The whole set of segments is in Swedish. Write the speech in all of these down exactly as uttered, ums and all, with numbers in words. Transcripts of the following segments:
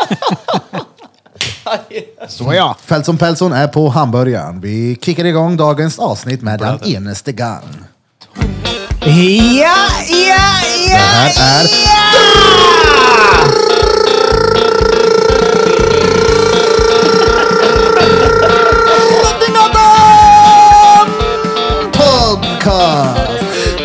Så ja. Feltson Pelson är på hamburgaren. Vi kickar igång dagens avsnitt med den enaste gang. Ja, ja, ja. Det här är... Podcast!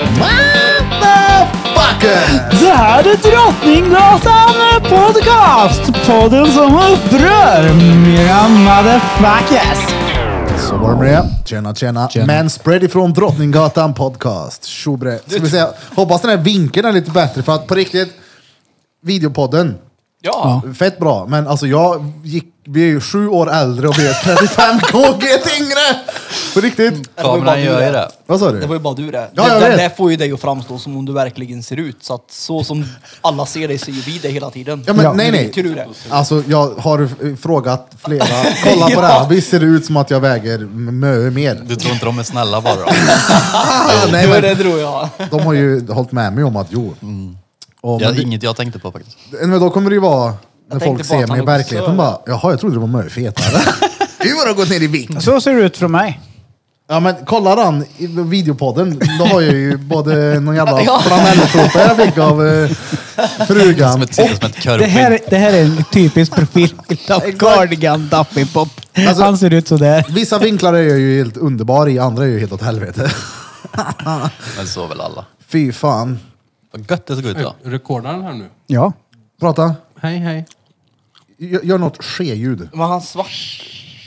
Motherfucker! Det här är Drottninggatan Podcast. Podden som upprör mina motherfuckers. Så var det med det. Tjena, tjena. tjena. Men spread ifrån Drottninggatan Podcast. Tjobre. Ska vi säga, hoppas den här vinkeln är lite bättre för att på riktigt, videopodden. Ja. Fett bra. Men alltså jag gick, vi är ju sju år äldre och vi är trettiofem kilogram tyngre. På riktigt. Kameran gör ju det. Vad sa du? Det var ju bara du det. Ja, det, jag det, vet. det får ju dig att framstå som om du verkligen ser ut. Så att så som alla ser dig ser ju vi dig hela tiden. Ja, men Ja. nej, nej. Tycker du det? Alltså jag har eh, frågat flera. Kolla på det här. Visst ser det ut som att jag väger mö mer. Du tror inte de är snälla bara? Ah, nej, Jo, men det tror jag. de har ju hållit med mig om att jo. Och, Ja, men, det, inget jag tänkte på faktiskt. men då kommer det ju vara när tänkte folk på ser att mig i han verkligheten också- bara, jaha jag trodde det var mö fetare. Hur har det gått ner i vikt? Så ser det ut från mig. Ja men kolla den i videopodden. Då har jag ju både någon jävla Ja. flanelltrumpa jag fick av eh, frugan. Som ett, som ett Det körping. här, det här är en typisk profilbild av Cardigan Duffy Pop. Alltså- Han ser ut sådär. Vissa vinklar är jag ju helt underbar i, andra är ju helt åt helvete. Men så väl alla. Fy fan. Vad gött det såg ut då. Rekordar den här nu? Ja. Prata. Hej, hej. Gör, gör något ske-ljud. Men han svart.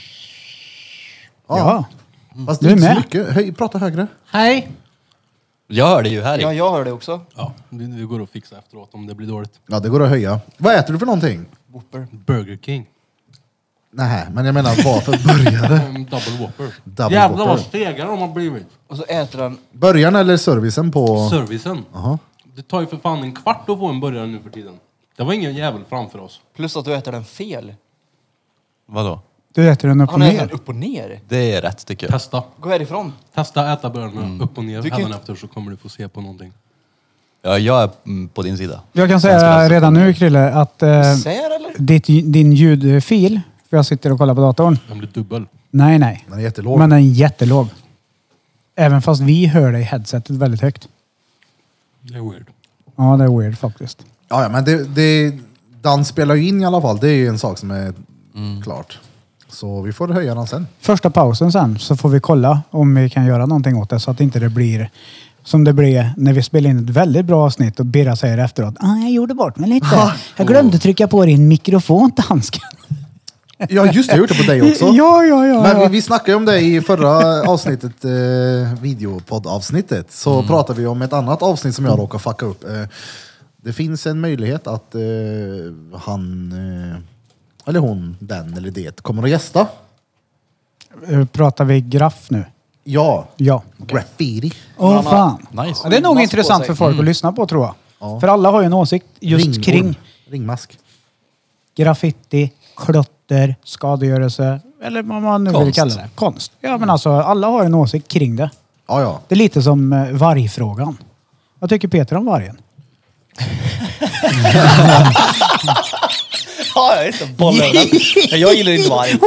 Ja. Fast Du det är är inte så med. mycket. Höj, prata högre. Hej! Jag hörde ju här i. Ja, jag hör det också. Ja, vi, vi går och fixar efteråt om det blir dåligt. Ja, det går att höja. Vad äter du för någonting? Whopper. Burger King. Nej, men jag menar varför började? Um, double Whopper. Double Jävlar vad Whopper. stegar de har blivit. Och så äter den... Början eller servicen på... Servicen. Jaha. Det tar ju för fan en kvart att få en burgare nu för tiden. Det var ingen jävel framför oss. Plus att du äter den fel. Vadå? Du äter den upp och Han äter den ner. upp och ner. Det är rätt tycker jag. Testa. Gå härifrån. Testa äta burgarna upp och ner. Du kan Hädan inte- efter så kommer du få se på någonting. Ja, jag är mm, på din sida. Jag kan Ganska säga rätt. redan nu Krille att eh, Sär eller? ditt, din ljudfil, för jag sitter och kollar på datorn. Den blir dubbel. Nej, nej. Den är jättelåg. Men den är jättelåg. Även fast vi hör dig i headsetet väldigt högt. Det är weird. Ja, det är weird faktiskt. Ja, ja, men det, det, den spelar ju in i alla fall. Det är ju en sak som är klart. Så vi får höja den sen. Första pausen sen så får vi kolla om vi kan göra någonting åt det så att inte det blir som det blev när vi spelade in ett väldigt bra avsnitt och Birra säger efteråt ah, jag gjorde bort mig lite. Jag glömde trycka på din mikrofon till handsken. Ja, just det. Jag har gjort det på dig också. Ja, ja, ja. Men vi, ja. vi snackade ju om det i förra avsnittet, eh, videopoddavsnittet. Så pratade vi om ett annat avsnitt som jag råkade fucka upp. Eh, det finns en möjlighet att eh, han, eh, eller hon, den eller det, kommer att gästa. Eh, Pratar vi graff nu? Ja, Ja. graffiti. Åh han har- fan. Nice. Ja, det är nog Mask på intressant sig. för folk att lyssna på tror jag. Ja. För alla har ju en åsikt just Ringorm. kring Ringmask. graffiti, klotter, skadegörelse eller vad man nu vill Konst. kalla det. Konst. Ja men alltså alla har en åsikt kring det. Ja, ja. Det är lite som eh, vargfrågan. Vad tycker Peter om vargen? Ja, jag är inte bollen. Men jag gillar inte varg.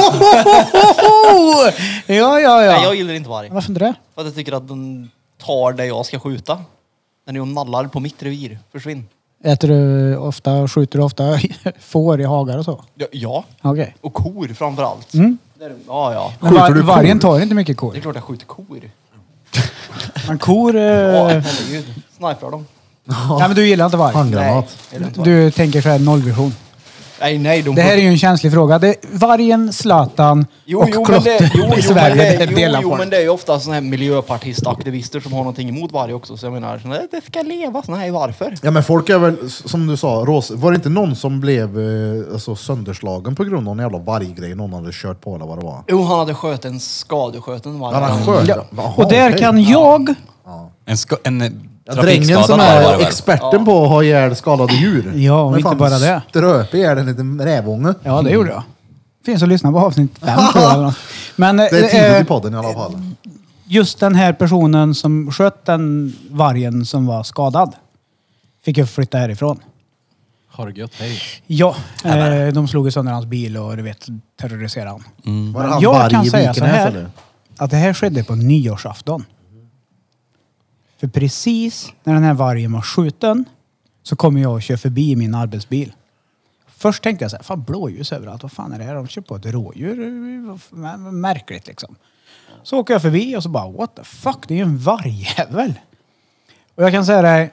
Ja, ja, ja. Nej, jag gillar inte varg. Varför inte det? För att jag tycker att den tar det jag ska skjuta. Den är ju nallar på mitt revir. Försvinn. Äter du ofta, skjuter du ofta får i hagar och så? Ja, ja. Okej. Och kor framför allt. Mm. Det är, ja, ja. Men Skjuter var, du vargen kor? tar inte mycket Det är kor. klart jag skjuter kor. Men kor... Ja, Eh, herregud. Sniprar dem. nej men du gillar inte varg. Handgranat. jag gillar inte varg. Du tänker så här nollvision. Nej, nej. De Det här är ju en känslig fråga. Det, vargen, Zlatan Jo, och jo, men det, klotter jo, i jo, men Sverige. det, Det jo, delar jo, folk. men det är ju ofta såna här miljöpartistaktivister som har någonting emot varg också. Så jag menar, så, nej, det ska leva. Så, nej, varför? Ja men folk är väl, som du sa, Ros, var det inte någon som blev eh, alltså, sönderslagen på grund av en jävla varggrej någon hade kört på eller vad det var? Jo, han hade sköt en skadeskjuten varg. Han hade sköt? Ja. Jaha, Och där okej. kan jag... En, ska, en Ja, drängen som trafikskadad varg var det är väl? experten på att ha ihjäl skadade djur. Ja, och Men inte fan, bara det. Ströp ihjäl en liten rävånge. Ja, det gjorde jag. Finns att lyssna på avsnitt fem tror jag. eller något. Men Det är eh, tidigt i podden i alla fall. just den här personen som sköt den vargen som var skadad fick jag flytta härifrån. Ha det gött, hej. Ja, eh, de slog ju sönder hans bil och du vet, terroriserade han. Mm. Var det han Jag varg kan i säga så Vikenäs, här, eller? att det här skedde på nyårsafton. För precis när den här vargen var skjuten så kommer jag och kör förbi min arbetsbil. Först tänkte jag så här, fan blåljus överallt, vad fan är det här? De kör på ett rådjur, vad märkligt liksom. Så åker jag förbi och så bara, what the fuck, det är ju en vargjävel. Och jag kan säga det här,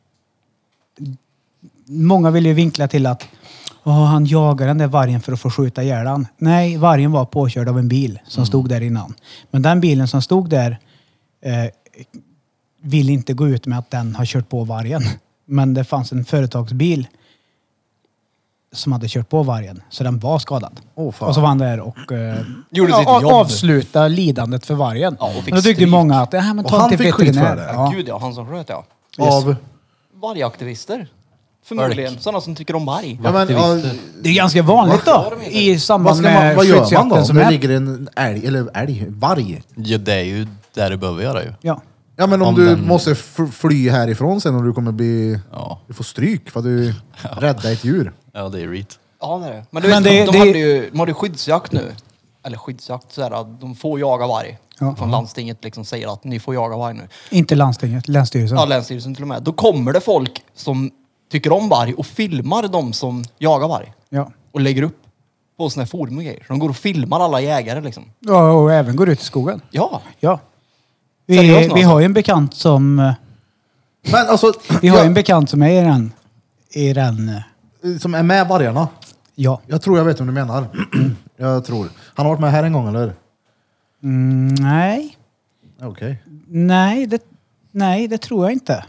många vill ju vinkla till att oh, han jagar den där vargen för att få skjuta ihjäl han. Nej, vargen var påkörd av en bil som mm. stod där innan. Men den bilen som stod där eh, vill inte gå ut med att den har kört på vargen. Men det fanns en företagsbil som hade kört på vargen. Så den var skadad. Oh, fan. Och så var han där och eh, Gjorde ja, sitt a- jobb. avsluta lidandet för vargen. Ja, och fick Men då tyckte stryk. många att äh, men Och ta han inte fick skit för veterinär. det? Ja. Gud ja, han som sköt ja. Av... Vargaktivister. Förmodligen. Sådana som tycker om varg. Ja, men, ja, Det är ganska vanligt då i vad, samband ska man, med vad gör man skyddsjakten då? som Om det är. ligger en älg, eller älg, varg. Ja, det är ju där det behöver göra ju. Ja. Ja, men om, Om du den- måste f- fly härifrån sen och du kommer bli... Ja, Du får stryk för att du räddar ett djur. ja det är reet. Ja, det är det. Men du Men vet, det- de, det- hade ju, de hade ju skyddsjakt nu. Eller skyddsjakt, så här, att de får jaga varg. Ja. Från landstinget liksom säger att ni får jaga varg nu. Inte landstinget, länsstyrelsen. Ja, länsstyrelsen till och med. Då kommer det folk som tycker om varg och filmar de som jagar varg. Ja. Och lägger upp på såna här forum och grejer. Så de går och filmar alla jägare liksom. Ja, och även går ut i skogen. Ja. Ja. Vi, Seriöst nu vi alltså? har ju en bekant som eh, Men alltså, vi har ju jag, en bekant som är i den i den eh, som är med vargarna. ja. Jag tror jag vet vad du menar. Jag tror. Han har varit med här en gång, eller? Mm, nej. Okej. Nej, det nej, det tror jag inte.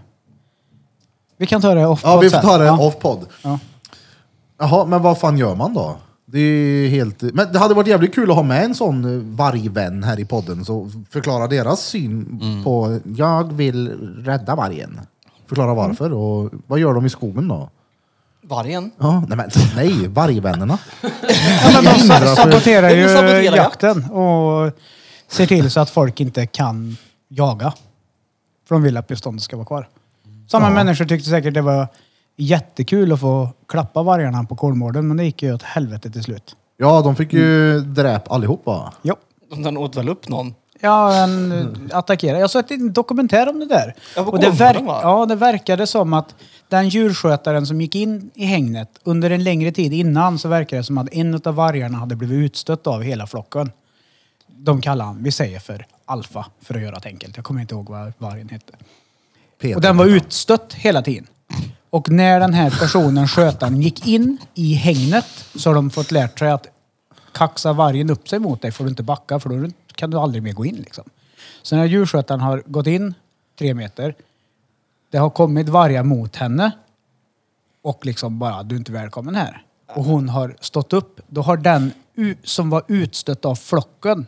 Vi kan ta det off Ja, vi får sen. ta det Ja. off-podd. Ja. Jaha, men vad fan gör man då? Det är helt... Men det hade varit jävligt kul att ha med en sån eh, vargvän här i podden. Så förklara deras syn på... Jag vill rädda vargen. Förklara varför och vad gör de i skogen då? Vargen. Ja, nej, men, nej, vargvännerna. Ja, men de Hindra sa- för- saboterar De ju saboterar jakt. jakten och ser till så att folk inte kan jaga. För de vill att beståndet ska vara kvar. Samma Ja. människor tyckte säkert det var jättekul att få klappa vargarna på Kolmården, men det gick ju åt helvete till slut. Ja, de fick ju dräp allihopa. Jo. Den åt väl upp någon. Ja, en attackerade. Jag såg en dokumentär om det där. Ja, på och det, Kolmården, verk- va? ja, det verkade som att den djurskötaren som gick in i hängnet under en längre tid innan så verkade det som att en av vargarna hade blivit utstött av hela flocken. De kallar han, vi säger för alfa för att göra det enkelt. Jag kommer inte ihåg vad vargen hette. Peter. Och den var utstött hela tiden. Och när den här personen, skötaren, gick in i hängnet så har de fått lärt sig att kaxa vargen upp sig mot dig får du inte backa för då kan du aldrig mer gå in liksom. Så när djurskötaren har gått in tre meter, det har kommit vargar mot henne och liksom bara, du är inte välkommen här. Och hon har stått upp, då har den u- som var utstött av flocken,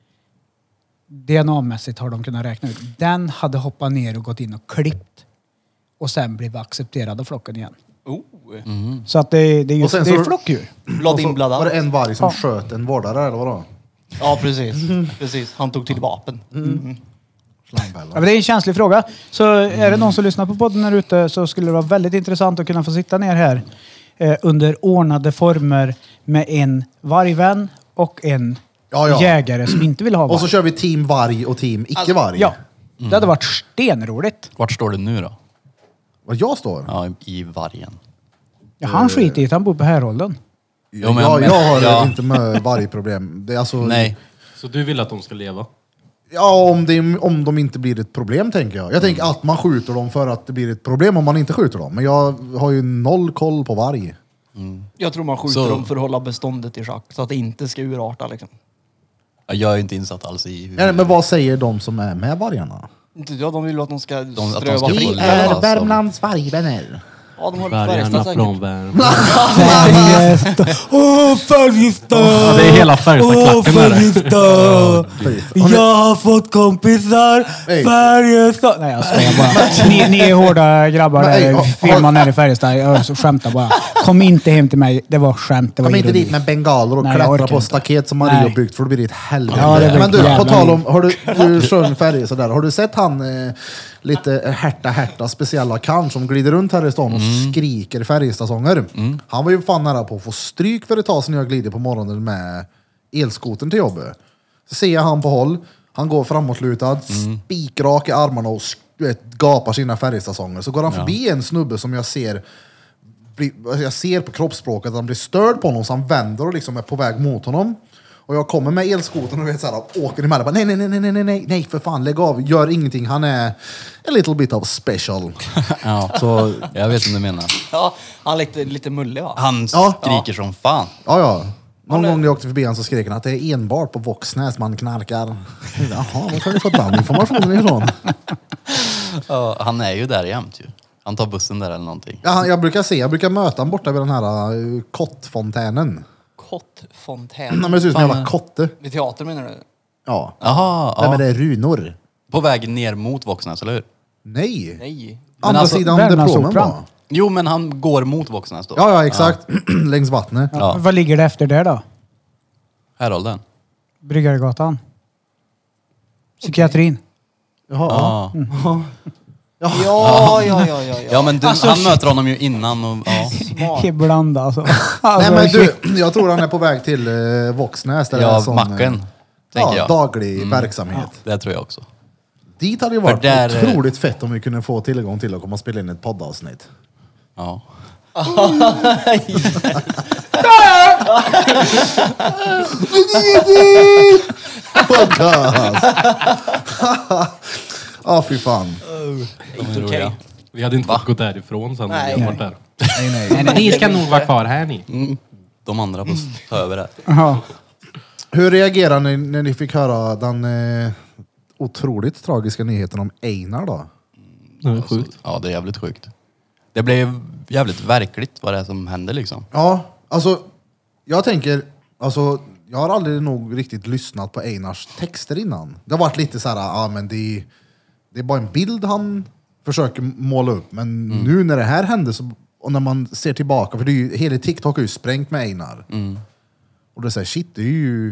D N A-mässigt har de kunnat räkna ut, den hade hoppat ner och gått in och klippt och sen blivit accepterad av flocken igen. Oh. Så att det, det är ju Och sen det är så- flockdjur. Blad Och så inblandad. var det en varg som Ja. sköt en vårdare eller vadå? Ja, precis. precis. Han tog till vapen. Mm. Ja, men det är en känslig fråga. Så är det någon som lyssnar på podden här ute så skulle det vara väldigt intressant att kunna få sitta ner här eh, under ordnade former med en vargvän och en Ja, ja. jägare som inte vill ha varg. Och så kör vi team varg och team icke-varg. Ja, det hade varit stenroligt. Vart står det nu då? Vad jag står? Ja, i- i vargen. Ja, han skiter i att han bor på Härolden. Jo, men- ja, jag har ja. inte med vargproblem. Det är alltså, Nej. Så du vill att de ska leva? Ja, om, det, om de inte blir ett problem tänker jag. Jag tänker att man skjuter dem för att det blir ett problem om man inte skjuter dem. Men jag har ju noll koll på varg. Jag tror man skjuter Så- dem för att hålla beståndet i schack. Så att det inte ska urarta liksom. Ja, Jag är inte insatt alls i... Nej, men vad säger de som är med vargarna? Inte jag, de vill att de ska att de ströva ska fritt. få leva. eller? som- Värmlands vargvänner. Ja, de har Vargarna Färjestad från säkert. Värmland. Färjestad! Åh, Färjestad! Ja, det är hela Färjestad-klacken Åh, där. Färjestad! Jag har fått kompisar, Hej. Färjestad! Nej, jag skojar bara. Ni, ni är hårda grabbar Men, där, hej, har- firman här i Färjestad. Jag så skämtar bara. Kom inte hem till mig. Det var skämt. Det var Kom inte ironi. dit med bengaler och Nej, jag klättra orkar på inte. staket som Marie har Nej. byggt för då blir det ett helvete. Ja, det blir Men du, jävla på tal liv. om, har du, du kör färg sådär. Har du sett han eh, lite härta härta speciella kan som glider runt här i stan och Mm. skriker Färjestadsånger? Han var ju fan nära på att få stryk för ett tag sedan jag glider på morgonen med elskoten till jobbet. Så ser jag han på håll. Han går framåtlutad, Mm. spikrak i armarna och du vet, gapar sina Färjestadsånger. Så går han förbi en snubbe som jag ser blir- jag ser på kroppsspråket att han blir störd på honom så han vänder och liksom är på väg mot honom. Och jag kommer med elskoten och vet, så här, åker emellan. Bara, nej, nej, nej, nej, nej, nej, nej, för fan, lägg av, gör ingenting. Han är a little bit of special. Ja, Så, jag vet vad du menar. Ja, han är lite, lite mullig va? Han Ja. skriker som fan. ja, ja. Någon Han är- gång när jag åkte förbi han så skrek han att det är enbart på Våxnäs man knarkar. Jaha, var har du fått den informationen ifrån? Ja, han är ju där jämt ju. Han tar bussen där eller någonting. Ja, jag brukar se, jag brukar möta honom borta vid den här uh, kottfontänen. Kottfontän. Nej, men det ser ut som en Fan, jävla kotte. Vid teater menar du? Ja. Jaha, Nej, ja. men det är runor. På väg ner mot Våxnäs, eller hur? Nej. Nej. Andra alltså, sidan där Värmlandsoperan. promen var. Jo, men han går mot Våxnäs då. Ja, ja, exakt. Längs vattnet. Ja. Vad ligger det efter där då? Härolden. Bryggaregatan. Psykiatrin. Jaha. Ja. Ja, ja, ja, ja, ja. Ja, men du, Alltså, han shit. möter honom ju innan och ja. Smart. Ibland alltså. Nej, alltså men shit. du, jag tror han är på väg till eh, Våxnäs. Där det är Ja, sån, macken, eh, tänker ja, jag. daglig verksamhet. Det tror jag också. Dit hade ju varit där, eh, otroligt fett om vi kunde få tillgång till att komma och spela in ett poddavsnitt. Ja. Podcast! Ja, fy fan. Inte okej. Vi hade inte fått gå därifrån sen när vi Nej. hade varit där. Nej, nej. Ni ska nog vara kvar här ni. Mm. De andra får ta över det. Ja. Hur reagerade ni när ni fick höra den eh, otroligt tragiska nyheten om Einar då? Det är sjukt. Ja, det är jävligt sjukt. Det blev jävligt verkligt vad det är som händer liksom. Ja, alltså jag tänker, alltså jag har aldrig nog riktigt lyssnat på Einars texter innan. Det har varit lite så här, ja men det, det är bara en bild han försöker måla upp. Men nu när det här hände så, och när man ser tillbaka, för det är ju, hela TikTok har ju sprängt med Einar. Och det säger shit, det är ju,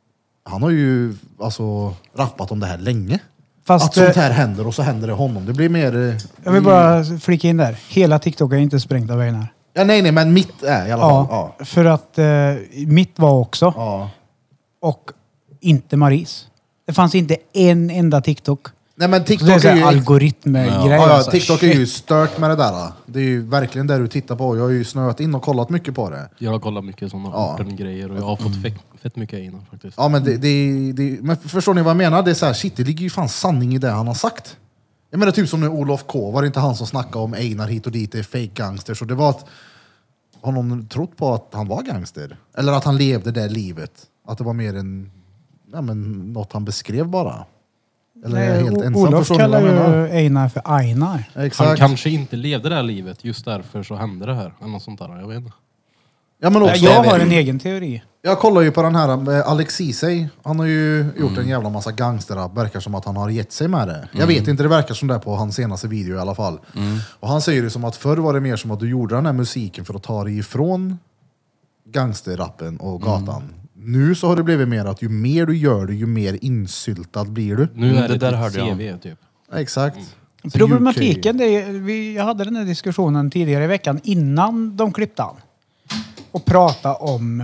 han har ju alltså rappat om det här länge. Fast, att sånt eh, här händer och så händer det honom. Det blir mer... eh, Jag vill bara flika in där. Hela TikTok är inte sprängt av Einar. Ja, nej, nej, men mitt är i alla fall. Ja, Ja. för att eh, mitt var också. Ja. Och inte Maris. Det fanns inte en enda TikTok. Nej, men Så det är TikTok så är här ju... algoritmgrej. Ja, ja, alltså. TikTok är Shit. ju stört med det där. Det är ju verkligen det du tittar på. Jag har ju snöat in och kollat mycket på det. Jag har kollat mycket sådana Ja. orten-grejer och jag har fått fett, fett mycket innan faktiskt. Ja, men, det, det, det, men förstår ni vad jag menar? Det är så här, shit, det ligger ju fan sanning i det han har sagt. Jag menar typ som när Olof K, var det inte han som snackade om Einar hit och dit, det är fake gangster. Så det var att, har någon trott på att han var gangster? Eller att han levde det livet? Att det var mer en, ja men något han beskrev bara? Eller är jag Nej, helt O- ensam? Olof Förstår ni kallar vad jag menar? ju Einar för Einar. Han Exakt. kanske inte levde det här livet, just därför så hände det här. Eller något sånt där, jag vet inte. Ja, men också, Jag har en egen teori. Jag kollar ju på den här eh, Alex Ceesay. Han har ju gjort en jävla massa gangsterrap. Verkar som att han har gett sig med det. Jag vet inte, det verkar som det på hans senaste video i alla fall. Och han säger det som att förr var det mer som att du gjorde den här musiken för att ta dig ifrån gangsterrappen och gatan. Nu så har det blivit mer att ju mer du gör det, ju mer insyltad blir du. Nu Mm, är det det, där ditt hörde jag C om. V typ. Exakt. Så Problematiken, det är, vi, jag hade den här diskussionen tidigare i veckan innan de klippte han. Och prata om,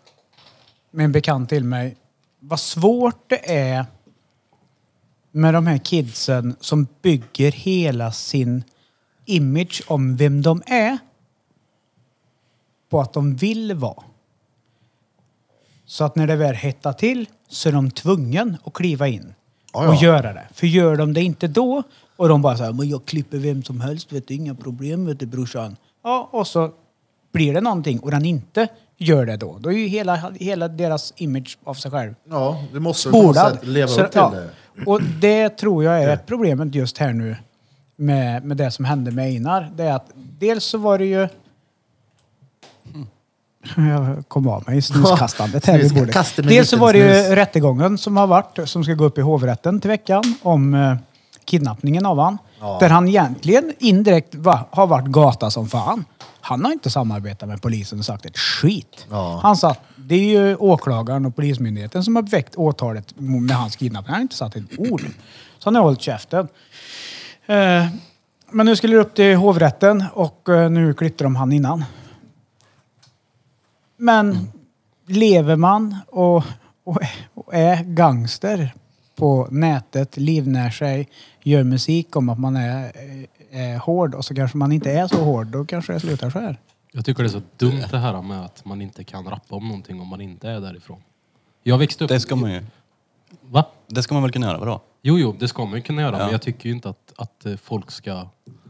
med en bekant till mig, vad svårt det är med de här kidsen som bygger hela sin image om vem de är på att de vill vara. Så att när det väl hettar till så är de tvungen att kliva in Ja, ja. och göra det. För gör de det inte då och de bara så här, men jag klipper vem som helst, vet du, inga problem, vet du, brorsan. Ja, och så blir det någonting och den inte gör det då. Då är ju hela, hela deras image av sig själv Ja, du måste på något spolad. sätt leva Så, upp till ja, det. och det tror jag är ett problemet just här nu med, med det som hände med Einar. Det är att dels så var det ju... Jag kom av mig i snuskastandet här vid bordet. Kaste med Dels så liten var det ju snus. rättegången som har varit, som ska gå upp i hovrätten till veckan om eh, kidnappningen av han. Ja. Där han egentligen indirekt va, har varit gata som fan. Han har inte samarbetat med polisen och sagt ett skit. Ja. Han sa, det är ju åklagaren och polismyndigheten som har väckt åtalet med hans kidnappning. Han har inte sagt ett ord. Så han har hållit käften. Eh, men nu skulle det upp till hovrätten och eh, nu klippte de han innan. Men mm. lever man och, och, och är gangster på nätet, livnär sig, gör musik om att man är, är hård och så kanske man inte är så hård, då kanske det slutar så här. Jag tycker det är så dumt det här med att man inte kan rappa om någonting om man inte är därifrån. Jag växte upp... Det ska man ju... Va? Det ska man väl kunna göra, vadå? Jo, jo, det ska man ju kunna göra. Ja. Men jag tycker ju inte att, att folk ska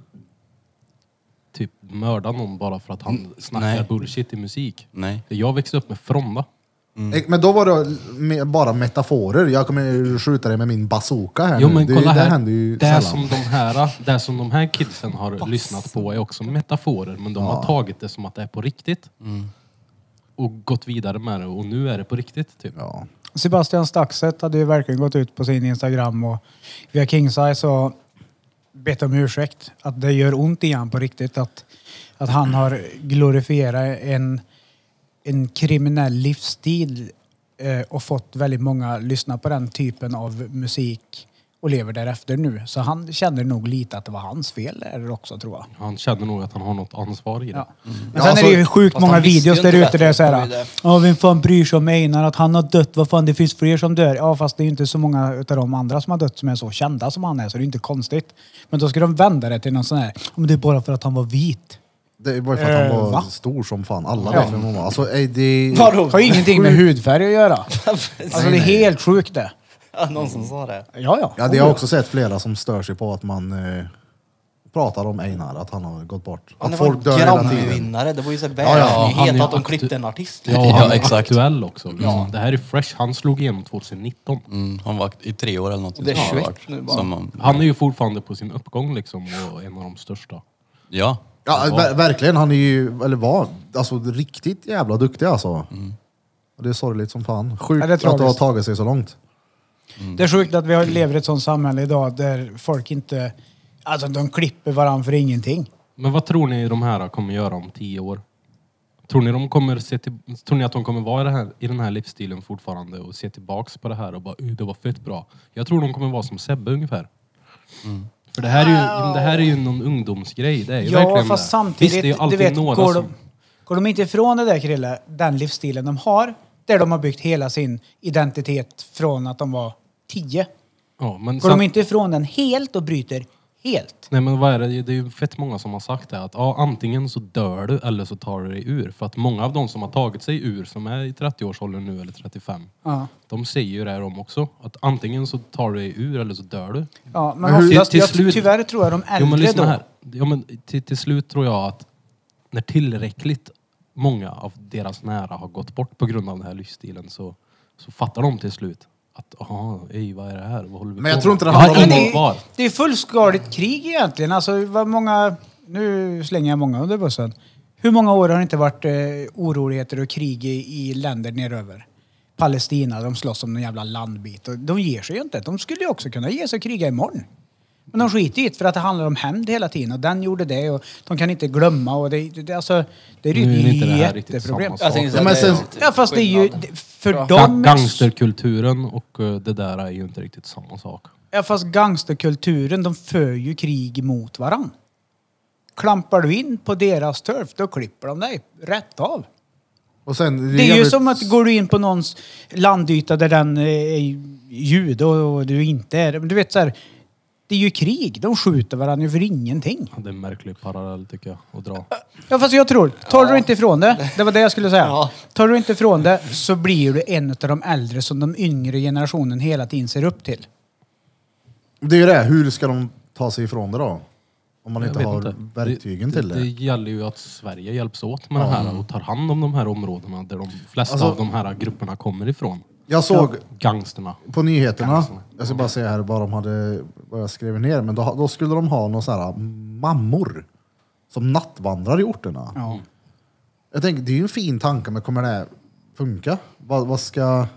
typ mörda någon bara för att han snackar Nej. bullshit i musik. Nej. Jag växte upp med Fronda. Mm. Men då var det bara metaforer. Jag kommer skjuta dig med min bazooka här Jo, nu. men det, kolla det här. händer ju det sällan. som de här, det som de här kidsen har lyssnat på är också metaforer. Men de Ja. har tagit det som att det är på riktigt. Mm. Och gått vidare med det. Och nu är det på riktigt, typ. Ja. Sebastian Staxet hade ju verkligen gått ut på sin Instagram och via Kingsize och bett om ursäkt. Att det gör ont igen på riktigt. Att, att han har glorifierat en, en kriminell livsstil eh, och fått väldigt många lyssna på den typen av musik och lever därefter nu. Så han känner nog lite att det var hans fel där också, tror jag. Han känner nog att han har något ansvar i det. Ja. Men Ja, sen alltså- är det ju sjukt Fast många han visste videos ju där inte ute där det är så bättre, här. det var ju det. Ja, vem fan bryr sig om Einar? Att han har dött, vad fan, det finns fler som dör. Ja, fast det är ju inte så många utav de andra som har dött som är så kända som han är, så det är inte konstigt. Men då ska de vända det till någon sån här, om det är bara för att han var vit. Det var ju för att han Eh, var va? stor som fan. Alla Ja. vet vem hon var. Alltså, ej, det... Vadå? Det har ju ingenting med hudfärg att göra. Alltså det är helt sjukt det. Ja, någon som sa det. Ja, ja. Ja, det har jag också sett flera som stör sig på att man eh, pratar om Einar, att han har gått bort. Han Att var folk dör hela tiden. Grammy-vinnare. Det var ju så ja, världsnyhet han är ju att de aktu- klippte en artist. Ja, Ja, han är exakt. aktuell också. Liksom. Det här är fresh. Han slog igenom tjugonitton. Mm, han var i tre år eller något. Och det är som har tjugoett varit. nu bara. Som man, Han är ju fortfarande på sin uppgång liksom och en av de största. Ja. Ja, det var- ver- verkligen. Han är ju, eller var, alltså riktigt jävla duktig alltså. Och det är sorgligt som fan. Sjukt Ja, det är att det har tragiskt. tagit sig så långt. Det är sjukt att vi har- lever i ett sånt samhälle idag där folk inte, alltså de klipper varandra för ingenting. Men vad tror ni de här kommer göra om tio år? Tror ni, de kommer se till, tror ni att de kommer vara i, det här, i den här livsstilen fortfarande och se tillbaks på det här och bara "Uh, det var fett bra"? Jag tror de kommer vara som Sebbe ungefär. För det här, är ju, det här är ju någon ungdomsgrej. Det är ju Ja, verkligen fast det. samtidigt, Visst, det är ju du alltid vet, några går, som... de, går de inte ifrån det där, Krille, den livsstilen de har, där de har byggt hela sin identitet från att de var tio. Ja, men Går sen- de inte ifrån den helt och bryter helt? Nej men vad är det? Det är ju fett många som har sagt det. Att ja, antingen så dör du eller så tar du dig ur. För att många av de som har tagit sig ur, som är i trettioårsåldern nu eller trettiofem. Ja. De säger ju det här om också. Att antingen så tar du dig ur eller så dör du. Ja, men Men hur- oftast, till jag, slut- tyvärr tror jag de Jo äldre men lyssna då. här. Ja, men till, till slut tror jag att när tillräckligt många av deras nära har gått bort på grund av den här livsstilen så, så fattar de till slut att aha, ej, vad är det här? Vad håller vi Men jag på tror med? inte det Jag handlar har om- ingen det, kvar. är, det är fullskaligt krig egentligen. Alltså, vad många, nu slänger jag många under bussen. Hur många år har det inte varit eh, oroligheter och krig i, i länder neröver? Palestina, de slåss om en jävla landbit. Och de ger sig ju inte. De skulle ju också kunna ge sig och kriga imorgon. Men de skiter i det för att det handlar om hämnd hela tiden. Och den gjorde det och de kan inte glömma. Och det, det, alltså, det är ju Nu är ett inte det här riktigt jätteproblem. samma sak. Jag tänkte Ja, men säga sen- att det är Ja, fast det är ju... skillnad. det- För Ja. Ga- dem... Gangsterkulturen och eh, det där är ju inte riktigt samma sak. Ja, fast gangsterkulturen, de för ju krig mot varann. Klampar du in på deras turf, då klipper de dig rätt av. Och sen, Det är ju jävligt- som att går du in på någons landyta där den är jude och du inte är det. Men du vet så här, det är ju krig. De skjuter varandra ju för ingenting. Ja, det är en märklig parallell tycker jag att dra. Ja, fast jag tror, tar du inte ifrån det, det var det jag skulle säga. Ja. Tar du inte ifrån det så blir du en av de äldre som de yngre generationen hela tiden ser upp till. Det är ju det, hur ska de ta sig ifrån det då? Om man Jag inte vet har inte. verktygen det, till det. Det gäller ju att Sverige hjälps åt med det här och tar hand om de här områdena där de flesta Alltså- av de här grupperna kommer ifrån. Jag såg Gangsterna. på nyheterna, Gangsterna. jag ska bara säga här vad de hade, vad jag skrev ner, men då, då skulle de ha några så här mammor som nattvandrar i orterna. Ja. Jag tänker, det är ju en fin tanke, men kommer det här funka? Vad, vad ska...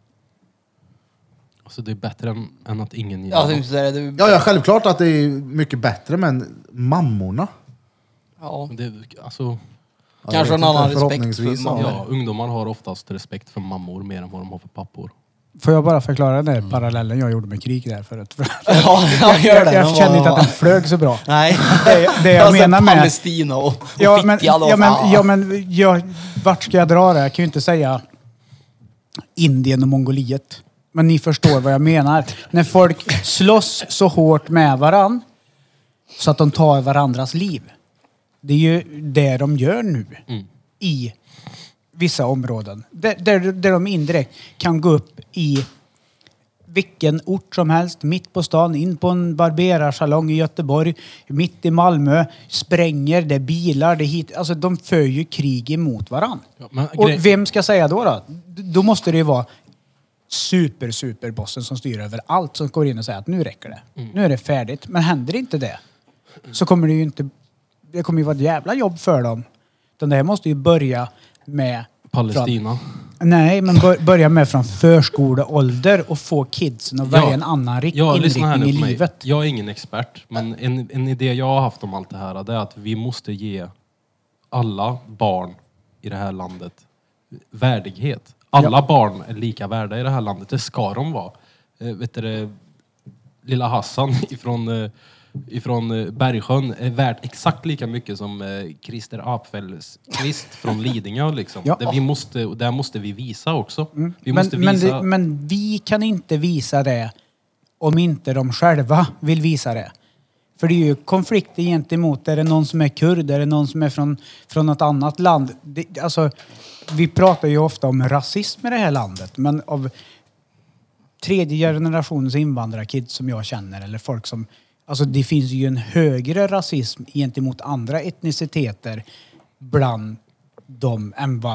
Alltså det är bättre än, än att ingen gör Ja, jag något. tänkte säga det. Ja, ja, självklart att det är mycket bättre, men mammorna? Ja. Det, alltså, Ja, Kanske jag en vet annan inte, respekt förhoppningsvis, för ja. mammor. ja, ungdomar har oftast respekt för mammor mer än vad de har för pappor. Får jag bara förklara den där parallellen jag gjorde med krig där förut? Ja, jag gör jag det. jag Den kände inte var- att den flög så bra. Nej. Det, det jag Alltså, menar med... Palestina och, och Ja men, Fittja då. ja, men, Ah. ja, men jag, vart ska jag dra det? Jag kan ju inte säga Indien och Mongoliet. Men ni förstår vad jag menar. När folk slåss så hårt med varann så att de tar varandras liv. Det är ju det de gör nu Mm. i vissa områden. Där, där, där de indirekt kan gå upp i vilken ort som helst, mitt på stan, in på en barberarsalong i Göteborg, mitt i Malmö, spränger, det är bilar, det är hit. Alltså de för ju krig emot varann. Ja, men Och grej- vem ska säga då då? D- Då måste det ju vara super, superbossen som styr över allt som går in och säger att nu räcker det. Mm. Nu är det färdigt. Men händer inte det så kommer det ju inte... Det kommer ju vara ett jävla jobb för dem. Utan det här måste ju börja med... Palestina. Från, nej, men bör, börja med från förskoleålder och få kidsen att välja en annan rikt, ja, lyssna här inriktning nu i på mig. livet. Jag är ingen expert, men en, en idé jag har haft om allt det här det är att vi måste ge alla barn i det här landet värdighet. Alla Ja. barn är lika värda i det här landet. Det ska de vara. Eh, vet du det, lilla Hassan ifrån, eh, ifrån eh, Bergsjön är värd exakt lika mycket som eh, Christer Apfelqvist från Lidingö. Liksom. Ja. Det, vi måste, och det måste vi visa också. Vi Men, måste men, visa... det, men vi kan inte visa det om inte de själva vill visa det. För det är ju konflikter gentemot, är det någon som är kurd, är det någon som är från, från något annat land. Det, alltså, vi pratar ju ofta om rasism i det här landet, men av tredje generationens invandrarkids som jag känner, eller folk som... Alltså det finns ju en högre rasism gentemot andra etniciteter bland dem än vad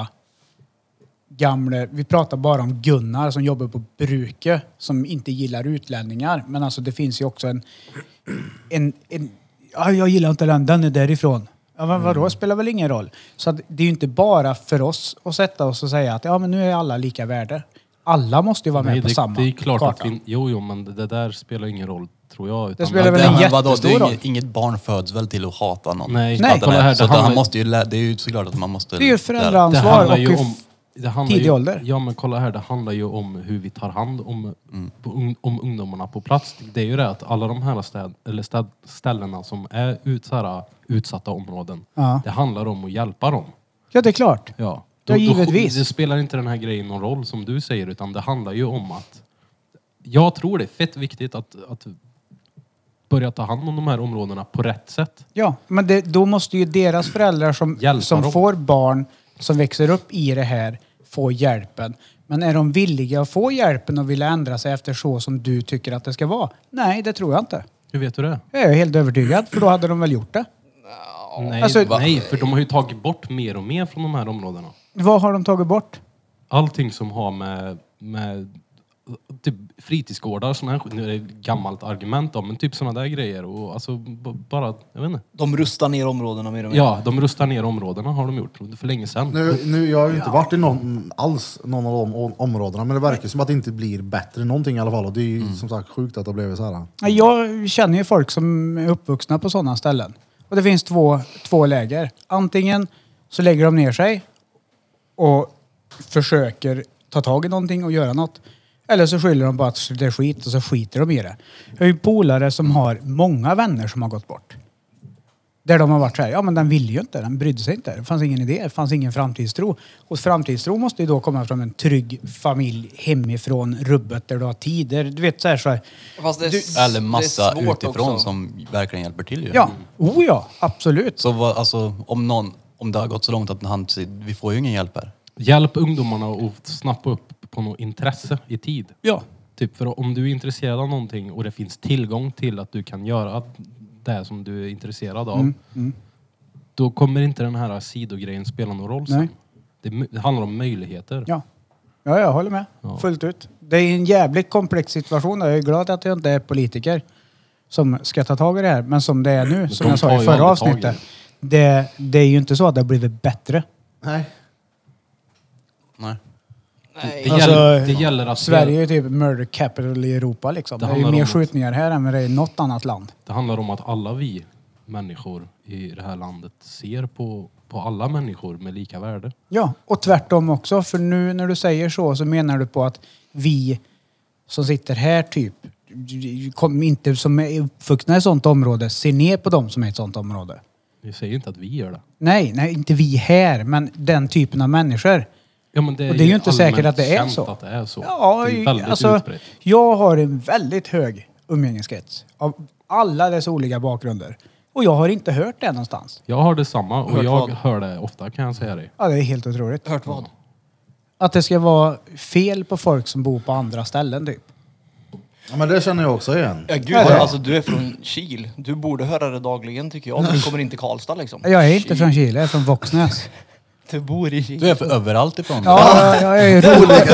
gamla... Vi pratar bara om Gunnar som jobbar på bruket som inte gillar utlänningar. Men alltså det finns ju också en... en, en ja, jag gillar inte den, den är därifrån. Ja, men vadå? Spelar väl ingen roll. Så att det är ju inte bara för oss att sätta oss och säga att ja, men nu är alla lika värde. Alla måste ju vara med Nej, på det, samma det är klart karta. att vi, jo, jo, men det, det där spelar ingen roll, tror jag. Utan spelar väl Ja, en men vadå, jättestor det är roll. inget, inget barn föds väl till att hata någon. Nej, Nej. Fattar kolla det? här, Så det att han handlar- måste ju, lä- det är ju såklart att man måste... Det är ju det föräldraansvar handlar och ju i om... Det handlar tidig ju, ålder. Ja, men kolla här, det handlar ju om hur vi tar hand om, på, ung- om ungdomarna på plats. Det är ju det att alla de här städ, eller städ, ställena som är ut, så här, utsatta områden, Ja. det handlar om att hjälpa dem. Ja, det är klart. Ja. Ja, givetvis. det spelar inte den här grejen någon roll som du säger, utan det handlar ju om att jag tror det är fett viktigt att, att börja ta hand om de här områdena på rätt sätt. Ja, men det, då måste ju deras föräldrar som, Hjälpa som dem. får barn som växer upp i det här få hjälpen. Men är de villiga att få hjälpen och vill ändra sig efter så som du tycker att det ska vara? Nej, det tror jag inte. Hur vet du det? Jag är helt övertygad, för då hade de väl gjort det. Nej, Alltså- nej, för de har ju tagit bort mer och mer från de här områdena. Vad har de tagit bort? Allting som har med, med typ fritidsgårdar, såna här, nu är det ett gammalt argument då, men typ såna där grejer och alltså b- bara, jag vet inte. De rustar ner områdena mer och mer. Ja, de rustar ner områdena har de gjort för länge sedan. Nu, nu, jag har ju inte varit i någon, alls någon av de o- områdena, men det verkar som att det inte blir bättre någonting i alla fall. Och det är ju som sagt sjukt att det blev så här. Ja, Jag känner ju folk som är uppvuxna på sådana ställen. Och det finns två, två läger. Antingen så lägger de ner sig och försöker ta tag i någonting och göra något. Eller så skyller de på att det är skit och så skiter de i det. Jag har ju polare som har många vänner som har gått bort. Där de har varit så här, ja men den ville ju inte, den brydde sig inte. Det fanns ingen idé, det fanns ingen framtidstro. Och framtidstro måste ju då komma från en trygg familj hemifrån rubbet där du har tider. Du vet så här, så här. Fast det, är- Eller massa det är svårt utifrån också. som verkligen hjälper till ju. Ja, oh ja, absolut. Så vad, alltså, om någon, om det har gått så långt att han säger, vi får ju ingen hjälp här. Hjälp ungdomarna att snappa upp på något intresse i tid. Ja. Typ för om du är intresserad av någonting och det finns tillgång till att du kan göra det som du är intresserad av. Mm, Då kommer inte den här sidogrejen spela någon roll sen. Nej. Det, är- det handlar om möjligheter. Ja. Ja, jag håller med. Ja. Fullt ut. Det är en jävligt komplex situation. Jag är glad att jag inte är politiker som ska ta tag i det här. Men som det är nu, som de jag sa tar i ju förra aldrig tag i avsnittet. Det, det är ju inte så att det har blivit bättre. Nej. Nej. Nej. Det, Alltså, gäller, det gäller att Sverige är typ murder capital i Europa liksom. Det Det, är ju handlar mer om att- skjutningar här än vad det är i något annat land. det handlar om att alla vi människor i det här landet ser på, på alla människor med lika värde. Ja, och tvärtom också. För nu när du säger så så menar du på att vi som sitter här typ kom inte som är uppvuxna i ett sånt område ser ner på dem som är i ett sånt område. Vi säger inte att vi gör det. Nej, nej, inte vi här, men den typen av människor. Ja, men det är, Och det är ju inte säkert allmänt att det är känt så. Att det är så. Ja, det är väldigt alltså, utbrett. jag har en väldigt hög umgängeskrets av alla dess olika bakgrunder. Och jag har inte hört det någonstans. Jag har detsamma och Hört jag vad? hör det ofta, kan jag säga dig. Ja, det är helt otroligt. Hört vad? Att det ska vara fel på folk som bor på andra ställen typ. Ja, men det känner jag också igen. Ja, gud, Ja, det- alltså du är från Kil. Du borde höra det dagligen tycker jag. Men du kommer inte till Karlstad liksom. Jag är inte från Chile, jag är från Våxnäs. Du bor i Kil. Du är för överallt ifrån. Ja, jag är rotlös.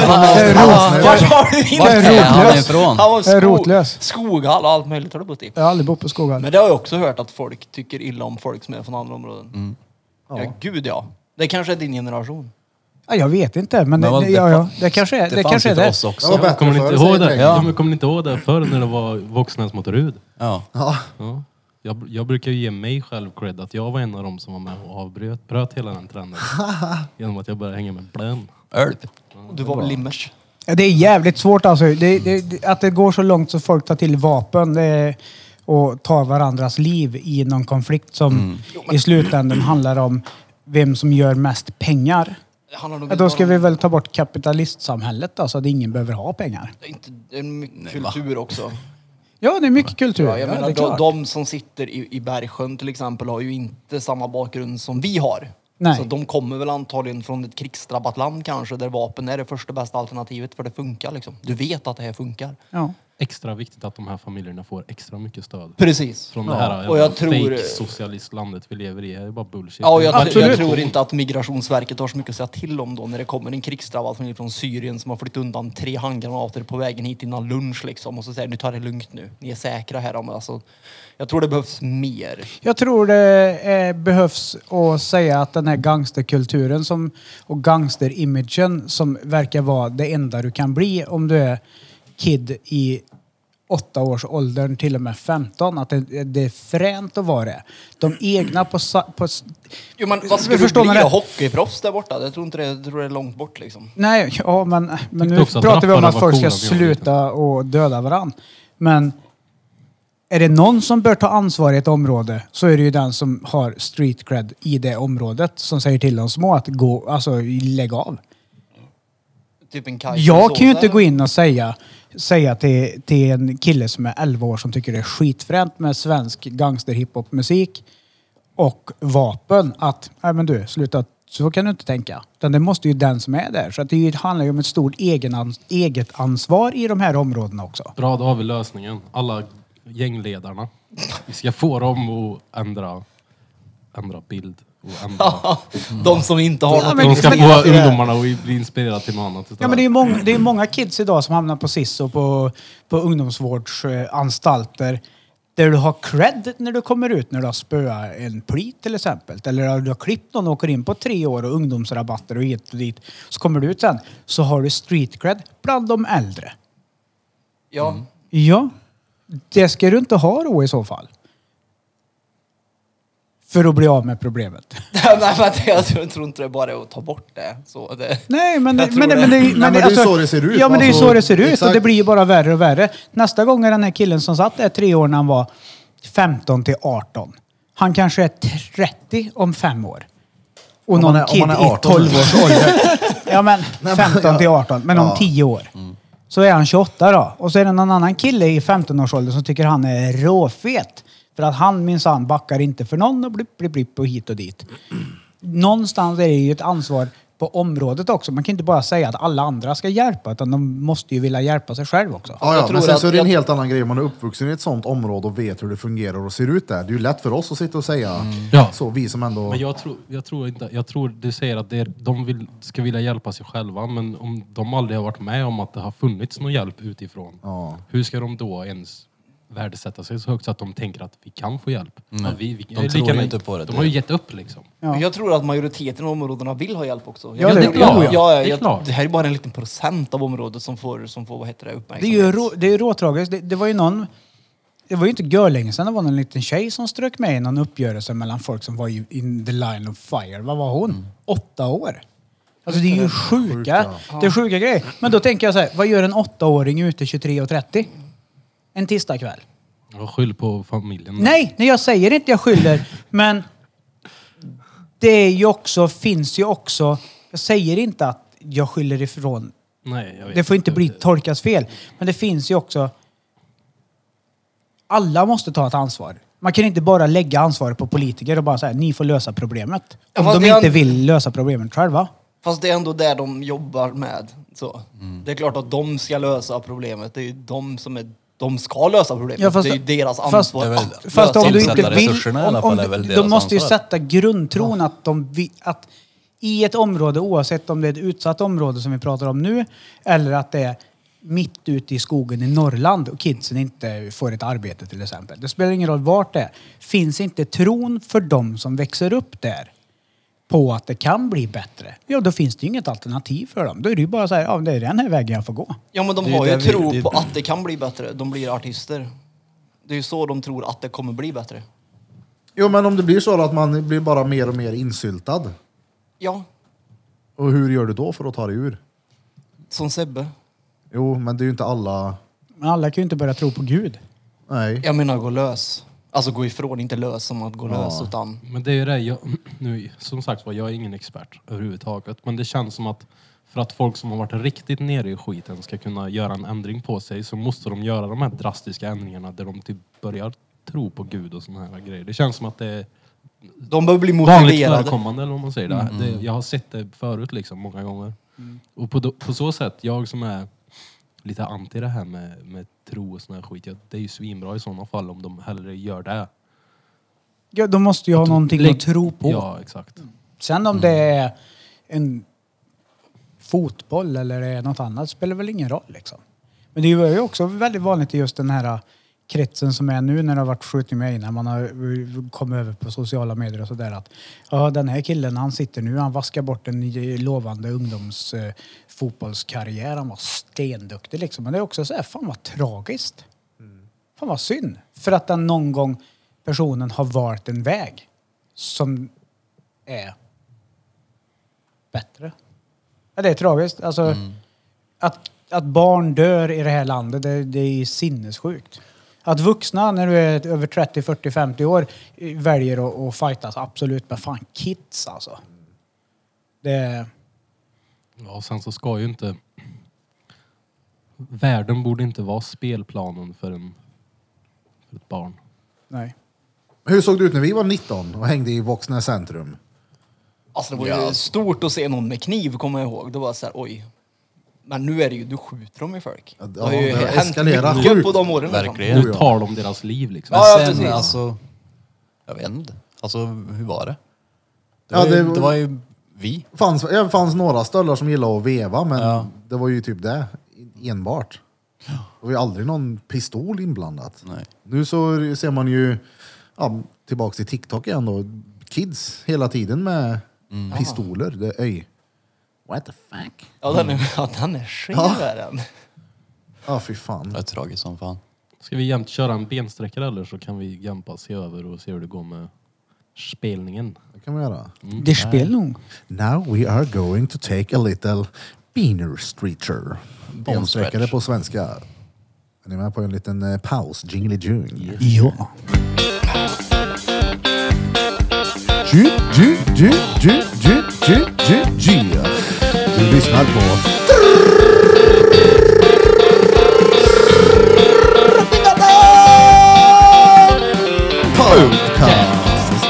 Vart har du inte? Vart är han rotlös. ifrån? Han var Jag är sko- rotlös. Skoghall och allt möjligt har du bott i. Jag har aldrig bott på Skoghall. Men det har jag också hört att folk tycker illa om folk som är från andra områden. Mm. Ja, gud ja. Det kanske är din generation. Ja, jag vet inte, men, Men det, vad- det, det ja, fa- ja, det kanske är Det, det. fanns Kanske ju är för det. oss också. Det var bättre Kommer ni inte förr, ihåg säger det? Bengt. Ja. Men kommer ni inte ihåg det förr när det var Våxnäs mot Rud? Ja. Ja. Ja. Jag, jag brukar ju ge mig själv cred att jag var en av dem som var med och avbröt bröt hela den trenden. Genom att jag började hänga med Blön. Öl. Du var väl limmers? Ja, det är jävligt svårt alltså. Det, det, det, att det går så långt så folk tar till vapen det är, och tar varandras liv i någon konflikt som i slutändan handlar om vem som gör mest pengar. Det handlar nog Ja, inte då ska bara vi om- väl ta bort kapitalistsamhället då, så att ingen behöver ha pengar. Det är inte det är en mycket kultur också. Ja, det är mycket kultur. Ja, jag Ja, menar, det är de, klart. de som sitter i, i Bergsjön till exempel har ju inte samma bakgrund som vi har. Nej. Så de kommer väl antagligen från ett krigsdrabbat land kanske, där vapen är det första bästa alternativet för det funkar liksom. Du vet att det här funkar. Ja. Extra viktigt att de här familjerna får extra mycket stöd. Precis. Från Ja. det här Och jag tror- fake-socialistlandet vi lever i. Det är bara bullshit. Ja, och jag, Absolut. jag tror inte att Migrationsverket har så mycket att säga till om då när det kommer en krigsdrabbad familj från Syrien som har flyttat undan tre handgranater på vägen hit innan lunch liksom och så säger nu tar det lugnt nu. Ni är säkra här. Om, alltså, jag tror det behövs mer. Jag tror det eh, behövs att säga att den här gangsterkulturen som, och gangsterimagen som verkar vara det enda du kan bli om du är kid i åtta års åldern till och med femton. Att det, det är fränt att vara det. De egna på... sa- på Jo, men vad ska Jag du förstår bli? mig rätt. Hockeyproffs där borta? Jag tror inte det, jag tror det är långt bort liksom. nej, ja, men, men Tyckte nu också att pratar vi om rappare att var folk ska coola när jag var sluta och döda varandra. Men är det någon som bör ta ansvar i ett område så är det ju den som har street cred i det området som säger till de små att gå, alltså lägg av. Typ en Kaiser Jag kan ju Soze. inte gå in och säga, säga till, till en kille som är elva år som tycker det är skitfränt med svensk gangster hiphop-musik och vapen att, nej men du, sluta, så kan du inte tänka. Utan det måste ju den som är där. Så att det är ju- det handlar ju om ett stort egen, eget ansvar i de här områdena också. Bra, då har vi lösningen. Alla gängledarna. Vi ska få dem att ändra, ändra bild. Och ändra. De som inte har något. men- De ska men- få men- ungdomarna att bli inspirerade till något annat. Ja, men det är ju många, det är många kids idag som hamnar på S I S och på, på ungdomsvårdsanstalter där du har cred när du kommer ut när du har spöat en plit till exempel. Eller du har klippt någon och åker in på tre år och ungdomsrabatter och hit och dit. Så kommer du ut sen så har du street cred bland de äldre. Ja. Ja, det ska du inte ha då i så fall. För att bli av med problemet. Nej, men jag tror, jag tror inte det bara är att ta bort det. Så det Nej, men, Jag tror men, det. men, det, men, men det är ju så det ser ut. Ja, men det är ju Alltså, så det ser ut. Och exakt. det blir ju bara värre och värre. Nästa gång är den här killen som satt där tre år när han var femton till arton. Han kanske är trettio om fem år. Och Om någon man är- om kid man är i arton. tolv års ålder. Ja, men men- femton till arton. Men om Ja. tio år. Så är han tjugoåtta då. Och så är det någon annan kille i femton-årsåldern som tycker han är råfet. För att han minsann backar inte för någon och blipp, blipp, blipp och hit och dit. Någonstans är det ju ett ansvar på området också. Man kan inte bara säga att alla andra ska hjälpa, utan de måste ju vilja hjälpa sig själv också. Ja, Jag ja, tror men sen att så är det en jag- helt annan grej om man är uppvuxen i ett sånt område och vet hur det fungerar och ser ut där. Det är ju lätt för oss att sitta och säga Ja. så, vi som ändå... Men jag tror, jag tror inte, jag tror du säger att det är, de vill, ska vilja hjälpa sig själva, men om de aldrig har varit med om att det har funnits någon hjälp utifrån, Ja. hur ska de då ens värdesätta sig så högt så att de tänker att vi kan få hjälp? Nej. Ja, vi, vi, De är tror lika- ju inte på det. De har ju gett upp liksom. Ja. Men jag tror att majoriteten av områdena vill ha hjälp också. Ja, Jag det är tror- klart. Ja, ja, Det är jag, klart. det här är bara en liten procent av området som får, som får vad heter det, Det är uppmärksamhet. ju rå, det är råtragiskt. Det, det var ju någon... det var ju inte görlänge sedan det var någon liten tjej som strök med i någon uppgörelse mellan folk som var i in the line of fire. Vad var hon? Mm. Åtta år. Alltså det är ju sjuka. Det är sjuka grejer. Men då tänker jag så här, vad gör en åttaåring ute tjugotre och trettio? En tisdag kväll. Jag skyller på familjen. Nej, nej, jag säger inte jag skyller. Men det är ju också, finns ju också, jag säger inte att jag skyller ifrån. Nej, jag vet det får inte bli tolkas fel. Men det finns ju också, alla måste ta ett ansvar. Man kan inte bara lägga ansvaret på politiker och bara säga ni får lösa problemet. Om Ja, de det inte är- vill lösa problemet själva. Fast det är ändå där de jobbar med. Så. Mm. Det är klart att de ska lösa problemet. Det är ju de som är, de ska lösa problemet. Ja, fast- det är ju deras fast- ansvar. Det är väl- att Fast lösa om du problemet. inte vill, resurserna i alla om, om, fall är väl de deras måste ju ansvar. sätta grundtron att de vi- att i ett område, oavsett om det är ett utsatt område som vi pratar om nu, eller att det är mitt ute i skogen i Norrland och kidsen inte får ett arbete till exempel. Det spelar ingen roll vart det är. Finns inte tron för dem som växer upp där på att det kan bli bättre, ja då finns det ju inget alternativ för dem. Då är det ju bara så här, ja det är den här vägen jag får gå. Ja, men de Det är har ju där vi- tro det är- på att det kan bli bättre. De blir artister. Det är ju så de tror att det kommer bli bättre. Jo, men om det blir så att man blir bara mer och mer insyltad. Ja, Och hur gör du då för att ta dig ur? som Sebbe. Jo, men det är ju inte alla... Men alla kan ju inte börja tro på Gud. Nej. Jag menar gå lös. Alltså gå ifrån, inte lös som att gå lös, utan... Men det är ju det, jag, nu, som sagt var jag är ingen expert överhuvudtaget. Men det känns som att för att folk som har varit riktigt nere i skiten ska kunna göra en ändring på sig så måste de göra de här drastiska ändringarna där de typ börjar tro på Gud och såna här grejer. Det känns som att det är De behöver bli vanligt motiverade. förekommande eller vad man säger. Det. Det, jag har sett det förut liksom många gånger. Och på, do- på så sätt, jag som är lite anti det här med, med tro och sån här skit, ja, det är ju svinbra i sådana fall om de hellre gör det. Ja, de måste ju ha någonting Lägg- att tro på. Ja, exakt. Sen om det är en fotboll eller det är något annat spelar väl ingen roll liksom. Men det är ju också väldigt vanligt i just den här kretsen som är nu när det har varit skjutning med när man har kommit över på sociala medier och sådär att ja, den här killen han sitter nu, han vaskar bort en lovande ungdoms eh, fotbollskarriär. Han var stenduktig liksom. Men det är också så här, fan vad tragiskt. Fan vad synd. För att den någon gång personen har valt en väg som är bättre. Ja, det är tragiskt. Alltså, Mm. att, att barn dör i det här landet, det, det är sinnessjukt. Att vuxna när du är över trettio, fyrtio, femtio år väljer att, att fightas, absolut. Men fan, kids alltså. Det... Ja, sen så ska ju inte... Världen borde inte vara spelplanen för, en, för ett barn. Nej. Hur såg det ut när vi var nitton och hängde i Våxnäs centrum? Alltså det var ju Ja. stort att se någon med kniv, kommer jag ihåg. Det var så här, oj. Men nu är det ju, du skjuter dem i folk. Ja, Det har ju det har hänt eskalerat mycket sjukt. på de åren. liksom. Verkligen. Nu tar de deras liv liksom. Ja, Men sen, precis. alltså... Jag vet inte. Alltså, hur var det? Det Ja, var, ju, det- det var ju vi. Fanns, det fanns några stölder som gillade att veva, men Ja. det var ju typ det enbart. Det var ju aldrig någon pistol inblandat. Nej. Nu så ser man ju, ja, tillbaks till TikTok igen då, kids hela tiden med pistoler. Det är öj. What the fuck? Ja, den är, ja, den är skev Ja. är den. Ja, fy fan. Det är tragiskt som fan. Ska vi jämt köra en bensträckare eller så kan vi jämpa se över och se hur det går med spelningen. Det kan vi göra. Det spelar nog. Now we are going to take a little beaner stretcher. Bensträckare på svenska. Är ni med på en liten eh, paus? Jingly jung. Ja. Ju, ju, ju, ju, ju, ju, ju, ju. Du lyssnar på Podcast.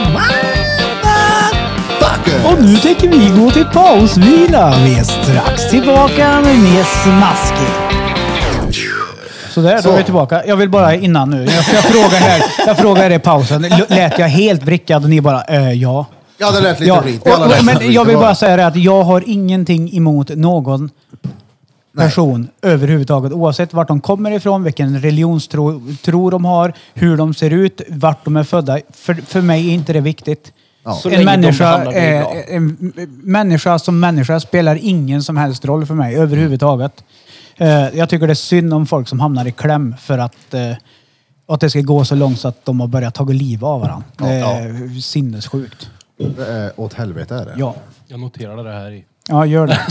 Och nu tänker vi gå till pausvila. Vi är strax tillbaka med mer smaskigt. Så där, då Så. är vi tillbaka. Jag vill bara innan nu. Jag, jag frågar här. Jag frågar er i pausen. L- Lät jag helt vrickad och ni bara, äh, ja. Ja, det lät lite Ja, skit. och, Alla lät och, lite men jag skit. vill Det bara var- säga det att jag har ingenting emot någon person överhuvudtaget. Oavsett vart de kommer ifrån, vilken religionstro tro de har, hur de ser ut, vart de är födda. För, för mig är inte det viktigt. Ja. Så En länge de människa, behandlar dig bra. är, en människa som människa spelar ingen som helst roll för mig överhuvudtaget. Eh, jag tycker det är synd om folk som hamnar i kläm för att eh, Och att det ska gå så långt så att de har börjat ta liv av varandra. Det är sinnessjukt. Det är åt helvete är det. Ja. Jag noterade det här i. Ja, gör det.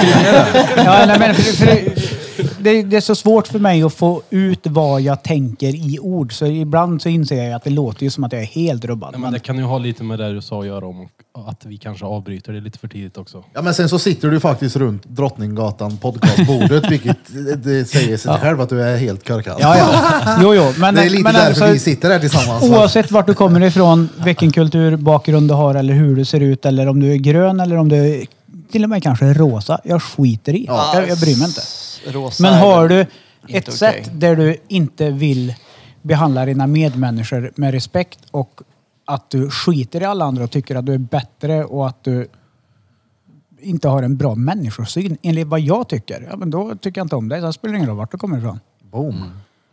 ja, nej, men för, för det, det, det är så svårt för mig att få ut vad jag tänker i ord. Så ibland så inser jag att det låter ju som att jag är helt rubbad. Nej, men det kan ju ha lite med det du sa att göra om och att vi kanske avbryter det lite för tidigt också. Ja, men sen så sitter du faktiskt runt Drottninggatan podcastbordet, vilket det säger sig ja. själv att du är helt körkad. Ja, ja. Jo, jo. Men, det är lite men därför alltså, vi sitter här tillsammans. Oavsett vart du kommer ifrån, vilken kulturbakgrund du har eller hur du ser ut eller om du är grön eller om du är till och med kanske rosa. Jag skiter i. Ja. Jag, jag bryr mig inte. Rosa men har du ett okay. sätt där du inte vill behandla dina medmänniskor med respekt och att du skiter i alla andra och tycker att du är bättre och att du inte har en bra människosyn enligt vad jag tycker. Ja, men då tycker jag inte om dig. Så spelar det ingen roll vart du kommer ifrån. Boom. Mm.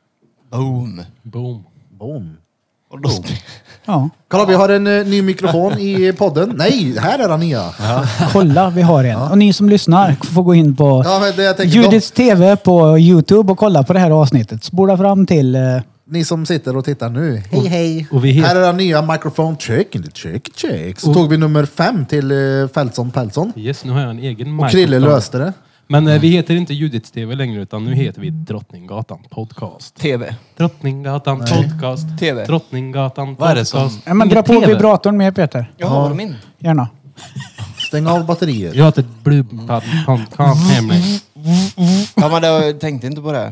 Boom. Boom. Boom. Och då... Ja. Kolla, vi har en uh, ny mikrofon i podden. Nej, här är den nya. Ja. Kolla, vi har en. Ja. Och ni som lyssnar får gå in på ja, Judiths T V på YouTube och kolla på det här avsnittet. Spola fram till... Uh... Ni som sitter och tittar nu. Hej, hej. Och vi heter... Här är den nya mikrofon. Check, check, check. Så och... tog vi nummer fem till uh, Fältson Peltson. Yes, nu har jag en egen mikrofon. Och Krille löste det. Men eh, vi heter inte Judiths T V längre utan nu heter vi Drottninggatan Podcast. T V. Drottninggatan Nej. Podcast. T V. Drottninggatan Podcast. Vad är det som... Ja, men dra på T V. vibratorn med Peter. Jag har min. Gärna. Stäng av batteriet. Jag har ett blodpad hemligt. Ja, men jag tänkte inte på det.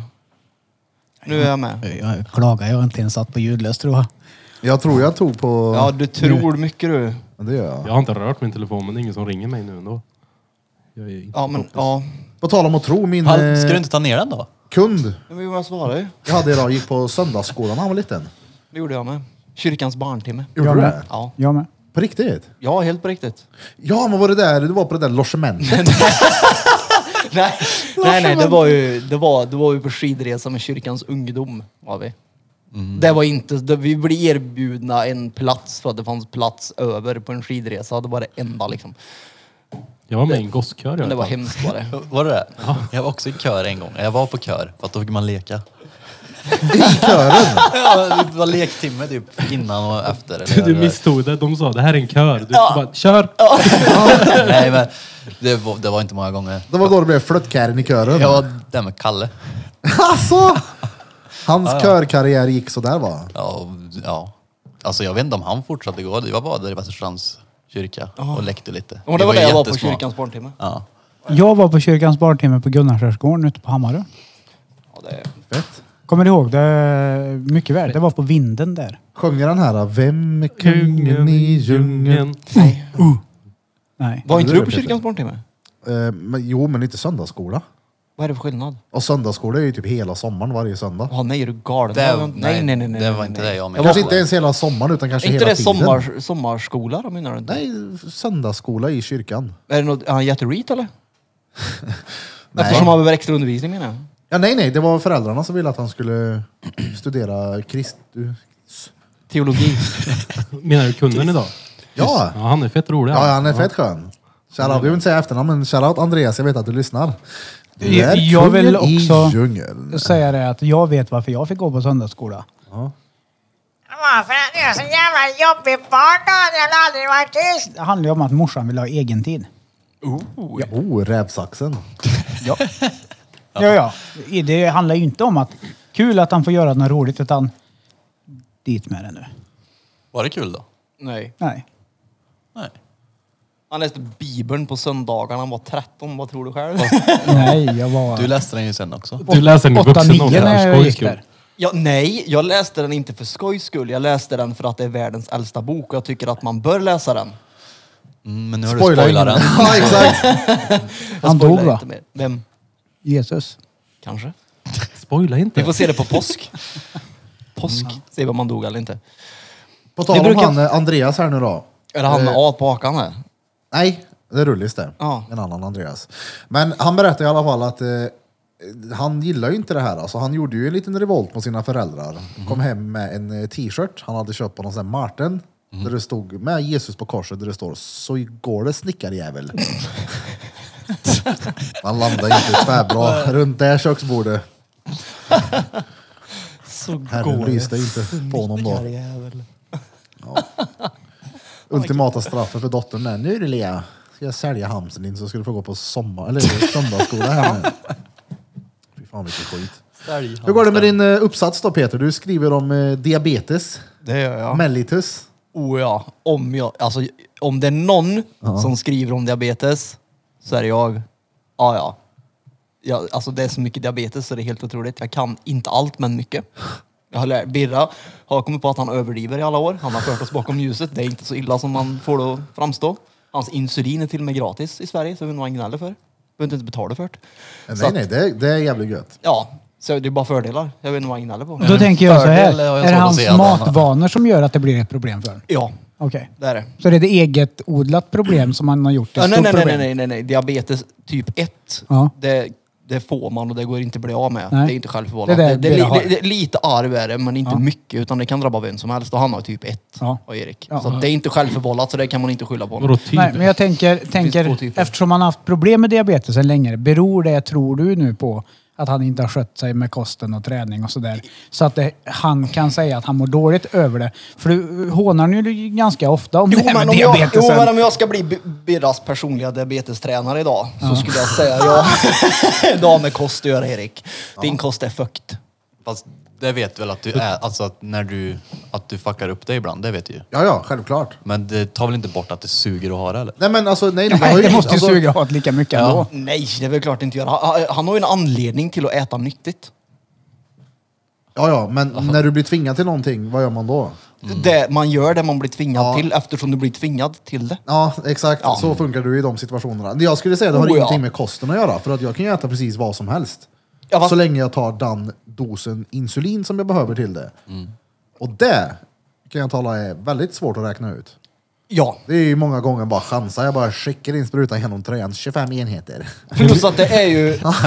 Nu är jag med. Jag klagar, jag har inte ens satt på ljudlöst tror jag. Jag tror jag tog på... Ja, du tror mycket du. Ja, det gör jag. Jag har inte rört min telefon men det är ingen som ringer mig nu ändå. Jag är inte Ja, men ja. På tal om att tro, min Hall, eh, ska du inte ta ner den då? kund Men vad svarar ju? jag hade idag gick på söndagsskolan när han var liten. Det gjorde jag med. Kyrkans barntimme. Gjorde Jag du med. det? Ja. Jag med. På riktigt? Ja, helt på riktigt. Ja, men var det där, du var på det där logementet? nej, nej, nej, det var ju det var, det var ju på skidresa med kyrkans ungdom var vi. Mm. Det var inte, det, vi blev erbjudna en plats för att det fanns plats över på en skidresa. Det var det enda liksom. Jag var med i en gosskör. Men det var hemskt var det. Var det det? Ja. Jag var också i kör en gång. Jag var på kör för att då fick man leka. I kören? Ja, det var lektimme typ innan och efter. Eller? Du misstog det. De sa det här är en kör. Du ja. bara, kör! Ja. Nej, men det var, det var inte många gånger. Det var då det blev flöttkären i kören? Jag var där med Kalle. Alltså! Hans ja, ja. körkarriär gick så där va? Ja, ja. Alltså jag vet inte om han fortsatte gå. Det var bara där i Västerstrands kyrka Aha. och läckte lite. Och det var det jag var på jättesmå. kyrkans barntimme. Ja. Jag var på kyrkans barntimme på Gunnarshärsgården ute på Hammarö. Ja, det är... Fett. Kommer du ihåg det? Mycket väl. Det var på vinden där. Sjunger den här Vem är kungen i djungeln? Nej. Uh. Nej. Var inte det du på vet jag. kyrkans barntimme? Eh, men, jo, men inte söndagsskola. Vad är det för skillnad? Och söndagsskola är ju typ hela sommaren varje söndag. Ja, nej, är du galen? Det, nej, nej, nej, nej, nej. Det var nej, inte nej. det jag Jag menade. Kanske inte ens hela sommaren utan kanske Är inte hela det tiden. sommar, sommarskola då menar du inte? Nej, söndagsskola i kyrkan. Är det något, är han jättereat eller? Nej. Eftersom han behöver extra undervisning menar jag. Ja, nej, nej. Det var föräldrarna som ville att han skulle studera Kristus. Teologi. Menar du kunden idag? Ja. Ja, han är fett rolig. Ja, han är fett skön. Shoutout, jag vill inte säga efternamn, men shoutout Andreas, jag vet att du lyssnar. Du är Jag vill kungen i också djungeln. säga det att jag vet varför jag fick gå på söndagsskola. Ja. Varför att jag är så jävla jobbig barndom? Jag har aldrig varit tyst. Det handlar ju om att morsan vill ha egen tid. Oh, ja. oh rävsaxen. Ja. ja, ja. Det handlar ju inte om att kul att han får göra något roligt utan dit med det nu. Var det kul då? Nej. Nej. Nej. Han läste Bibeln på söndagarna, han var tretton, vad tror du själv? Nej, jag var... Du läste den ju sen också. Du läser den i åtta, vuxen nio ålder. när jag Skoj gick skull. där. Ja, nej, jag läste den inte för skojs skull. Jag läste den för att det är världens äldsta bok och jag tycker att man bör läsa den. Mm, men nu har du Spoilar spoilat ingen. den. Ja, exakt. Jag Han dog, spoilar va? inte mer. Vem? Jesus. Kanske. Spoila inte. Vi får se det på påsk. Påsk. Se om man dog eller inte. På tal Det om brukar- han, eh, Andreas här nu då. Är det han med Eh, A på hakan här? Nej, det är Rullis det. Ja. En annan Andreas. Men han berättade i alla fall att eh, han gillar ju inte det här. Alltså, han gjorde ju en liten revolt mot sina föräldrar. Kom hem med en eh, t-shirt han hade köpt på någon sån här Martin. Där det stod med Jesus på korset där det står så går det snickarjävel. Han landade inte tvärbra runt det köksbordet. Så Herren går lyste det. inte på honom då. Snickarjävel. Ultimata straffet för dottern där. Nu är det Lea. Ska jag sälja hamstern din så ska du få gå på sommar eller söndagsskola här nu. Fy fan vilken skit. Sälj Hur går det med hamstern. din uh, uppsats då Peter? Du skriver om uh, diabetes, Det gör jag. mellitus. Oh ja, om jag, alltså om det är någon som skriver om diabetes så är det jag. Ja, ja. Ja, alltså det är så mycket diabetes så det är helt otroligt. Jag kan inte allt men mycket. Jag har lärt, Birra har kommit på att han överdriver i alla år. Han har fört oss bakom ljuset. Det är inte så illa som man får det att framstå. Hans insulin är till och med gratis i Sverige så vi har ingen gnäller för. Behöver inte betala för det. Nej, Så att- nej, det, det är jävligt gött. Ja, så det är bara fördelar. Jag vet inte vad han gnäller på. Då tänker jag så här. Fördel har jag Är det svårt att hans se att han har. matvanor som gör att det blir ett problem för honom? Ja, Okej. det är det. Så det är det eget odlat problem som han har gjort ett Ja, nej, stort nej, nej, problem? nej, nej, nej. Diabetes typ ett. Ja. Det, det får man och det går inte att bli av med. Nej. Det är inte självförvållat. Det är Det, det det, Birra har. det, det, är lite arv är det, men inte Ja. mycket. Utan det kan drabba vem som helst. Och han har typ ett. Ja. Och Erik. Ja. Så det är inte självförvållat, så det kan man inte skylla på. Vadå typ? Nej, men jag tänker, två tänker typer. eftersom han har haft problem med diabetes sedan länge, beror det, tror du nu på att han inte har skött sig med kosten och träning och sådär? Så att det, han kan säga att han mår dåligt över det. För du hånar ju ganska ofta om Jo, det här men med om jag, jo, diabetesen. men om jag ska bli B- Birras personliga diabetestränare idag så skulle jag säga ja. Det har med kost att göra, Erik. Din kost är fukt. Fast det vet väl att du är, alltså att när du, att du fuckar upp dig ibland, det vet du ju. Ja, ja, självklart. Men det tar väl inte bort att det suger att ha det eller? Nej men alltså, nej. det har Nej, ju- det måste ju alltså, suga åt lika mycket Ja. ändå. Nej, det är väl klart inte göra. Han, han har ju en anledning till att äta nyttigt. Ja, ja, men när du blir tvingad till någonting, vad gör man då? Det, man gör det man blir tvingad Ja. till eftersom du blir tvingad till det. Ja, exakt. Ja. Så funkar du i de situationerna. Jag skulle säga att det har Oh, ja. ingenting med kosten att göra. För att jag kan ju äta precis vad som helst. Ja, fast- Så länge jag tar den dosen insulin som jag behöver till det. Och det kan jag tala är väldigt svårt att räkna ut. Ja. Det är ju många gånger bara chansa. Jag bara skickar in sprutan genom tröjan. tjugofem enheter. Plus att det är ju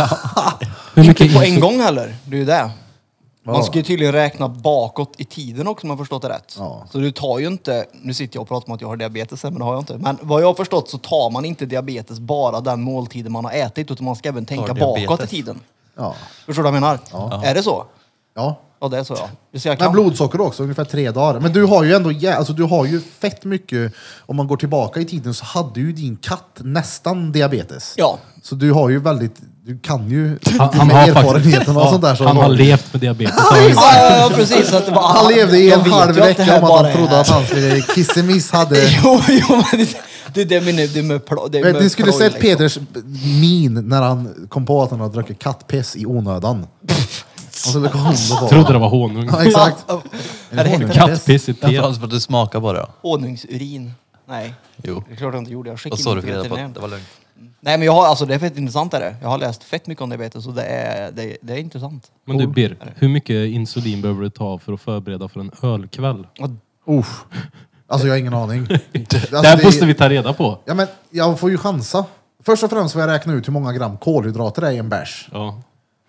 Hur inte mycket på en insul- gång heller. Det är ju det. Man Ja. ska ju tydligen räkna bakåt i tiden också om jag har förstått det rätt. Ja. Så du tar ju inte, nu sitter jag och pratar om att jag har diabetes, men det har jag inte. Men vad jag har förstått så tar man inte diabetes bara den måltiden man har ätit, utan man ska även tänka diabetes. bakåt i tiden. Ja. Förstår du vad jag menar? Ja. Är det så? Ja. Ja, det är så ja. Det ser jag Men kan. blodsocker också, ungefär tre dagar. Men du har ju ändå jä- alltså, du har ju fett mycket. Om man går tillbaka i tiden så hade ju din katt nästan diabetes. Ja. Så du har ju väldigt, du kan ju Han, han, med har erfarenheten faktiskt, och sånt där. Så han har levt med diabetes. Ja, ja, ja, precis. Att det var, Han levde i jag en vet halv ju att det här vecka om att bara han trodde är- att hans lille kissemiss hade... Jo, jo, men det, det, det, men det, det är med pl- det är Vet, med ni skulle ploj, sett liksom. Peters min när han kom på att han hade druckit kattpiss i onödan. Och så kom det på. Trodde det var honung. Ja, exakt. Är det helt Kattpiss i te. Framförallt för att du smakar bara då. honungsurin? Nej. Jo. Det är klart jag inte gjorde. Jag skickade Och så in har du till reda på veterinären. att det var lugnt. Nej, men jag har, alltså det är fett intressant är det. Jag har läst fett mycket om diabetes och det är, det, det är intressant. Men du Bir, hur mycket insulin behöver du ta för att förbereda för en ölkväll? Och Uff. Alltså jag har ingen aning. Alltså, det här det- måste vi ta reda på. Ja, men jag får ju chansa. Först och främst får jag räkna ut hur många gram kolhydrater det är i en bärs. Ja.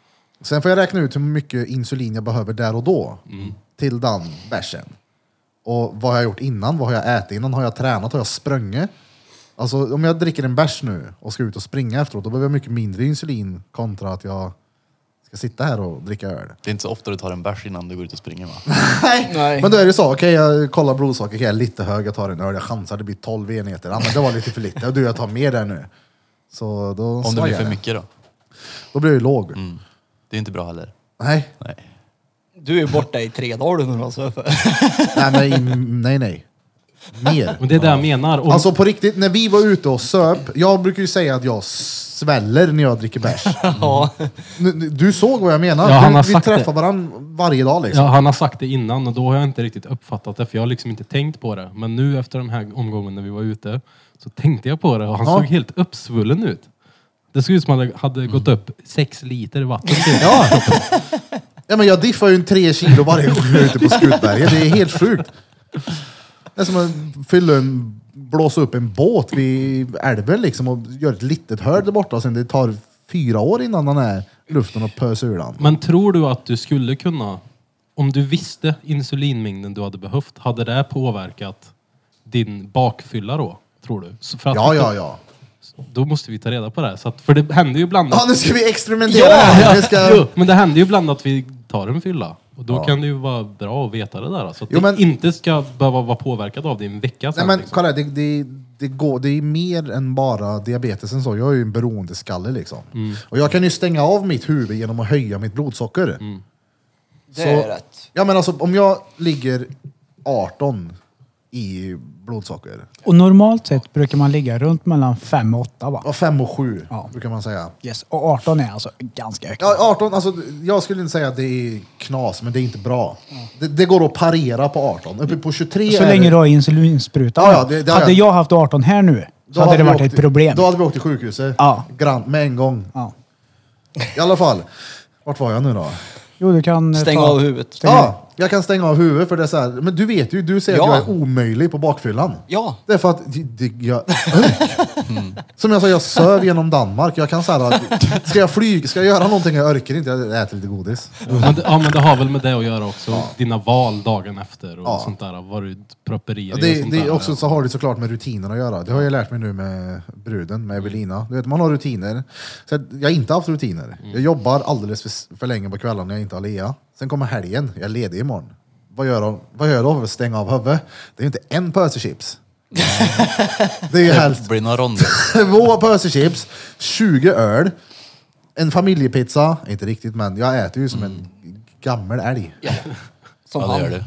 Sen får jag räkna ut hur mycket insulin jag behöver där och då. Till den bärsen. Och vad har jag gjort innan? Vad har jag ätit innan? Har jag tränat? Har jag sprungit? Alltså om jag dricker en bärs nu och ska ut och springa efteråt, då behöver jag mycket mindre insulin kontra att jag ska sitta här och dricka öl. Det är inte så ofta du tar en bärs innan du går ut och springer va? Nej. Nej. Men då är det så, okej jag kollar blodsocker, okej, jag är lite hög, jag tar en öl, jag chansar, det blir tolv enheter. Ja, men det var lite för lite, och du jag tar mer där nu. Så då Om det svajar blir för det. mycket då? Då blir jag ju låg. Mm. Det är inte bra heller. Nej. Nej. du är borta i tre dagar nu alltså. Nej, men, nej, nej. Mer. Men det är det jag menar. Om, Alltså på riktigt, när vi var ute och söp, jag brukar ju säga att jag sväller när jag dricker bärs. Ja. Nu- nu- Du såg vad jag menar. Ja, han har vi vi sagt träffar det. varandra varje dag liksom. ja, han har sagt det innan och då har jag inte riktigt uppfattat det för jag har liksom inte tänkt på det. Men nu efter den här omgången när vi var ute så tänkte jag på det och han Ja. såg helt uppsvullen ut. Det såg ut som att han hade hade gått upp sex liter vatten till. Ja. Ja, men jag diffar ju en tre kilo varje gång jag är ute på Skutberget. Det är helt sjukt. Det är som att fylla en, blåsa upp en båt vid älven liksom och göra ett litet hörn där borta och sen det tar fyra år innan den är i luften och pöser ur den. Men tror du att du skulle kunna, om du visste insulinmängden du hade behövt, hade det påverkat din bakfylla då? Tror du? Så för att Ja, ja, ja. Då måste vi ta reda på det. här. Så att, för det händer ju ibland Ja, att, nu ska vi experimentera Ja, här. Vi ska... jo, men det händer ju ibland att vi tar en fylla. Och då Ja. kan det ju vara bra att veta det där. Så att Jo, det men- inte ska behöva vara påverkad av det i en vecka Nej sen. men liksom. kolla, det, det, det, går, det är mer än bara diabetesen så. Jag är ju en beroendeskalle liksom. Mm. Och jag kan ju stänga av mitt huvud genom att höja mitt blodsocker. Mm. Det Så- är rätt. Ja men alltså om jag ligger arton i blodsocker. Och normalt sett brukar man ligga runt mellan fem och åtta va? Ja, fem och sju Ja. brukar man säga. Yes. Och arton är alltså ganska högt. Ja, arton, alltså, jag skulle inte säga att det är knas, men det är inte bra. Det, det går att parera på arton. Uppe på tjugotre Så är länge det, du har insulinsprutan. Ja, ja, det- det har hade jag- jag haft arton här nu så hade hade det vi varit åkt- ett problem. Då hade vi åkt till sjukhuset. Ja. Grann, med en gång. Ja. I alla fall. Vart var jag nu då? Jo, du kan eh, Stäng ta... av huvudet. Stäng Ja, jag kan stänga av huvudet för det är så här. Men du vet ju, du säger Ja. att jag är omöjlig på bakfyllan. Ja. Det är för att det, det, jag, som jag sa, jag söv genom Danmark. Jag kan säga ska jag flyga, ska jag göra någonting, jag orkar inte, jag äter lite godis. Men det, ja men det har väl med det att göra också. Dina val dagen efter och Ja. sånt där. Vad du proppar i dig Ja, och det, sånt det där. är också så har det såklart med rutiner att göra. Det har jag lärt mig nu med bruden, med Evelina. Du vet, man har rutiner. Så att jag har inte haft rutiner. Jag jobbar alldeles för, för länge på kvällarna när jag inte har Lea. Sen kommer helgen, jag är ledig imorgon. Vad gör de? Vad gör jag då för att stänga av huvudet? Det är ju inte en pöse chips. Det är ju helst Det blir några ronder. två pöse chips, tjugo öl, en familjepizza. Inte riktigt, men jag äter ju som en gammal älg. Ja. Som Ja, det han. gör du.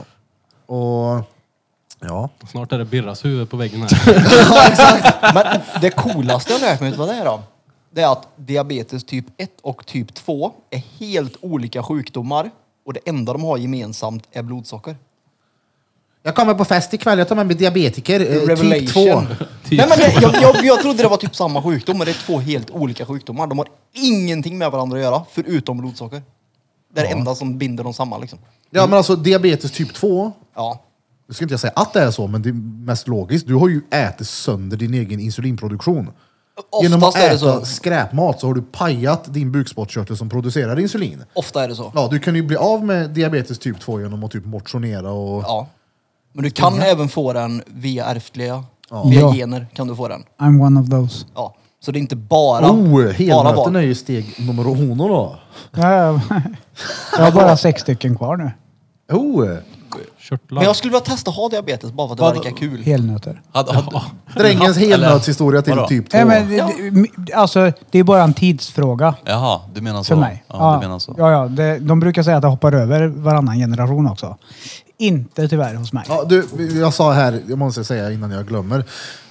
Och ja. Snart är det Birras huvud på väggen här. Ja, exakt. Men det coolaste jag lärt mig, vet du vad det är då? Det är att diabetes typ ett och typ två är helt olika sjukdomar. Och det enda de har gemensamt är blodsocker. Jag kommer på fest ikväll, jag tar med mig diabetiker, eh, typ Revelation. två. Nej, men det, jag, jag, jag trodde det var typ samma sjukdom, men det är två helt olika sjukdomar. De har ingenting med varandra att göra, förutom blodsocker. Det är det enda som binder dem samman liksom. Ja men alltså diabetes typ två. Ja. Nu ska inte jag säga att det är så, men det är mest logiskt. Du har ju ätit sönder din egen insulinproduktion. Genom att Oftast är det äta så. skräpmat så har du pajat din bukspottkörtel som producerar insulin. Ofta är det så. Ja, du kan ju bli av med diabetes typ två genom att typ motionera och... Ja. Men du kan även få den via ärftliga, Ja. via Ja. gener kan du få den. I'm one of those. Ja. Så det är inte bara... Oh, bara helmöten val. är ju steg nummer uno då. Ja, jag har bara sex stycken kvar nu. Oh, Körtlar. Men jag skulle vilja testa att ha diabetes bara för att det Vad- verkar kul. Helnötter. Hade, hade, drängens Eller- helnötshistoria till Vadå? typ två. Nej, men, det- det- alltså, det är bara en tidsfråga Jaha, du menar så? för mig. Ja, du menar så. ja, ja, det, de brukar säga att det hoppar över varannan generation också. Inte tyvärr hos mig. Ja, du, jag sa här, jag måste säga innan jag glömmer.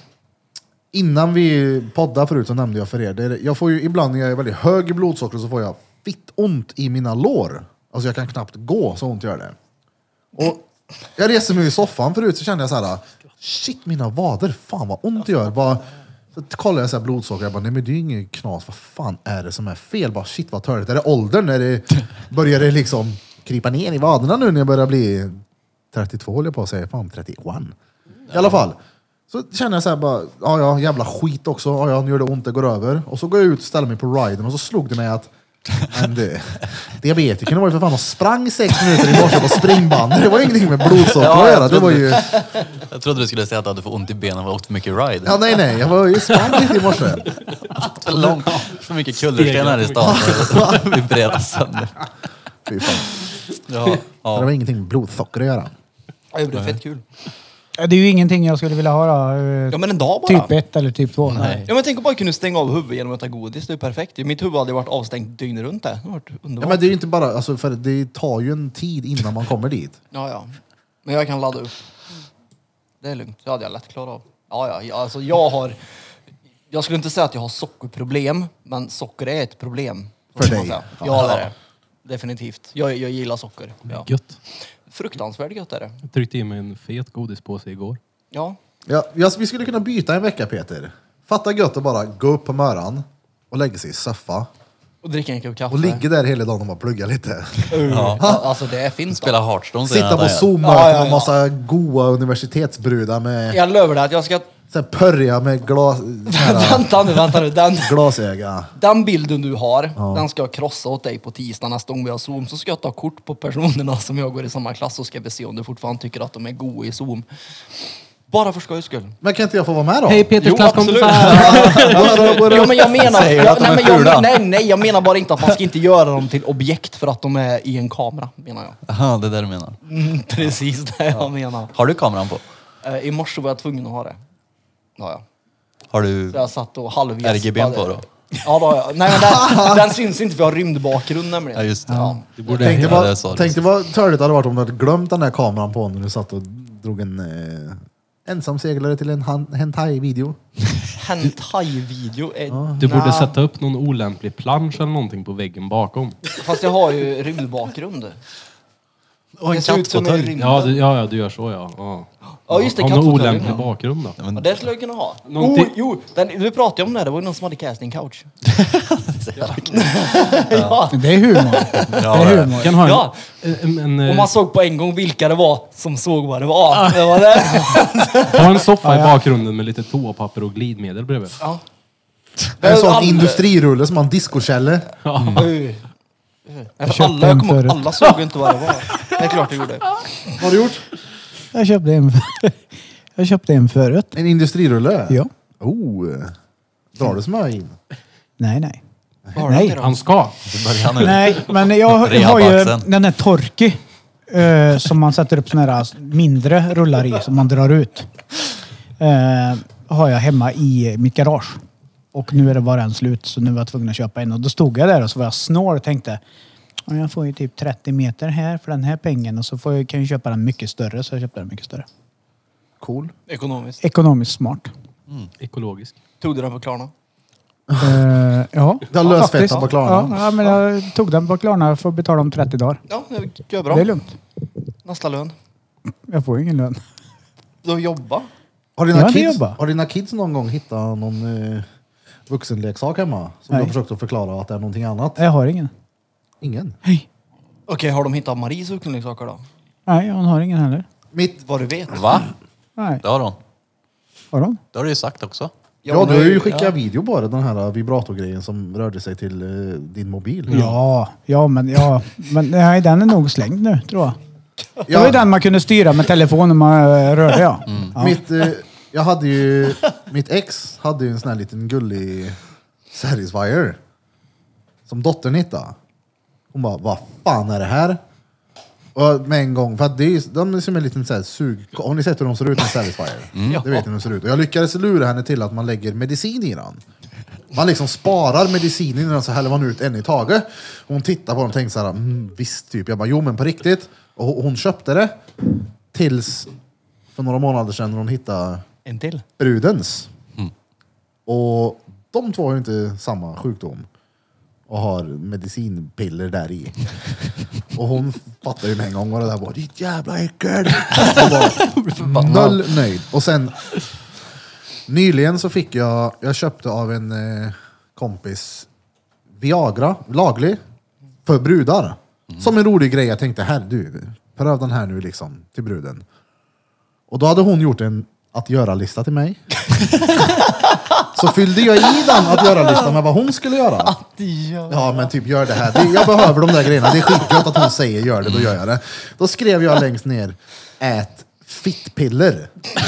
Innan vi poddade förut så nämnde jag för er, det är, jag får ju ibland när jag är väldigt hög i blodsocker så får jag fitt ont i mina lår. Alltså jag kan knappt gå, så ont gör det. Och jag reser mig i soffan förut så kände jag så här: shit mina vader, fan vad ont det gör. Bara, så kollar jag så här blodsocker, jag bara, nej men det är ju inget knas, vad fan är det som är fel? Bara shit vad törligt, är det åldern? Är det, börjar det liksom krypa ner i vaderna nu när jag börjar bli trettiotvå, håller jag på att säga, fan trettioett. I alla fall. Så känner jag så här bara, ja ja, jävla skit också, ja ja, nu gör det ont, det går över. Och så går jag ut och ställer mig på riden och så slog det mig att men det, diabetikerna var ju för fan och sprang sex minuter i morse på springbandet. Det var ingenting med blodsocker Ja, att jag göra. Det var trodde- ju, Jag trodde du skulle säga att du hade fått ont i benen och åkt för mycket ride. ja nej nej, jag var ju sprang lite i morse. För, lång, för mycket kullersten här i stan. Det vibrerar sönder. Fy fan. Ja, Det ja. var ingenting med blodsocker att göra. Ja, det blir fett kul. Ja, det är ju ingenting jag skulle vilja ha då. eh, Ja, men en dag bara. Typ ett eller typ två. Nej. Ja, men tänk om bara kunna stänga av huvudet genom att äta godis. Det är perfekt. Mitt huvud hade varit avstängt dygnet runt det. Det hade varit Ja, underbart. men det är ju inte bara, alltså, för det tar ju en tid innan man kommer dit. Ja, ja. Men jag kan ladda upp. Det är lugnt. Det hade jag lätt klarat av. Ja, ja. ja, Alltså jag har... Jag skulle inte säga att jag har sockerproblem, men socker är ett problem. För kan man dig? säga. Ja, det är det. Definitivt. Jag, jag gillar socker. Ja. Gött. Fruktansvärt gött är det. Jag tryckte i mig en fet godispåse igår. Ja. Ja, jag, vi skulle kunna byta en vecka Peter. Fatta gött att bara gå upp på morgonen och lägga sig i soffa Och dricka en kopp kaffe. och ligga där hela dagen och bara plugga lite. Ja. Alltså det är fint. Spela Hearthstone säger Sitta han på där. Zoom-möten Ja, ja, ja. med massa goa universitetsbrudar med Jag lovar dig att jag ska... så här, pörja med glas, här, vänta nu, vänta nu. Den, glasöga. den bilden du har, den ska jag krossa åt dig på tisdag nästa gång vi har Zoom. Så ska jag ta kort på personerna som jag går i samma klass och ska vi se om du fortfarande tycker att de är goda i Zoom. Bara för skojs skull. Men kan inte jag få vara med då? Hej Peters Jo, absolut. klasskompisar! Ja, men jag menar, Säger du jag, att de nej, är men jag, fula? nej, nej, jag menar bara inte att man ska inte göra dem till objekt för att de är i en kamera, menar jag. Jaha, det är det du menar. Mm, precis det jag menar. Har du kameran på? Eh, I morse var jag tvungen att ha det. Ja, ja. Har du Så jag satt och halvgäspade. R G B på då? Ja, då, har jag. Nej, men den, den syns inte för jag har rymdbakgrund nämligen. Ja, just det. Ja. Du borde... Tänkte Ja, vad, det sa du. tänkte vad törligt det hade varit om du hade glömt den där kameran på när du satt och drog en eh, ensamseglare till en han- hentai-video. Hentai-video. är- Du borde Nja, sätta upp någon olämplig plansch eller någonting på väggen bakom. Fast jag har ju rymdbakgrund. Och en Det ser ut som en kattfåtölj. rymd. Ja, du, ja, ja, du gör så ja. ja. Ja, just det, Har någon kattfåtöljen, olämplig ja. bakgrund då? Ja, det skulle jag kunna ha. Någonting- Oh, jo, den, du pratade ju om det. Det var ju någon som hade casting couch. Det är humor. Det är humor. Kan ha en, Ja. en, en, Och en, man såg på en gång vilka det var som såg vad det var. Det var det. ha en soffa i bakgrunden med lite toapapper och glidmedel bredvid. Ja. En sån Alla- industrirulle som har en discokälle. Oj. Nej, för köpte alla, jag en kommer ihåg, förut. alla såg ju inte vad det var. Det är klart det gjorde. Vad har du gjort? Jag köpte en, jag köpte en förut. En industrirulle? Ja. Oh. Drar du smör in? Nej, nej. Vad har du Nej. till då? Han ska. Du börjar nu. Nej, men jag har ju Rehabaxen. den där Torky eh, som man sätter upp såna här mindre rullar i som man drar ut. Eh, har jag hemma i mitt garage. Och nu är det bara en slut så nu var jag tvungen att köpa en. Och då stod jag där och så var jag snål och tänkte "Ja, jag får ju typ trettio meter här för den här pengen och så får jag, kan jag köpa den mycket större så jag köpte den mycket större. Cool. Ekonomiskt. Ekonomiskt smart. Ekologisk. Tog du den på Klarna? Eh, ja, Du har lösfettat faktiskt. på Klarna. Ja, ja, men jag tog den på Klarna. Jag får betala om trettio dagar. Ja, det gör bra. Det är lugnt. Nästa lön. Jag får ingen lön. Då jobba. Har dina, Ja, det kids, jobbar. har dina kids någon gång hittat någon eh, vuxenleksak hemma? Som Nej. du har försökt att förklara att det är någonting annat? Jag har ingen. Ingen. Hej. Okej, har de hittat Maries vuxenleksaker då? Nej, hon har ingen heller. Mitt, Vad du vet. Va? Nej. Det har hon. Har de? Det har du ju sagt också. ja, hon du har ju ju- skickat video på det, den här vibratorgrejen som rörde sig till eh, din mobil. Ja, ja, men, ja, men nej, den är nog slängd nu, tror jag. Det Ja. var ju den man kunde styra med telefonen man eh, rörde, ja. ja. Mitt, eh, jag hade ju, mitt ex hade ju en sån här liten gullig Satisfyer. Som dottern hittade. Hon bara, vad fan är det här? Och med en gång, för att det är, ju- de är som en liten så här sug... Har ni sett hur de ser ut med Satisfyer? Det vet ni hur de ser ut. Och jag lyckades lura henne till att man lägger medicin i den. Man liksom sparar medicinen i den så häller man ut en i taget. Hon tittar på den och tänkte så här, mm, visst typ. Jag bara, jo men på riktigt. Och hon- hon köpte det tills för några månader sedan när hon hittade En till. brudens. Och de två har ju inte samma sjukdom. Och har medicinpiller där i. Och hon fattar ju med en gång vad det där var. Ditt jävla äckel! Och bara, noll nöjd. Och sen nyligen så fick jag, jag köpte av en eh, kompis Viagra, laglig, för brudar. Som en rolig grej. Jag tänkte, här du, pröv den här nu liksom till bruden. Och då hade hon gjort en att göra-lista till mig. Så fyllde jag i den att göra-listan med vad hon skulle göra. Ja, men typ gör det här. Det, jag behöver de där grejerna. Det är skitgött att hon säger gör det, då gör jag det. Då skrev jag längst ner, ät fittpiller.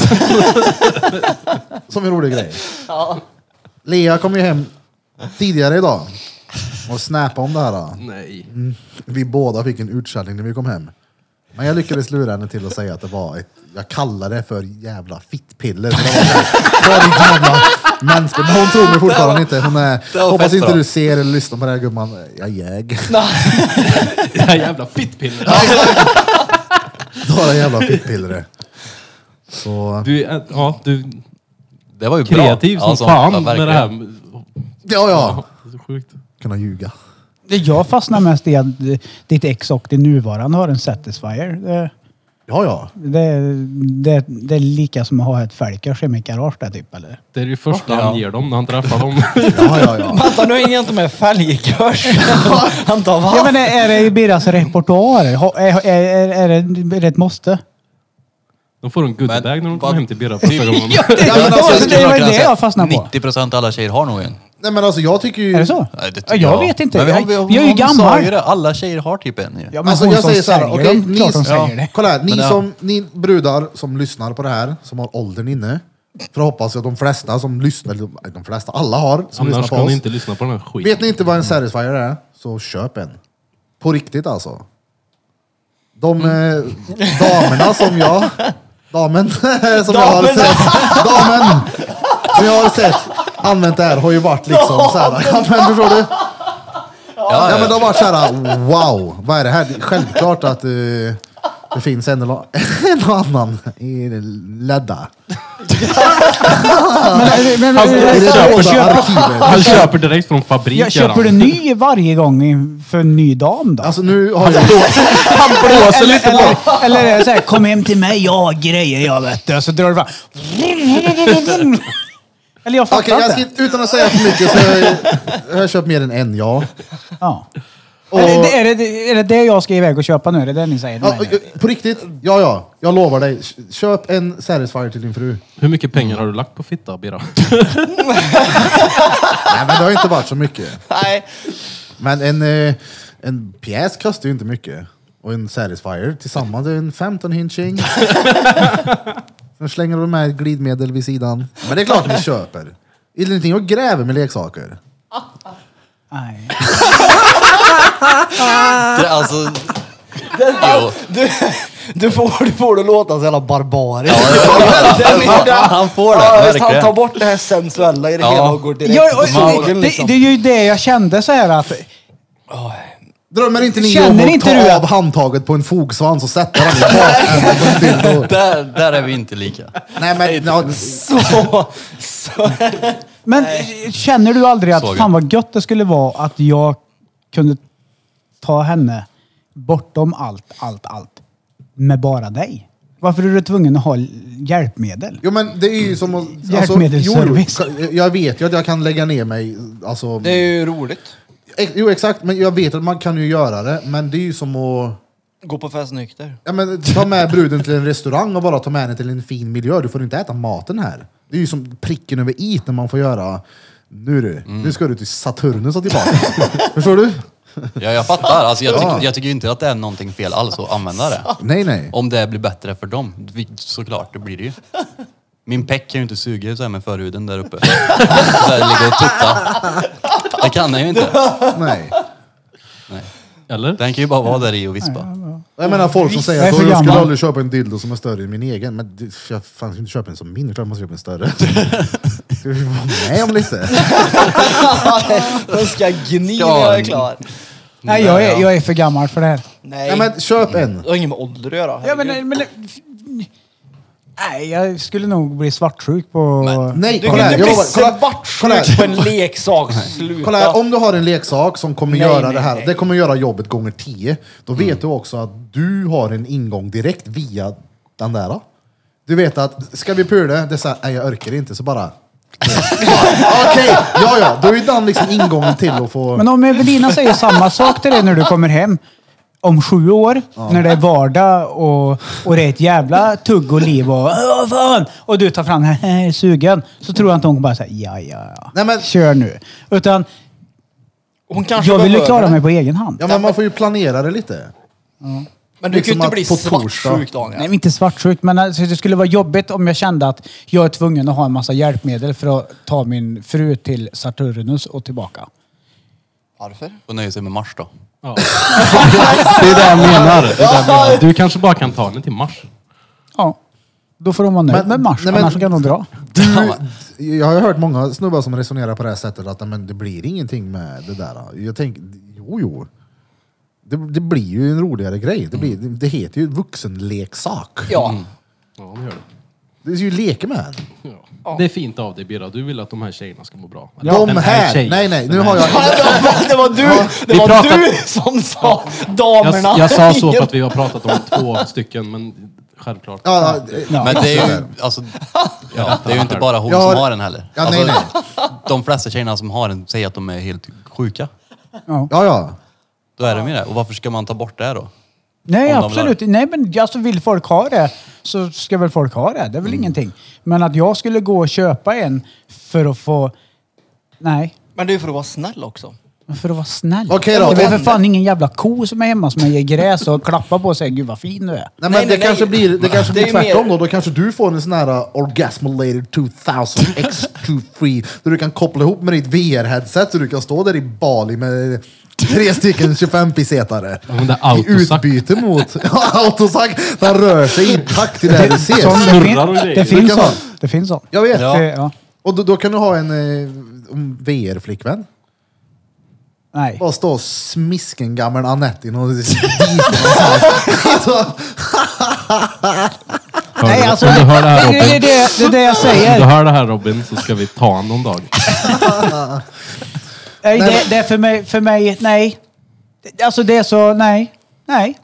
Som en rolig grej. Lea kom ju hem tidigare idag och snappade om det här. Nej. Vi båda fick en utskällning när vi kom hem. Men jag lyckades lura henne till att säga att det var ett, jag kallar det för jävla fittpiller. För det var, var ditt jävla mänskligt. Men hon tror mig fortfarande inte. Hon är, var hoppas fett inte bra. du ser eller lyssnar på det här gumman. Jag jäg. Det här jävla fittpiller. Då är det jävla fittpiller. Så, Du, är- ja, du Det var ju kreativ bra. som Ja, fan ja, med verkligen. det här. ja, ja. Det är så sjukt. Kunna ljuga. Jag fastnar mest i att ditt ex och din nuvarande har en Satisfyer. Det, Ja, ja. det, det, det är lika som att ha ett fälgkors i mitt garage där typ, eller? Det är det första Ja. han ger dem när han träffar dem. Ja, ja, ja. Vänta, nu hänger jag inte med fälgkurs. Han tar va? Ja, men är det i Birras repertoar? Ha- Är, är, är, det, är det ett måste? De får en goodiebag när de vad- kommer hem till Birra första gången. Ja, det, Ja, men alltså, det, det var ju det jag fastnade på. nittio procent av alla tjejer har nog en. Nej men alltså jag tycker ju... Är det så? Nej, det Ja, tycker jag vet inte. Men vi har- Jag- vi har- jag är ju hon sa gammal. ju det. Alla tjejer har typ en ju. Ja, men Alltså hon jag som säger så här, säljer okej, dem, ni, klart de som- säger det. kolla här, ni Men ja. som, ni brudar som lyssnar på det här, som har åldern inne, för jag hoppas att de flesta som lyssnar, eller de flesta, alla har, som Annars lyssnar ska på ni oss. inte lyssna på den här skiten. Vet ni inte vad en Satisfyer är, så köp en. På riktigt alltså. De eh, damerna som jag, damen som jag har sett, damen som jag har sett använt det här har ju varit liksom så här. Ja men förstår du? Ja, Ja men de har varit såhär, wow, vad är det här? Det är självklart att uh, det finns en eller en och annan i ledda. Men, men, Alltså, men, är det köper, dolda köper, arkivet? Han köper direkt från fabrik. jag, köper du ny varje gång i- för en ny dam då? Alltså nu har jag... Han blåser lite eller, eller är det så här, kom hem till mig, jag har grejer jag vet du. Så drar du fram. Eller jag fattar Okej, jag inte. ska, utan att säga för mycket så har jag, jag har köpt mer än en, ja. Ja. Och, Men är, det, är, det, är det det jag ska iväg och köpa nu? Är det det ni säger? ja, på riktigt, ja ja, jag lovar dig. Köp en Satisfyer till din fru. Hur mycket pengar har du lagt på fitta, Bira? Nej men det har inte varit så mycket. Nej. Men en, eh, en pjäs kostar ju inte mycket. Och en Satisfyer tillsammans är en femton hinching. Sen slänger de med glidmedel vid sidan. Men det är klart ni köper. Är det ingenting att gräva med leksaker? Nej. Det, alltså... Jo. Du, du, får, du får det låta så jävla barbariskt. Ja, han får det, Ja, visst, han verkligen. tar bort det här sensuella i det Ja. hela och går direkt Ja, på och, magen det, liksom. det är ju det jag kände så här att Drömmer inte ni Känner om att inte ta du av att- handtaget på en fogsvans och sätta den i bakänden på en dildo? Där, där är vi inte lika. Nej men, ja, Så, så. Men känner du aldrig att Såg fan vad gött det skulle vara att jag kunde ta henne bortom allt, allt, allt med bara dig? Varför är du tvungen att ha hjälpmedel? jo men det är ju som att... Hjälpmedelsservice. jo, jo, jag vet ju att jag kan lägga ner mig, alltså... Det är ju roligt. Ex- Jo exakt, men jag vet att man kan ju göra det, men det är ju som att... Gå på fest nykter. Ja, men, ta med bruden till en restaurang och bara ta med henne till en fin miljö. Du får inte äta maten här. Det är ju som pricken över i när man får göra... Nu du, nu ska du till Saturnus och tillbaka. Förstår du? Ja, jag fattar. Alltså, jag, Ja. tycker, jag tycker inte att det är någonting fel alls att använda det. Nej, nej. Om det blir bättre för dem. Vi- Såklart, det blir det ju. Min peck kan ju inte suga så här med förhuden där uppe. Så här, ligga och tutta. Det kan den ju inte. nej. Nej. Eller? Den kan ju bara vara där i och vispa. Jag menar folk som säger Jag är att för jag skulle gammal." aldrig köpa en dildo som är större än min egen. Men det, jag fan ska inte köpa en som min, jag måste köpa en större. Ska vi vara med om lite? Den ska gni när Ja. jag är klar. Nej, jag är, jag är för gammal för det här. Nej, Ja, men köp en. det har inget med ålder att göra. Ja, men, men, nej, jag skulle nog bli svartsjuk på... Nej, Du kolla kan här. inte Jag bli lovar, kolla, kolla här. svartsjuk på en leksak. Sluta. Kolla här, om du har en leksak som kommer Nej, göra nej, det här, nej. det kommer göra jobbet gånger tio. Då vet du också att du har en ingång direkt via den där. Du vet att, ska vi pula det? Det är så här, nej jag orkar inte, så bara... Okej, ja ja, då är den liksom ingången till att få... Men om Evelina säger samma sak till dig när du kommer hem om sju år, när det är vardag och, och det är ett jävla tugg och liv och "Åh, fan!" och du tar fram den här sugen, så tror jag inte hon bara säger ja, ja, ja, Nej, men- kör nu. Utan Hon kanske jag vill ju behöver klara det. mig på egen hand. Ja men man får ju planera det lite. Men du kan ju liksom inte att bli på torsdag- svartsjuk, Daniel. Nej, inte svartsjuk, men alltså, det skulle vara jobbigt om jag kände att jag är tvungen att ha en massa hjälpmedel för att ta min fru till Saturnus och tillbaka. Varför? Får nöja sig med Mars då. Ja. Det är det jag menar. Det är det jag menar. Du kanske bara kan ta den till Mars. Ja, då får de vara nöjd Men- med Mars, nej, men- annars så kan de dra. Du, jag har hört många snubbar som resonerar på det här sättet att men, det blir ingenting med det där. Jag tänker, jo jo. Det, det blir ju en roligare grej. Det, blir, det, det heter ju vuxenleksak. Ja. Ja, det gör det. Det är ju leka med. Ja. Det är fint av dig, Birra. Du vill att de här tjejerna ska må bra. De Den här, tjejen. nej nej, nu Den har här jag... Det var du, det Vi var pratar- du som sa damerna. Jag, jag sa så för att vi har pratat om två stycken, men självklart. Ja, ja, Men det är ju, alltså, ja, det är ju inte bara hon Jag har- som har den heller. Ja, nej, Alltså, de flesta tjejerna som har den säger att de är helt sjuka. Ja. ja, ja. Då är de ju det. Och varför ska man ta bort det då? Nej, Om de absolut. Nej, men alltså, vill folk ha det så ska väl folk ha det. Det är väl ingenting. Men att jag skulle gå och köpa en för att få... Nej. Men det är för att vara snäll också. För att vara snäll. Okej då. Det är för fan ingen jävla ko som är hemma som jag ger gräs och klappar på och säger gud vad fin du är. Nej, men Nej, det nej, kanske nej. blir, det kanske Det är blir ju tvärtom mer- då. Då kanske du får en sån här uh, Orgasmulator tvåtusen X tjugofyra där du kan koppla ihop med ditt V R-headset så du kan stå där i Bali med tre stycken tjugofem-pisetare. Ja, men det är I autosack. utbyte mot... Ja, autosack. Den rör sig i takt till det du ser. Sån, det, Snurrar och fin, grejer. det Du finns kan ha- sån. Det finns sån. Jag vet. Ja. Det, ja. Och då, då kan du ha en eh, V R-flickvän. Nej. Bara stå och smiska en gammal Anette i någon dit. Nej, alltså, Om du hör det här det, det, Robin, det, det, det är det jag om du säger. hör det här Robin så ska vi ta honom någon dag. Nej, det, det är för mig, för mig, nej. Alltså det är så, nej. Nej.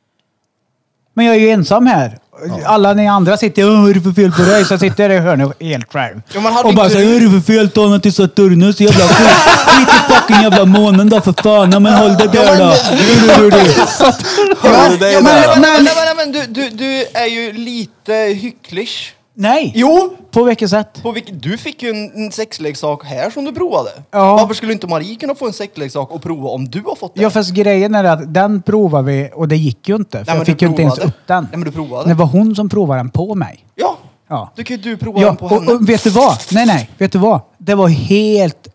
Men jag är ju ensam här. Alla ni andra sitter, vad är det för fel på dig? Så jag sitter där i hörnet helt själv. Ja, man hade och bara inte- säger, vad är det för fel? Ta honom till Saturnus, jävla skit. Skit i fucking jävla månen då för fan. Ja, men håll det där då. Du, du, du, du. Ja, Ja, ja, men, men, men, men, men, men du, du, du är ju lite hycklish. nej. Jo! På vilket sätt? På vilket, du fick ju en, en sexleksak här som du provade. Ja. Varför skulle inte Marie kunna få en sexleksak och prova om du har fått det? Ja, fast grejen är att den provar vi och det gick ju inte. För men jag du fick ju inte ens provade. upp den. Nej, men du provade. Det var hon som provade den på mig. Ja, Ja. då kan ju du prova Ja, den på henne. och, och vet du vad? Nej, nej. Vet du vad? Det var helt...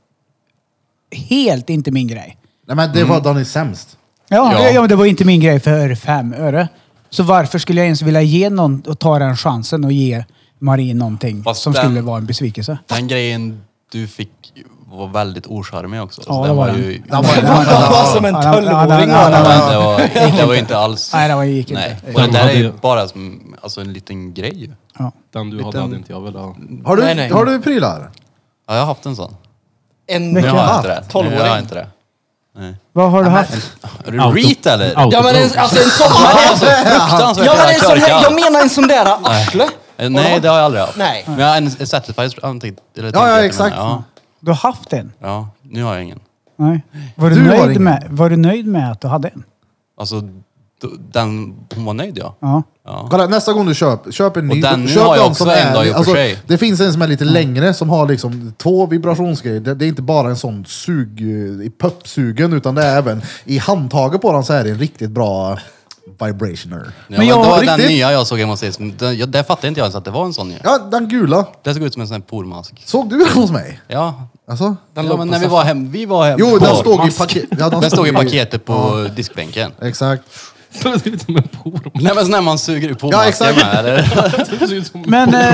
Helt inte min grej. Nej men det var Danny sämst. Ja, Ja. ja. ja, men det var inte min grej för fem öre. Så varför skulle jag ens vilja ge någon och ta den chansen och ge Marie någonting Fast som den- skulle vara en besvikelse? Den grejen du fick var väldigt ocharmig också. Så Ja, det den var den. ju... Den var- Det var som en Ja, den- ja, den- tolvåring. ja, den- Men det var, det var inte alls... Nej, det var- gick inte. Nej. Det Och den där är ju hade- bara som, alltså en liten grej ju. Ja. Den du hade hade inte jag velat ha. Har du, Nej, nej. har du prylar? Ja, jag har haft en sån. En... Nu har jag haft? inte det. Nu Tolvåring. har jag inte det. Nej. Vad har du haft? Är du Auto- reet eller? auto- Ja men en, alltså en sån Alltså, här... fruktansvärt Ja men en jävla sån här, körka. jag menar en sån där arsle. Eh, Nej, det har jag aldrig haft. Nej. Men jag har en en Satisfyer antänkte... eller Ja, ja, tänkte jag exakt. mena. Ja, Du har haft en? ja, nu har jag ingen. Nej. Var du, Du har nöjd ingen. med, var du nöjd med att du hade en? Alltså, d- den, hon var nöjd ja. Ja. Ja. Kolla, nästa gång du köper, köp en Och ny. den nu köp har jag den också som en då, i och för sig. Det finns en som är lite längre som har liksom två vibrationsgrejer. Det, det är inte bara en sån sug eh, i puppsugen utan det är även i handtaget på den så är det en riktigt bra vibrationer. Ja, Men men jag- det var riktigt- den nya jag såg hemma hos dig. som- den- jag- Där fattade inte jag ens att det var en sån. Ja. Ja, den gula. Det såg ut som en sån här pormask. Såg du den hos mig? Ja. Alltså? Ja, men när vi var hem, vi var hem. Jo, den på- stod i paket. Ja, Den stod i paketet på diskbänken. Exakt. Det ser ut som en porm. Nej men när man suger ut Ja, pormasken exakt. med. Eller? Det ser ut som Men eh,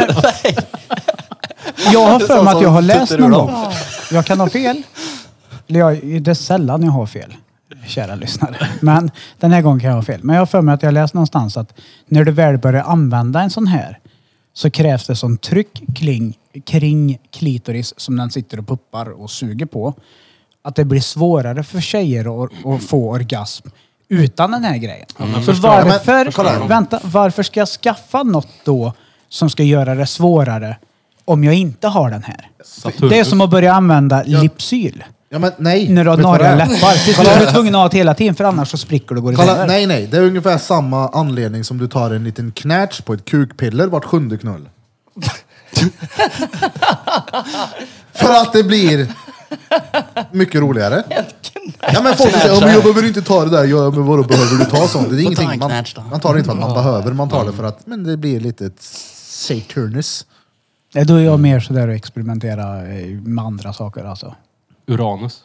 jag har för mig att jag har läst Tuttar ur någon dem. gång. Jag kan ha fel. Eller jag, det är sällan jag har fel, kära lyssnare. Men den här gången kan jag ha fel. Men jag har för mig att jag har läst någonstans att när du väl börjar använda en sån här så krävs det sån tryck kring, kring klitoris som den sitter och puppar och suger på. Att det blir svårare för tjejer att, att få orgasm utan den här grejen. Så varför, Ja, men, kolla här. vänta, varför ska jag skaffa något då som ska göra det svårare om jag inte har den här? Saturnus. Det är som att börja använda Lipsyl. Ja, men nej. När du har Vet vad det norra är? läppar. Till slut är du tvungen att ha det hela tiden för annars så spricker du och går Kolla, isär. nej, nej. Det är ungefär samma anledning som du tar en liten knätch på ett kukpiller vart sjunde knull. För att det blir mycket roligare. Ja, men folk säger, ja, men jag behöver inte ta det där. Ja, men vadå behöver du ta sånt? Det är ta ingenting. en Man, knätch då. man tar det inte för att man behöver. Man tar det för att men det blir lite ett Saturnus. Ja, då är jag mer sådär och experimentera eh, med andra saker alltså. Uranus.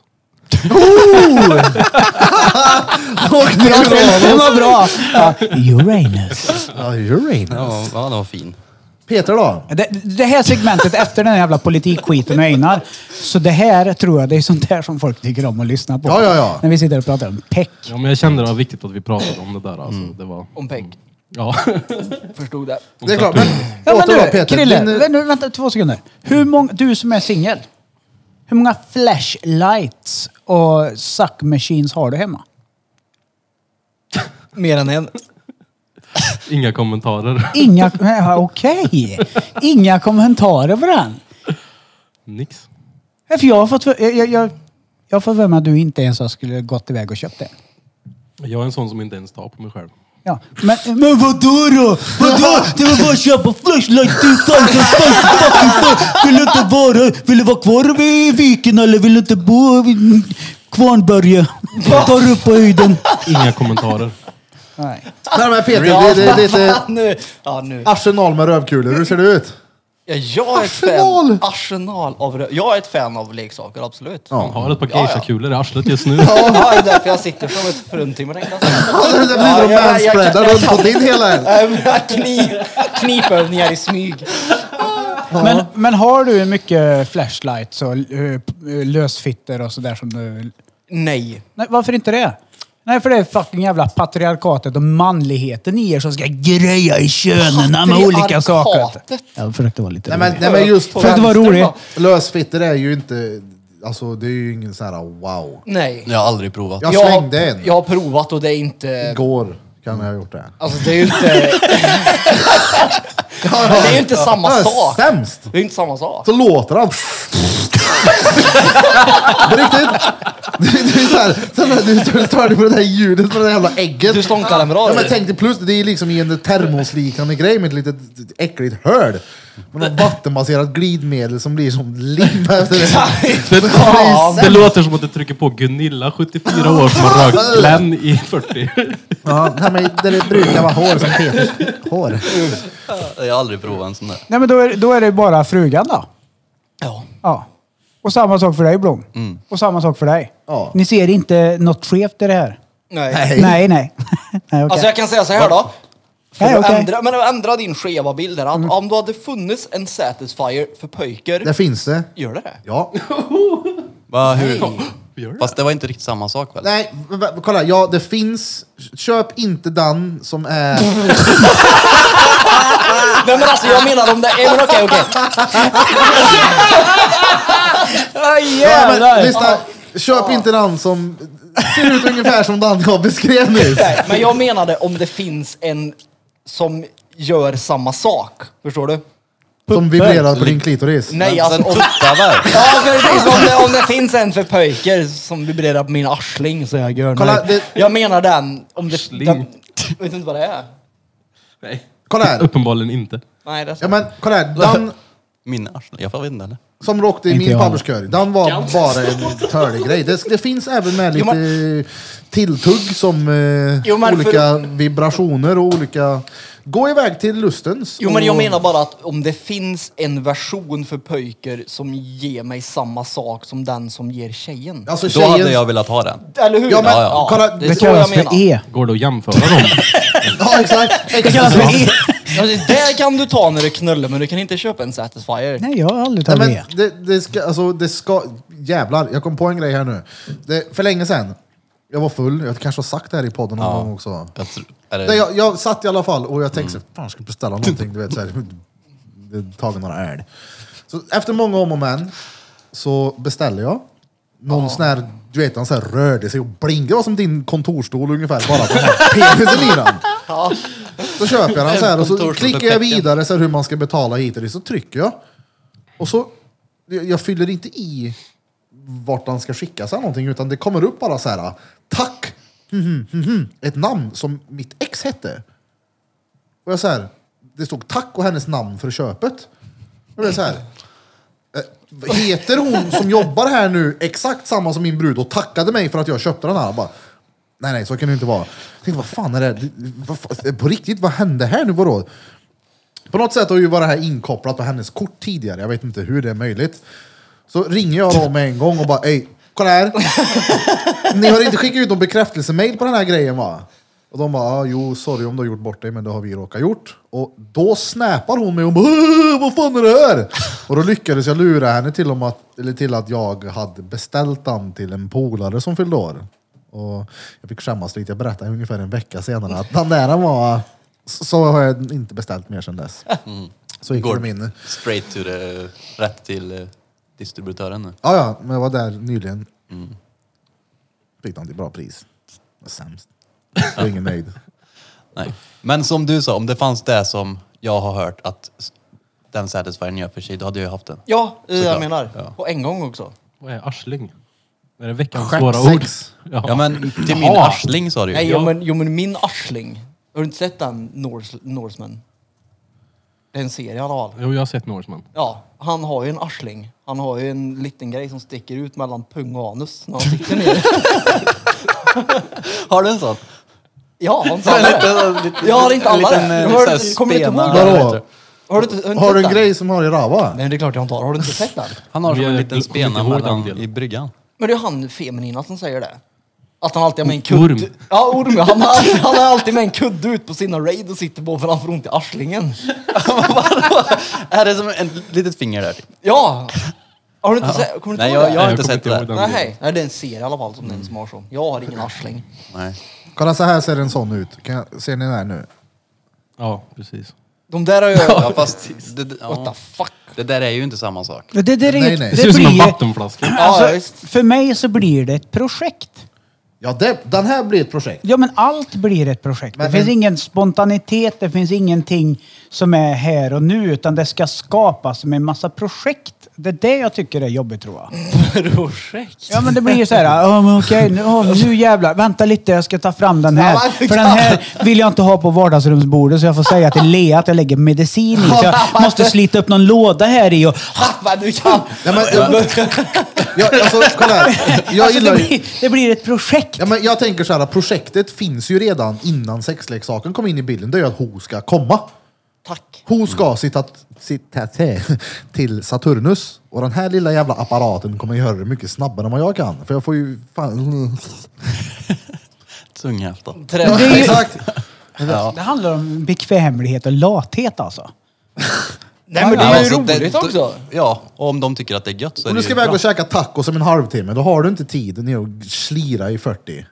Det var bra! Ja, Uranus. Ja, Uranus. Ja, ja, den var fin. Peter då? Det, det här segmentet efter den här jävla politikskiten och Einar. Så det här tror jag, det är sånt här som folk tycker om att lyssna på. Ja, ja, ja. När vi sitter och pratar om peck. Ja, men jag kände det var viktigt att vi pratade om det där. Alltså. Det var... Om peg. Ja. Förstod det. Det är klart. Men, Ja, men åter då, du, Peter. Krille, Din, vänta, vänta två sekunder. Hur många, du som är singel. Hur många flashlights och suck machines har du hemma? Mer än en. Inga kommentarer. Inga, nej, okej. Inga kommentarer på den. Nix. Ja, för jag har fått, för- jag, jag, jag, jag har fått för mig att du inte ens skulle gått iväg och köpt det. Jag är en sån som inte ens tar på mig själv. Ja. Men, men vadå då? Vadå? Det var bara att köpa flashlight. Vill du inte vara, vill du vara kvar vid viken eller vill du inte bo vid Kvarnberge? Tar upp på höjden. Inga kommentarer. Nej. Nej men Peter, det, det, det är lite nu. Ja, nu. arsenal med rövkulor. Hur ser det ut? Ja, jag är ett Arsenal! fan. Arsenal av rö- Jag är ett fan av leksaker, absolut. Ja, Han har ett par Ja, ja. geisha-kulor i arslet just nu. ja, det är därför jag sitter som ett fruntimmer. tänkte jag säga. Ja, det blir Ja, de jag- jag- manspreadar jag- runt på din hela en. Jag knip, knipövningar i smyg. Men, men har du mycket flashlights och uh, lösfitter och sådär som du... Nej. Nej, varför inte det? Nej, för det är fucking jävla patriarkatet och manligheten i er som ska greja i könen med olika saker. Patriarkatet? Jag försökte vara lite Nej men, rolig. nej, men just För att vara rolig. lösfitter är ju inte, alltså det är ju ingen sån här wow. Nej. Jag har aldrig provat. Jag Jag slängde har, en. jag har provat och det är inte... Igår kan jag ha gjort det. Alltså det är ju inte... Men det är ju inte samma Det är sak. sämst. Det är ju inte samma sak. Så låter han. På riktigt. Det är så här, så här, du tar det på det här ljudet på det där jävla ägget. Du stånkar den bra. Ja, men du. tänk dig plus, det är liksom i en termosliknande grej med ett litet äckligt hål. Med något vattenbaserat glidmedel som blir som lim efter det. Fan. Det låter som att du trycker på Gunilla, sjuttiofyra år, som har rökt Glenn i fyrtio. Ja, det här med, där det brukar vara hår som Peters hår. Jag har aldrig provat en sån där. Nej, men då är, då är det bara frugan då. Ja. Ja. Och samma sak för dig, Blom. Och samma sak för dig. Ja. Ni ser inte något skevt i det här? Nej. Nej. Nej, nej. nej okay. Alltså jag kan säga så här då. För Nej, att okej. ändra, men att ändra din skeva bild här. Att om du hade funnits en Satisfyer för pojkar, Där finns det. gör det det? Ja. Va, hur? Fast det var inte riktigt samma sak väl? Nej, v- v- kolla. Ja, det finns. Köp inte den som är... Nej men alltså jag menar om det... Nej, men okej, okej. Ja, men, lyssna. Köp inte den som ser ut ungefär som den jag beskrev nyss. Nej, men jag menade om det finns en som gör samma sak. Förstår du? Som vibrerar på din klitoris. Nej, Men alltså sen om... tuttar Ja, precis. Om det, om det finns en för pojkar som vibrerar på min arsling så jag gör Kolla, nej. det- Jag menar den... Om det, Arsling. den... Vet inte vad det är? Nej. Kolla här. Uppenbarligen inte. Nej, det är så. Ja, men kolla här. Den Min arsle. Jag vet inte eller? som råkade i Inte min jag. papperskorg, den var bara en törlig grej. Det, det finns även med Jo, lite tilltugg som eh, Jo, men olika vibrationer och olika... Gå iväg till lustens. Jo, men jag och- menar bara att om det finns en version för pojkar som ger mig samma sak som den som ger tjejen. Alltså Då tjejen... hade jag velat ha den. Eller hur? Ja, men Ja, ja. kolla, det är Det så jag kallas menar. för E. Går det att jämföra dem? Ja, exakt. Det kallas för E. Ja, det kan du ta när du knullar, men du kan inte köpa en Satisfyer. Nej, jag har aldrig Nej, tagit men E. det, det ska, alltså det ska, jävlar, jag kom på en grej här nu. Det, för länge sedan, jag var full, jag kanske har sagt det här i podden någon Ja. gång också. Jag tr- är Nej, det... jag, jag satt i alla fall och jag tänkte, mm. fan jag ska beställa någonting, du vet såhär, det tagit några öl. Så efter många om och men så beställde jag någon sån här, du vet han så här rörde sig och blinkade, det var som din kontorstol ungefär, bara att man har penisen i den. Så köper jag den så här och så Kontorsstol för klickar jag pecken. vidare så här, hur man ska betala hit och dit, så trycker jag. Och så, jag jag fyller inte i vart den ska skickas eller någonting, utan det kommer upp bara så här, tack, mhm, mhm, ett namn som mitt ex hette. Och jag så här, det stod tack och hennes namn för köpet. Och det är så här, eh, heter hon som jobbar här nu exakt samma som min brud och tackade mig för att jag köpte den här? Jag bara, nej nej, så kan det inte vara. Jag tänkte, vad fan är det? Vad fan, på riktigt, vad hände här nu? Vadå? På något sätt har ju varit det här inkopplat på hennes kort tidigare. Jag vet inte hur det är möjligt. Så ringer jag då med en gång och bara, ej, kolla här. Ni har inte skickat ut någon bekräftelsemail på den här grejen va? Och de bara, ah, jo sorry om du har gjort bort dig, men det har vi råkat gjort. Och då snappar hon mig och bara, vad fan är det här? Och då lyckades jag lura henne till, om att, eller till att jag hade beställt den till en polare som fyllde år. Och jag fick skämmas lite, jag berättade ungefär en vecka senare att den där var, så har jag inte beställt mer sedan dess. Så gick Går de in. straight to the, rätt till eh, distributören nu. Ja, ja, men jag var där nyligen. Fick den till bra pris. Det var sämst. Jag är ingen nöjd. Nej. Men som du sa, om det fanns det som jag har hört att s- den Satisfyern gör för sig, då hade jag ju haft den. Ja, det är det jag Såklart. menar. Ja. På en gång också. Vad är arsling? Är det veckans svåra ord? Stjärtsex. Ja men till min Jaha. arsling sa du ju. Nej, jo men, jo men min arsling. Har du inte sett den Norse, Norseman? Det är en serie i alla fall. Jo, jag har sett Norseman. Ja, han har ju en arsling. Han har ju en liten grej som sticker ut mellan pung och anus när han sitter ner. Har du en sån? Ja, han sa det. Jag har inte alla liten, det. eh, Har så här du- Kommer du inte ihåg spena- det? Vadå? Har du inte, har du inte Har sett du en den? grej som har i rava? Nej, det är klart jag inte har. Har du inte sett den? Han har som Jag en kommer liten inte spena ihåg den mellan delen. i bryggan. Men det är han feminina som säger det. Att han alltid har med en kudde. Orm. Ja, orm. Han har, alltid, han har alltid med en kudde ut på sina raid och sitter på för han får ont i arslingen. Är det som ett litet finger där? Ja! Har du inte sett? Kommer du Nej, inte ihåg jag, jag har Nej, inte kommer sett ihåg det. den Nej, delen. hej. Nej, det är en serie i alla fall som den som har så. Jag har ingen arsling. Nej. Kolla, så här ser en sån ut. Kan jag, ser ni den här nu? Ja, precis. De där har jag... Ja, fast det, det, What ja, the fuck? det där är ju inte samma sak. Det, det, är Nej, ett- nej. Det det ser ut som en blir- vattenflaska. Alltså, Ja, visst. för mig så blir det ett projekt. Ja, det, den här blir ett projekt. Ja, men allt blir ett projekt. Men- det finns men- ingen spontanitet, det finns ingenting som är här och nu, utan det ska skapas med en massa projekt. Det är det jag tycker är jobbigt, tror jag. Projekt? Ja, men det blir ju så här, oh, men okej, nu, oh, nu jävlar, vänta lite, jag ska ta fram den här. Ja, men- För den här vill jag inte ha på vardagsrumsbordet, så jag får säga till Lea att jag lägger medicin i. Så jag måste slita upp någon låda här i och... Vad du kan! Ja, men, jag, alltså, kolla här. Jag Alltså, gillar det, ju... blir, det blir ett projekt. Ja, men jag tänker så här, projektet finns ju redan innan sexleksaken kom in i bilden. Det är ju att Ho ska komma. Tack. Ho ska sitta, sitta till Saturnus. Och den här lilla jävla apparaten kommer göra det mycket snabbare än vad jag kan. För jag får ju fan... Tunghäfta. Ja, Trä. Det är ju- exakt. Ja. Det handlar om bekvämlighet och lathet alltså. Nej, men det Ja, är ju alltså, det- roligt det- också. Ja, och om de tycker att det är gött så är Om det du ska ju iväg bra. och käka tacos om en halvtimme, då har du inte tid ner och slira i fyrtio.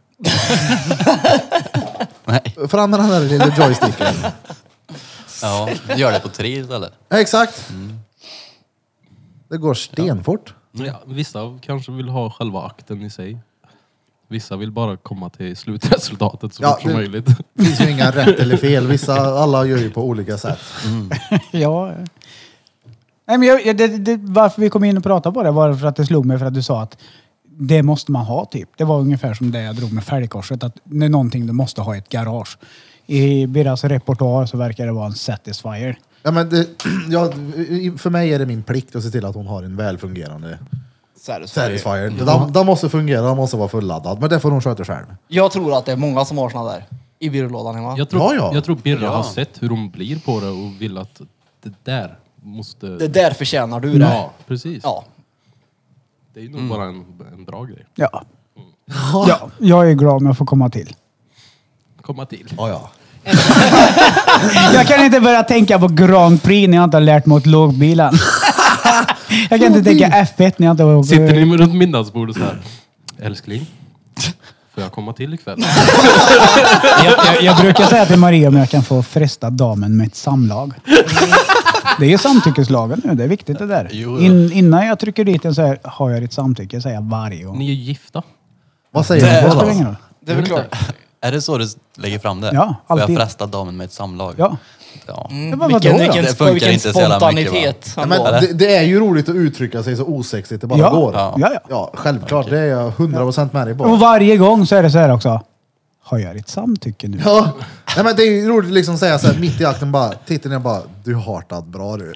Nej. Fram med den här lilla joysticken. Ja, gör det på tre istället. Ja, exakt. Det går stenfort. Ja, vissa kanske vill ha själva akten i sig. Vissa vill bara komma till slutresultatet så Ja, fort som det- möjligt. Det finns ju inga rätt eller fel. Vissa, alla gör ju på olika sätt. Ja. Nej, men jag, jag- det, det, varför vi kom in och pratade på det var för att det slog mig för att du sa att det måste man ha typ. Det var ungefär som det jag drog med fälgkorset. Att det är någonting du måste ha i ett garage. I Birras repertoar så verkar det vara en Satisfyer. Ja, men det, ja, för mig är det min plikt att se till att hon har en välfungerande Satisfyer. Den, den måste fungera, den måste vara fulladdad. Men det får hon sköta själv. Jag tror att det är många som har såna där i byrålådan hemma. Jag tror, Ja, ja. jag tror Birra Ja. har sett hur de blir på det och vill att det där måste... Det där förtjänar du det. Ja, precis. Ja. Det är nog bara en, en bra grej. Ja. ja. Jag är glad om jag får komma till. Komma till. Ja, ja. Jag kan inte börja tänka på Grand Prix när jag inte har lärt mig åt lågbilen. Jag kan inte tänka F ett när jag inte har åkt. Sitter ni runt middagsbordet så här? Älskling, får jag komma till ikväll? Jag, jag, jag brukar säga till Maria om jag kan få fresta damen med ett samlag. Det är ju samtyckeslagen nu, det är viktigt det där. Jo. In, innan jag trycker dit en så här, har jag ditt samtycke, säger jag varje gång. Ni är ju gifta. Vad säger Det du spelar då? ingen roll. Det är väl klart. Är det så du lägger fram det? Ja, Får jag alltid. fresta damen med ett samlag? Ja. Ja. Det var vadå Vilken, då? vilken, Det funkar vilken inte så jävla mycket, spontanitet. Ja, ändå. men det, det är ju roligt att uttrycka sig så osexigt det bara Ja. går. Ja, ja. Ja, självklart. Det är jag hundra procent med dig på. Och varje gång så är det så här också. Har jag ditt samtycke nu? Ja. Nej, men det är ju roligt att liksom säga så här mitt i akten bara, tittar ner bara, du har hartat bra du.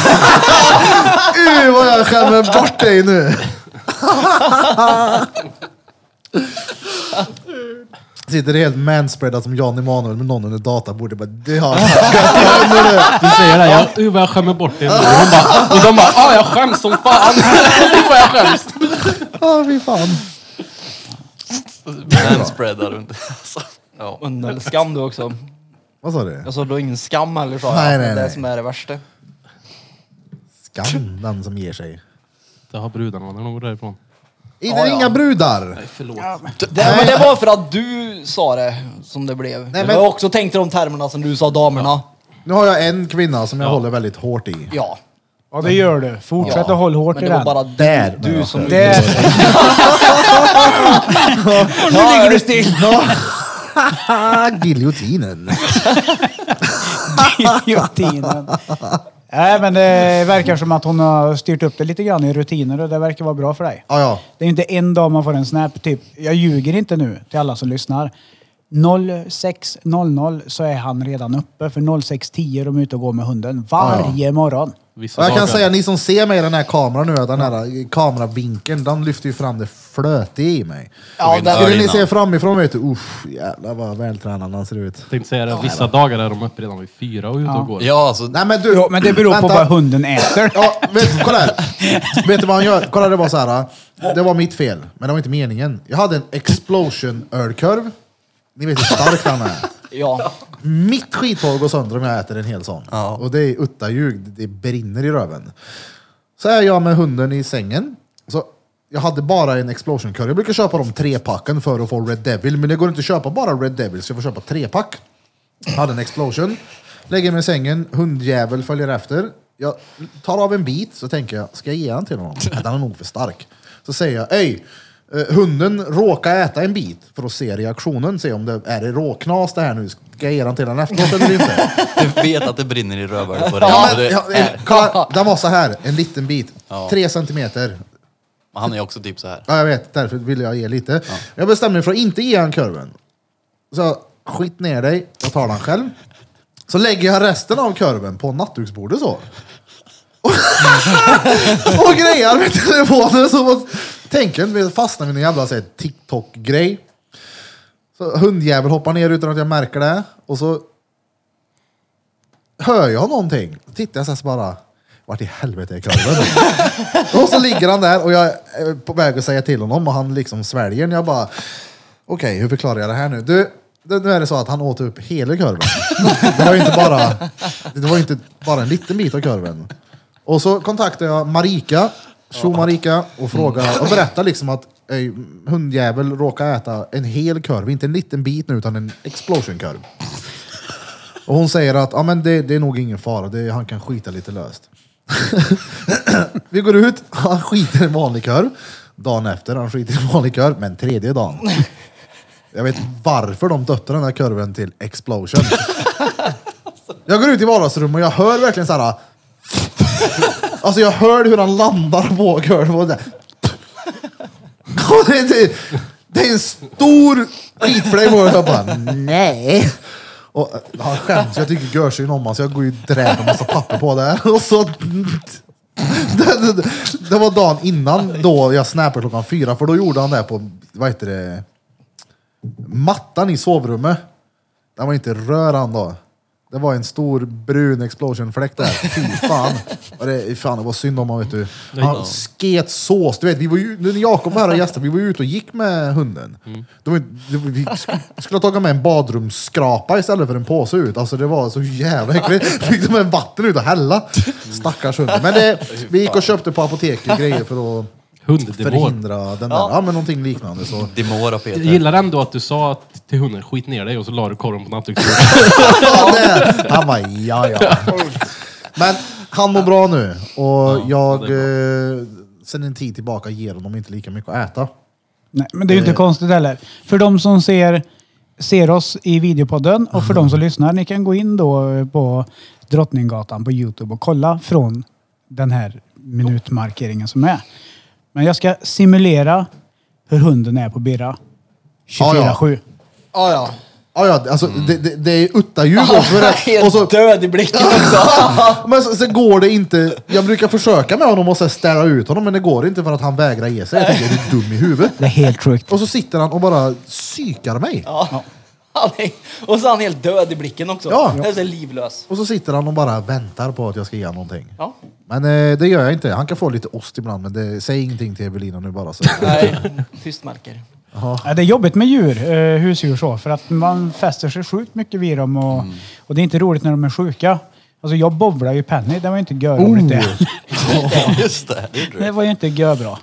Uh, vad jag skämmer bort dig nu. Sitter helt manspreadad som Jan Emanuel med någon under databordet. Bara, du har Du säger det, jag, uh, vad jag skämmer bort det. Och de bara, och de bara, ah, jag skäms som fan. Gud vad jag skäms. Ja, fy fan. Manspreadar runt. Alltså, ja. Under skam du också. Vad sa du? Alltså du har ingen skam eller så. Nej, Ja, nej, det är det nej. som är det värsta. Skam, den som ger sig. Det har brudarna när de går därifrån. Det Ja, är ja. inga brudar. Nej, förlåt. Det, men det var för att du sa det som det blev. Nej, Jag men- har också tänkt i de termerna som du sa, damerna. Nu har jag en kvinna som jag Ja. håller väldigt hårt i. Ja. Ja, det gör du. Fortsätt Ja. att hålla hårt Men i det var den. bara Där. du, du som... Det... Och nu ligger du still. Giljotinen. Giljotinen. Nej, men det verkar som att hon har styrt upp det lite grann i rutiner och det verkar vara bra för dig. Ja, ja. Det är inte en dag man får en snap, typ. Jag ljuger inte nu till alla som lyssnar. noll sex noll noll så är han redan uppe. För noll sex tio är de ute och går med hunden varje ja. morgon. Vissa och jag kan dagar. säga, ni som ser mig i den här kameran nu, att den här kameravinkeln, den lyfter ju fram det flötiga i mig. Ja, Min där, Skulle ni innan. se framifrån vet du, uff, jävlar vad vältränad han ser ut. Jag tänkte säga det, vissa dagar är de uppe redan vid fyra och ute Ja. och går. Ja, alltså, Nej men du, Jo, men det beror vänta. på vad hunden äter. Ja, vet, kolla här. Vet du vad han gör? Kolla, det var så här. Det var mitt fel, men det var inte meningen. Jag hade en explosion ölkorv. Ni vet hur stark den är. ja. Mitt skithål går sönder om jag äter en hel sån. Ja. Och det är utta-ljug, det brinner i röven. Så är jag med hunden i sängen. Så jag hade bara en explosion curry. Jag brukar köpa de tre packen för att få Red Devil. Men det går inte att köpa bara Red Devil, så jag får köpa tre pack. Jag hade en explosion. Lägger mig i sängen, hundjävel följer efter. Jag tar av en bit, så tänker jag, ska jag ge den till honom? Den är nog för stark. Så säger jag, ej, eh, hunden råkar äta en bit för att se reaktionen. Se om det är det råknas det här nu. Ska jag ge den till den efteråt eller inte? du vet att det brinner i rövhålet på dig. Ja, Så men, det- ja, eh, kolla, den var så här, en liten bit. Ja. Tre centimeter. Han är också typ så här. Ja, jag vet, därför ville jag ge lite. Jag bestämde mig för att inte ge han kurven. Så skit ner dig, jag tar den själv. Så lägger jag resten av kurven på nattduksbordet så. Och grejer med telefonen så tänker jag inte fastna vid en jävla så här, TikTok-grej. Så hundjävel hoppar ner utan att jag märker det. Och så hör jag någonting. Tittar jag så här så bara, vart i helvete är kurven? Och så ligger han där och jag är på väg att säga till honom och han liksom sväljer. Och jag bara, okej, okay, hur förklarar jag det här nu? Du, det, nu är det så att han åt upp hela kurven. Det var inte bara, det var inte bara en liten bit av kurven. Och så kontaktade jag Marika, tjo Marika, och frågade och berättade liksom att ej, hundjävel råkar äta en hel kurv, inte en liten bit nu utan en explosion-kurv. Och hon säger att ja, men det, det är nog ingen fara, det, han kan skita lite löst. Vi går ut, han skiter i en vanlig kurv. Dagen efter, han skiter i en vanlig kurv, men tredje dagen. Jag vet varför de döpte den här kurven till explosion. Jag går ut i vardagsrummet och jag hör verkligen så här. Alltså jag hör hur han landar på kurven och det, och det, det, det är en stor skitfläng och jag bara nej. Och han skäms, jag tycker görs ju om man, så jag går ju och dräper en massa papper på det här. Och så det, det, det var dagen innan då jag snappade klockan fyra, för då gjorde han det på, vad heter det, mattan i sovrummet. Den var inte rörande då. Det var en stor brun explosionfläck där. Fy fan. Och det, fan, det var synd om man, vet du. Han sket sås. Du vet, vi var ju, när Jakob var här och gästade, vi var ju ute och gick med hunden. Mm. Det var, det, vi skulle ha tagit med en badrumsskrapa istället för en påse ut. Alltså det var så jävla äckligt. Fick de med vatten ut och hälla. Stackars hunden. Men det, vi gick och köpte på apoteket grejer för att Hunddemor. förhindra den där. Ja. Ja, men någonting liknande. Så. Demora Peter. Jag gillar ändå att du sa att till hunden, skit ner dig, och så la du korven på nattduksbordet. Ja, det. Han var ja, ja. Men han mår bra nu. Och Ja, jag, det är eh, sen en tid tillbaka ger honom inte lika mycket att äta. Nej, men det är ju inte konstigt heller. För de som ser, ser oss i videopodden och för de som lyssnar, ni kan gå in då på Drottninggatan på YouTube och kolla från den här minutmarkeringen som är. Men jag ska simulera hur hunden är på Birra. tjugofyra sju. Ja, ja. Ja, ja, alltså det, det, det är utta-ljud också. Helt Och så, död i blicken också. men så, så går det inte. Jag brukar försöka med honom och så ställa ut honom, men det går inte för att han vägrar ge sig. Jag tänker, är du dum i huvudet? Det är helt sjukt. Och så sitter han och bara psykar mig. Ja. Han är, och så är han helt död i blicken också. Ja. Det är så livlös. Och så sitter han och bara väntar på att jag ska ge honom någonting. Ja. Men eh, det gör jag inte. Han kan få lite ost ibland, men det, säg ingenting till Evelina nu bara. Så. Nej, tystmärker. Ja, det är jobbigt med djur, eh, husdjur så, för att man fäster sig sjukt mycket vid dem och, Mm. och det är inte roligt när de är sjuka. Alltså jag bowlar ju Penny, det var ju inte görroligt det. Ja, just det. Det gjorde Det du. var ju inte görbra.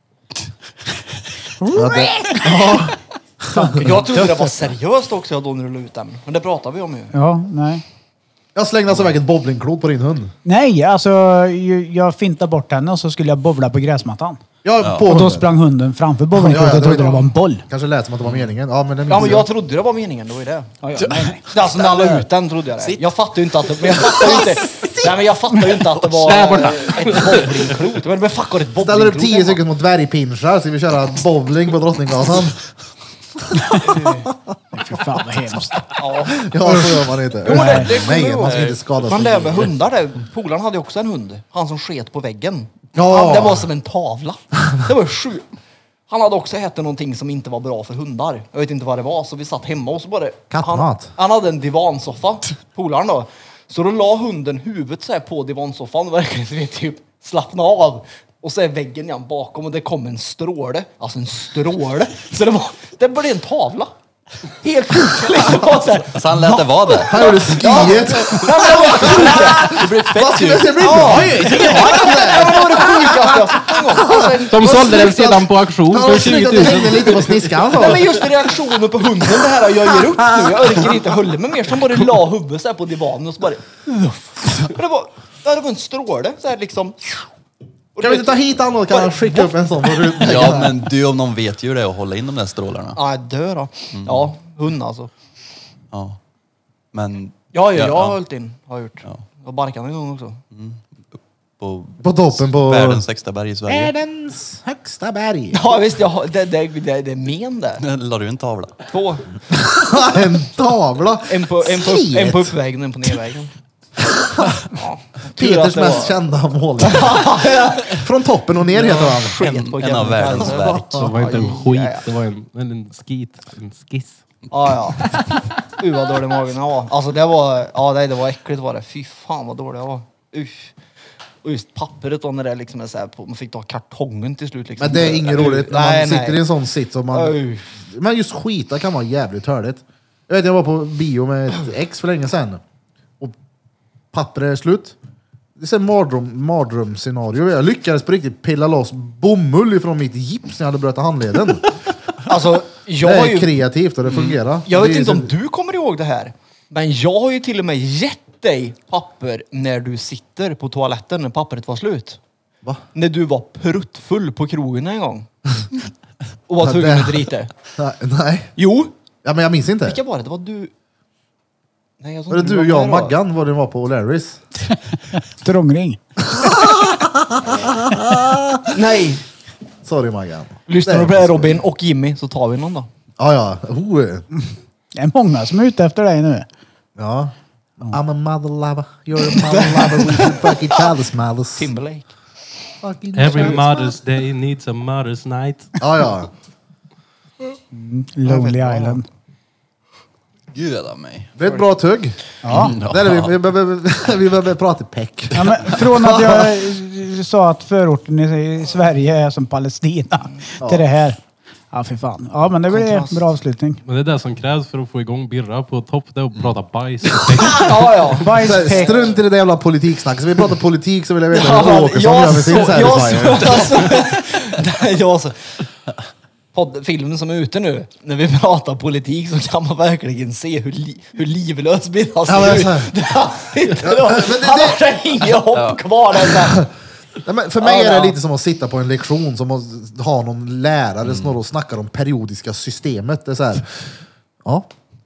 Ja, det, Jag trodde det var seriöst också då när du la ut den. Men det pratar vi om ju. Ja, nej. jag slängde alltså iväg ett bowlingklot på din hund. Nej, alltså ju- jag fintade bort henne och så skulle jag bowla på gräsmattan. Ja, på Och då hunden. sprang hunden framför Ja, bowlingklotet ja, och trodde var- det var en boll. Kanske lät som att det var meningen. Ja, men det Ja, minns men jag. jag trodde det var meningen, det var ju det. Ja, ja, nej, nej. Alltså när han la ut den trodde jag det. Jag fattar ju inte att det, men jag fattar ju inte. Nej, men jag fattar ju inte att det var Där borta. ett bowlingklot. Men men fuck, har ett bowlingklot? Ställer upp tio stycken små dvärgpinchar så vi köra bowling på Drottninggatan. Fy fan vad hemskt. Ja. Ja, så gör man inte. Jo, det, det kommer Nej, jag man ska ihåg. inte skada Men sig. det med hundar, det, polaren hade ju också en hund. Han som sket på väggen. Ja. Han, det var som en tavla. Det var sjukt. Han hade också ätit någonting som inte var bra för hundar. Jag vet inte vad det var, så vi satt hemma och så bara... Han, Kattmat. han hade en divansoffa, polaren då. Så då la hunden huvudet så här på divansoffan och verkligen så vi typ slappna av. Och så är väggen igen bakom och det kom en stråle. Alltså en stråle. Så det var, det blev en tavla. Helt sjukt liksom. Så, här, Så han lät det vara det. Han gjorde skiet. Det blir fett ju. Det blir bra ju. det var det sjukaste jag sett en gång. Alltså, en- De sålde den sedan på auktion Han för har tjugo slutat att hänga tusen. lite på sniskan. Nej, men just reaktionen på hunden, det här, jag ger upp nu. Jag orkar inte hålla mig mer. Som bara la huvudet så här på divanen och så bara... Det var, det var en stråle så här liksom... Och Kan vi inte ta hit honom och kan han skicka upp en sån? Ja, men du om någon vet ju det att hålla in de där strålarna. Ja, jag dör då. Ja, hund alltså. Ja. Men Ja, ja, jag Ja, har ja. hållit in. Har jag gjort. Ja. Och barkat en gång också. på, På toppen på... världens högsta berg i Sverige. Världens högsta berg. Ja, visst. Jag, har- det, det, det, det är men det. Där la du en tavla. Två. En tavla. En på, en på, Shit. en på uppvägen och en på nedvägen. Ja. Tur att Peters det mest var- kända mål. Från toppen och ner heter han. Sket på En- en av Kevin världens Kaiser. verk. Det var inte en Aj, skit, ja, ja. det var en, en, en skit, en skiss. Ja, ja. Uh, vad dålig magen jag var. Alltså det var, ja nej, det var äckligt var det. Fy fan vad dålig jag var. Usch. Och just pappret då när det liksom är så här på, man fick ta kartongen till slut liksom. Men det är inget roligt när man Nej, sitter nej. i en sån sits och man... Usch. Men just skita kan vara jävligt törligt. Jag vet, jag var på bio med ett ex för länge sedan. Och pappret är slut. Det är så här mardröm, mardrömsscenario. Jag lyckades på riktigt pilla loss bomull ifrån mitt gips när jag hade brutit handleden. Alltså, jag Det har är ju... kreativt och det fungerar. Jag Det vet är inte som- om du kommer ihåg det här. Men jag har ju till och med gett dig papper när du sitter på toaletten när pappret var slut. Va? När du var pruttfull på krogen en gång. Och var Ja, tvungen det- att drita. Nej, nej. Jo, Ja, men jag minns inte. vilka var det? Det var du... Nej, jag tror Var det inte du, var jag och med då. Maggan vad det var på O'Larrys? Trångring. Nej, Sorry Maggan. lyssnar Nej, du på det här, sorry. Robin och Jimmy så tar vi någon då. Ja, ja. Oh. Det är många som är ute efter dig nu. Ja. I'm a mother lover. You're a mother lover. We should fuck each other's mothers. Timberlake. Fucking Every each other's mother's day needs a mother's night. Ja, ja. Lonely Jag vet Island. Gud av mig. Det är ett bra tugg. Ja. Där är vi, vi, behöver, vi behöver prata peck. Ja, men från att jag eh, sa att förorten i Sverige är som Palestina till det här. Ja, för fan. Ja, men det blir Kontrast. en bra avslutning. Men det är det som krävs för att få igång Birra på topp, det är att prata bajs. Ja, ja. Bajspeck. Strunt i det där jävla politiksnack. Så vi pratar politik så vill jag veta Ja, hur Åkesson gör jag med sin så, jag Satisfyer. så, alltså, nej, jag så. Podd, filmen som är ute nu, när vi pratar politik så kan man verkligen se hur, li, hur livlös Birra ser Ja, men ut. så här. Han sitter då- men det- han det- har inget hopp kvar. Där, så här. Nej, men för mig Ja, är det ja. lite som att sitta på en lektion som att ha någon lärare som och snackar om periodiska systemet. Det är så här. Ja.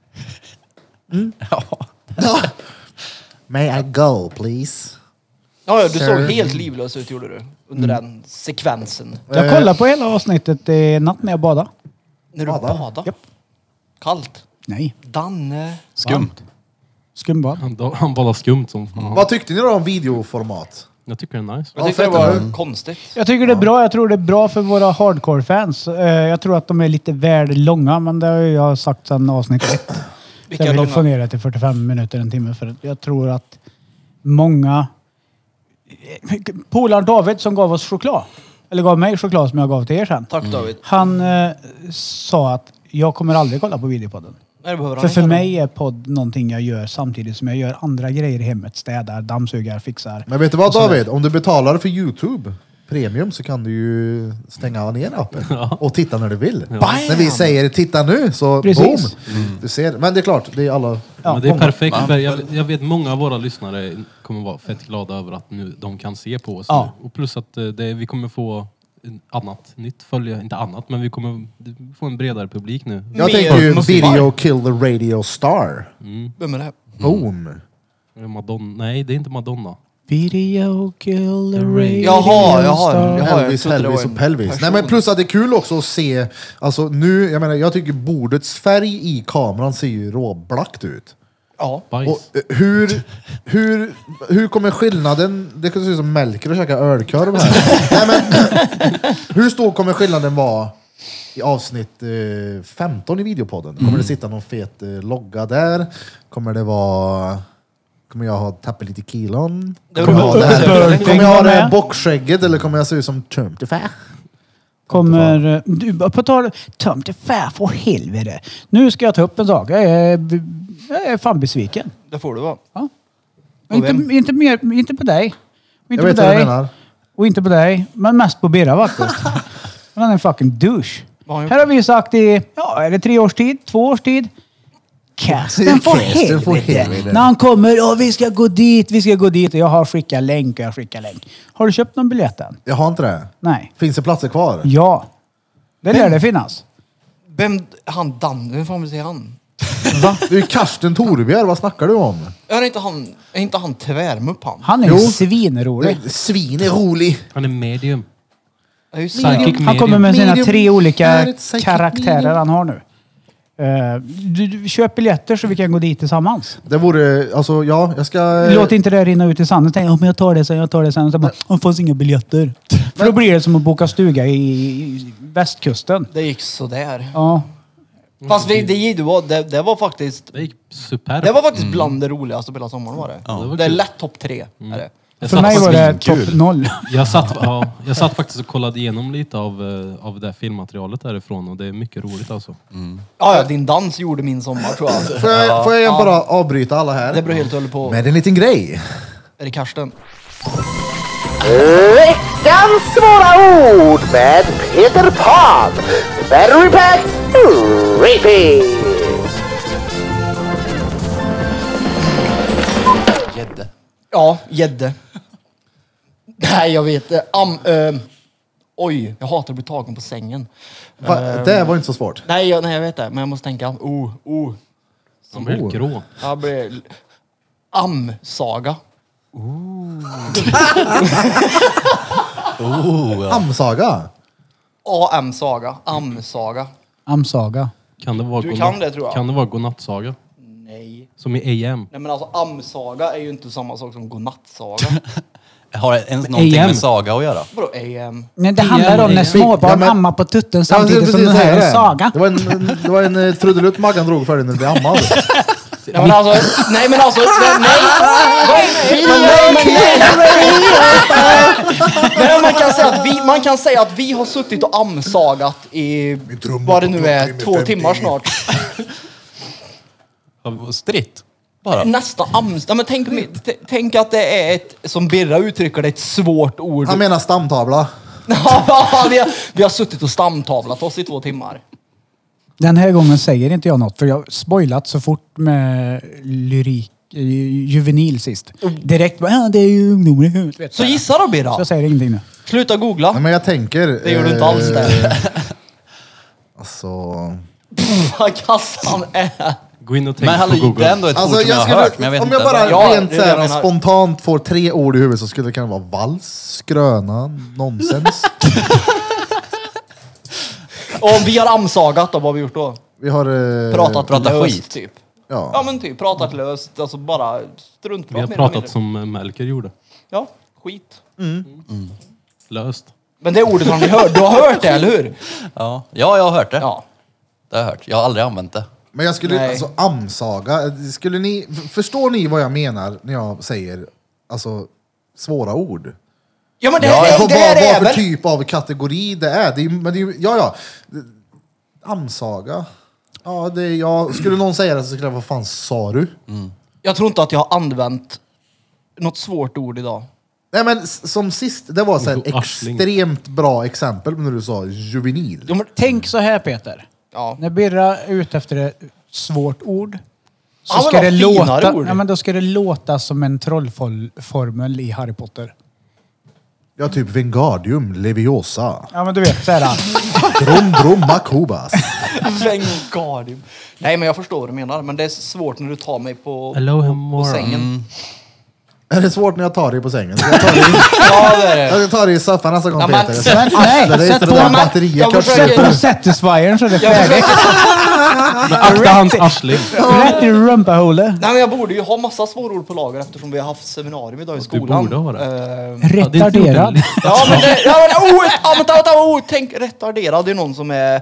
Mm. Ja. May I go please? Ja, ja, du Sure. såg helt livlös ut gjorde du under den sekvensen. Jag kollade på hela avsnittet i natt när jag badade. När du Bada? badade. Japp. Kallt. Nej, Danne. Skumt. skumbad. Han, han badar skumt som fan. Vad tyckte ni då om videoformat? Jag tycker det är nice. Jag tyckte Ja, det var fett. konstigt. Jag tycker det är bra. Jag tror det är bra för våra hardcore-fans. Eh, Jag tror att de är lite väl långa, men det har jag sagt sedan avsnitt ett. Så Vilka jag vill långa? få ner det till fyrtiofem minuter, en timme. För jag tror att många... Polaren David som gav oss choklad, eller gav mig choklad som jag gav till er sen. Tack David. Han eh, sa att jag kommer aldrig kolla på videopodden. Nej, det behöver han För inte för heller. mig är podd någonting jag gör samtidigt som jag gör andra grejer i hemmet. Städar, dammsugar, fixar. Men vet du vad Och så David? Om du betalar för YouTube Premium så kan du ju stänga ner appen och titta när du vill. När vi säger titta nu så Precis. boom! Du ser. Men det är klart, det är alla... Ja, Men det är många. perfekt. Man För jag, får- jag vet många av våra lyssnare kommer vara fett glada över att nu de kan se på oss Ja. nu. Och plus att eh, det, vi kommer få en annat nytt följa, inte annat, men vi kommer få en bredare publik nu. Jag Mer tänker ju musik. video kill the radio star. Vem är det? Boom! Madonna. Nej, det är inte Madonna. Video kill the radio Jaha, jaha. star. jaha Elvis, Elvis och Pelvis. Nej, men plus att det är kul också att se, alltså nu, jag menar, jag tycker bordets färg i kameran ser ju råblackt ut. Ja. Bajs. Och eh, hur, hur, hur kommer skillnaden, det kan se ut som Melker och käka ölkorv här. Nej, men, hur stor kommer skillnaden vara i avsnitt eh, femton i videopodden? Kommer det sitta någon fet eh, logga där? Kommer det vara... Kommer jag ha tappat lite kilon? Det Kommer jag ha det här, Burping kommer jag ha var det här med. bockskägget eller kommer jag se ut som Trump? Kommer... Du, på tal tömt det fär för helvete. Nu ska jag ta upp en sak. Jag är, jag är fan besviken. Det får du vara. Ja. På Inte, vem? inte, mer, inte på dig. Och inte Jag vet på vad du dig. menar. Och inte på dig. Men mest på Birra faktiskt. Men han är en fucking douche. Vad har han gjort? Här har vi sagt i, ja, är det tre års tid? Två års tid? Casten får Casten får helvete. helvete. När han kommer, och vi ska gå dit, vi ska gå dit. Och jag har skickat länk och jag skickar länk. Har du köpt någon biljett än? Jag har inte det. Nej. Finns det platser kvar? Ja. Det lär det finnas. Vem, han Danne, hur fan vill säga han? Va? Det är ju Karsten Torbjer, vad snackar du om? Är inte han, är inte han tvärmupp han? Han är Jo. svinrolig. Svin är rolig. Han är medium. är ju Psychic medium. medium. Han kommer med sina Medium tre är olika ett psychic karaktärer medium. han har nu. Uh, du, du, köp biljetter så vi kan gå dit tillsammans. Det vore, alltså ja, jag ska... Låt inte det rinna ut i sanden. Tänk, oh, men jag tar det sen, jag tar det sen. Och så bara, oh, det fanns inga biljetter. För då blir det som att boka stuga i, i västkusten. Det gick sådär. Ja. Fast vi, det, det, var, det, det var faktiskt Det gick superb. det var faktiskt bland det roligaste på hela sommaren var det. det var det är kul. lätt topp tre. Är det. Jag För satt mig var det faktiskt- topp kul. noll. Jag satt, ja, jag satt faktiskt och kollade igenom lite av, eh, av det filmmaterialet därifrån och det är mycket roligt alltså. Ja, ja, din dans gjorde min sommar tror jag. Får jag, får jag bara avbryta alla här? Det beror helt och hållet på. Med en liten grej. Är det Karsten? Veckans svåra ord med Peter Pan. Battery pack, repeat. Gädde. Ja, gädde. Nej, jag vet det. Am, ö, oj, jag hatar att bli tagen på sängen. Va, det var inte så svårt. Nej, jag, nej, jag vet det. Men jag måste tänka. Oh, oh. De blir helt grå. Jag blir... Am-saga. Oh, ja. Amsaga. A-M-saga. Am-saga. Amsaga. Kan det vara Du godnatt- kan det, tror jag. Kan det vara godnattsaga? Nej. Som i A M? Nej, men alltså am-saga är ju inte samma sak som godnattsaga. Har det ens någonting A M. med saga att göra? Vadå A M? Men det handlar om när Ja, småbarn men- ammar på tutten Ja, samtidigt som precis, den här säger är det. saga. Det var en, det var en eh, trudelutt Maggan drog för dig när du blev ammad. Nej men alltså, nej men alltså, nej, nej, nej, nej, man kan säga att vi, man kan säga att vi har suttit och amsagat i, vad det nu är, två timmar snart. Stritt? Bara? Nästan ams, ja, men tänk, t- tänk att det är ett, som Birra uttrycker det, ett svårt ord. Han menar stamtavla. Ja, vi, har, vi har suttit och stamtavlat oss i två timmar. Den här gången säger inte jag något för jag har spoilat så fort med lyrik, eh, juvenil sist. Direkt bara, ja det är ju ungdomar i huvudet. vet Så jag. gissa då Så Birra. jag säger ingenting nu. Sluta googla. Nej, men jag tänker... Det gör du inte alls eh, det. Alltså... Vad kass han är. Gå in och tänk Men hallå, på det är Google. ändå ett Alltså, ord som jag, jag har skulle, hört, men jag vet om inte. jag bara Ja, rent det är så det jag här, menar. spontant får tre ord i huvudet så skulle det kunna vara vals, skröna, nonsens. Och om vi har amsagat då, vad har vi gjort då? Vi har... Eh, Pratat prata löst, skit. typ. Ja Ja. men typ, pratat löst, alltså bara struntprat. Vi har mer eller pratat mindre. som eh, Melker gjorde. Ja, skit. Löst. Men det ordet har ni hört, du har hört det, eller hur? Ja. ja, jag har hört det. Ja. Det har jag hört. Jag har aldrig använt det. Men jag skulle, Nej. alltså amsaga, skulle ni, förstår ni vad jag menar när jag säger, alltså, svåra ord? Ja men det, Ja, det, ja. Vad, det vad, här är vad för väl... typ av kategori det är? Det är ju- men det är, ju- ja, ja. Amsaga. Ja, det är, jag, skulle någon säga det så skulle jag, vad fan sa du? Jag tror inte att jag har använt något svårt ord idag. Nej men s- som sist, det var så här Oh, arsling. extremt bra exempel när du sa juvenil. Ja, men, Tänk så här Peter. ja. När Birra är ute efter ett svårt ord så Han vill ska ha det, finare låta, ord. ja, men då ska det låta som en trollformel i Harry Potter. Ja, typ Wingardium Leviosa. Ja men du vet såhär. Drum Drum Makobas. Wingardium. Nej men jag förstår vad du menar, men det är svårt när du tar mig på, Hello, på, på Hamora. sängen. Är det svårt när jag tar dig på sängen? Jag tar dig, Ja, det är det. jag tar dig i soffan nästa gång, Ja, men- Peter. Sätt, nej, Det är sätt för på, det där men- batteriet. jag Kurt. försöker- sätt på Satisfyern så är det Jag färdigt. försöker, Akta hans arsling. Rätt i rumpahålet. nej, men jag borde ju ha massa svårord på lager eftersom vi har haft seminarium idag i Du skolan. borde ha det. Eh, Retarderad. Ja men det, ja, men, oh, ja, vänta, vänta, oh, tänk retarderad, det är någon som är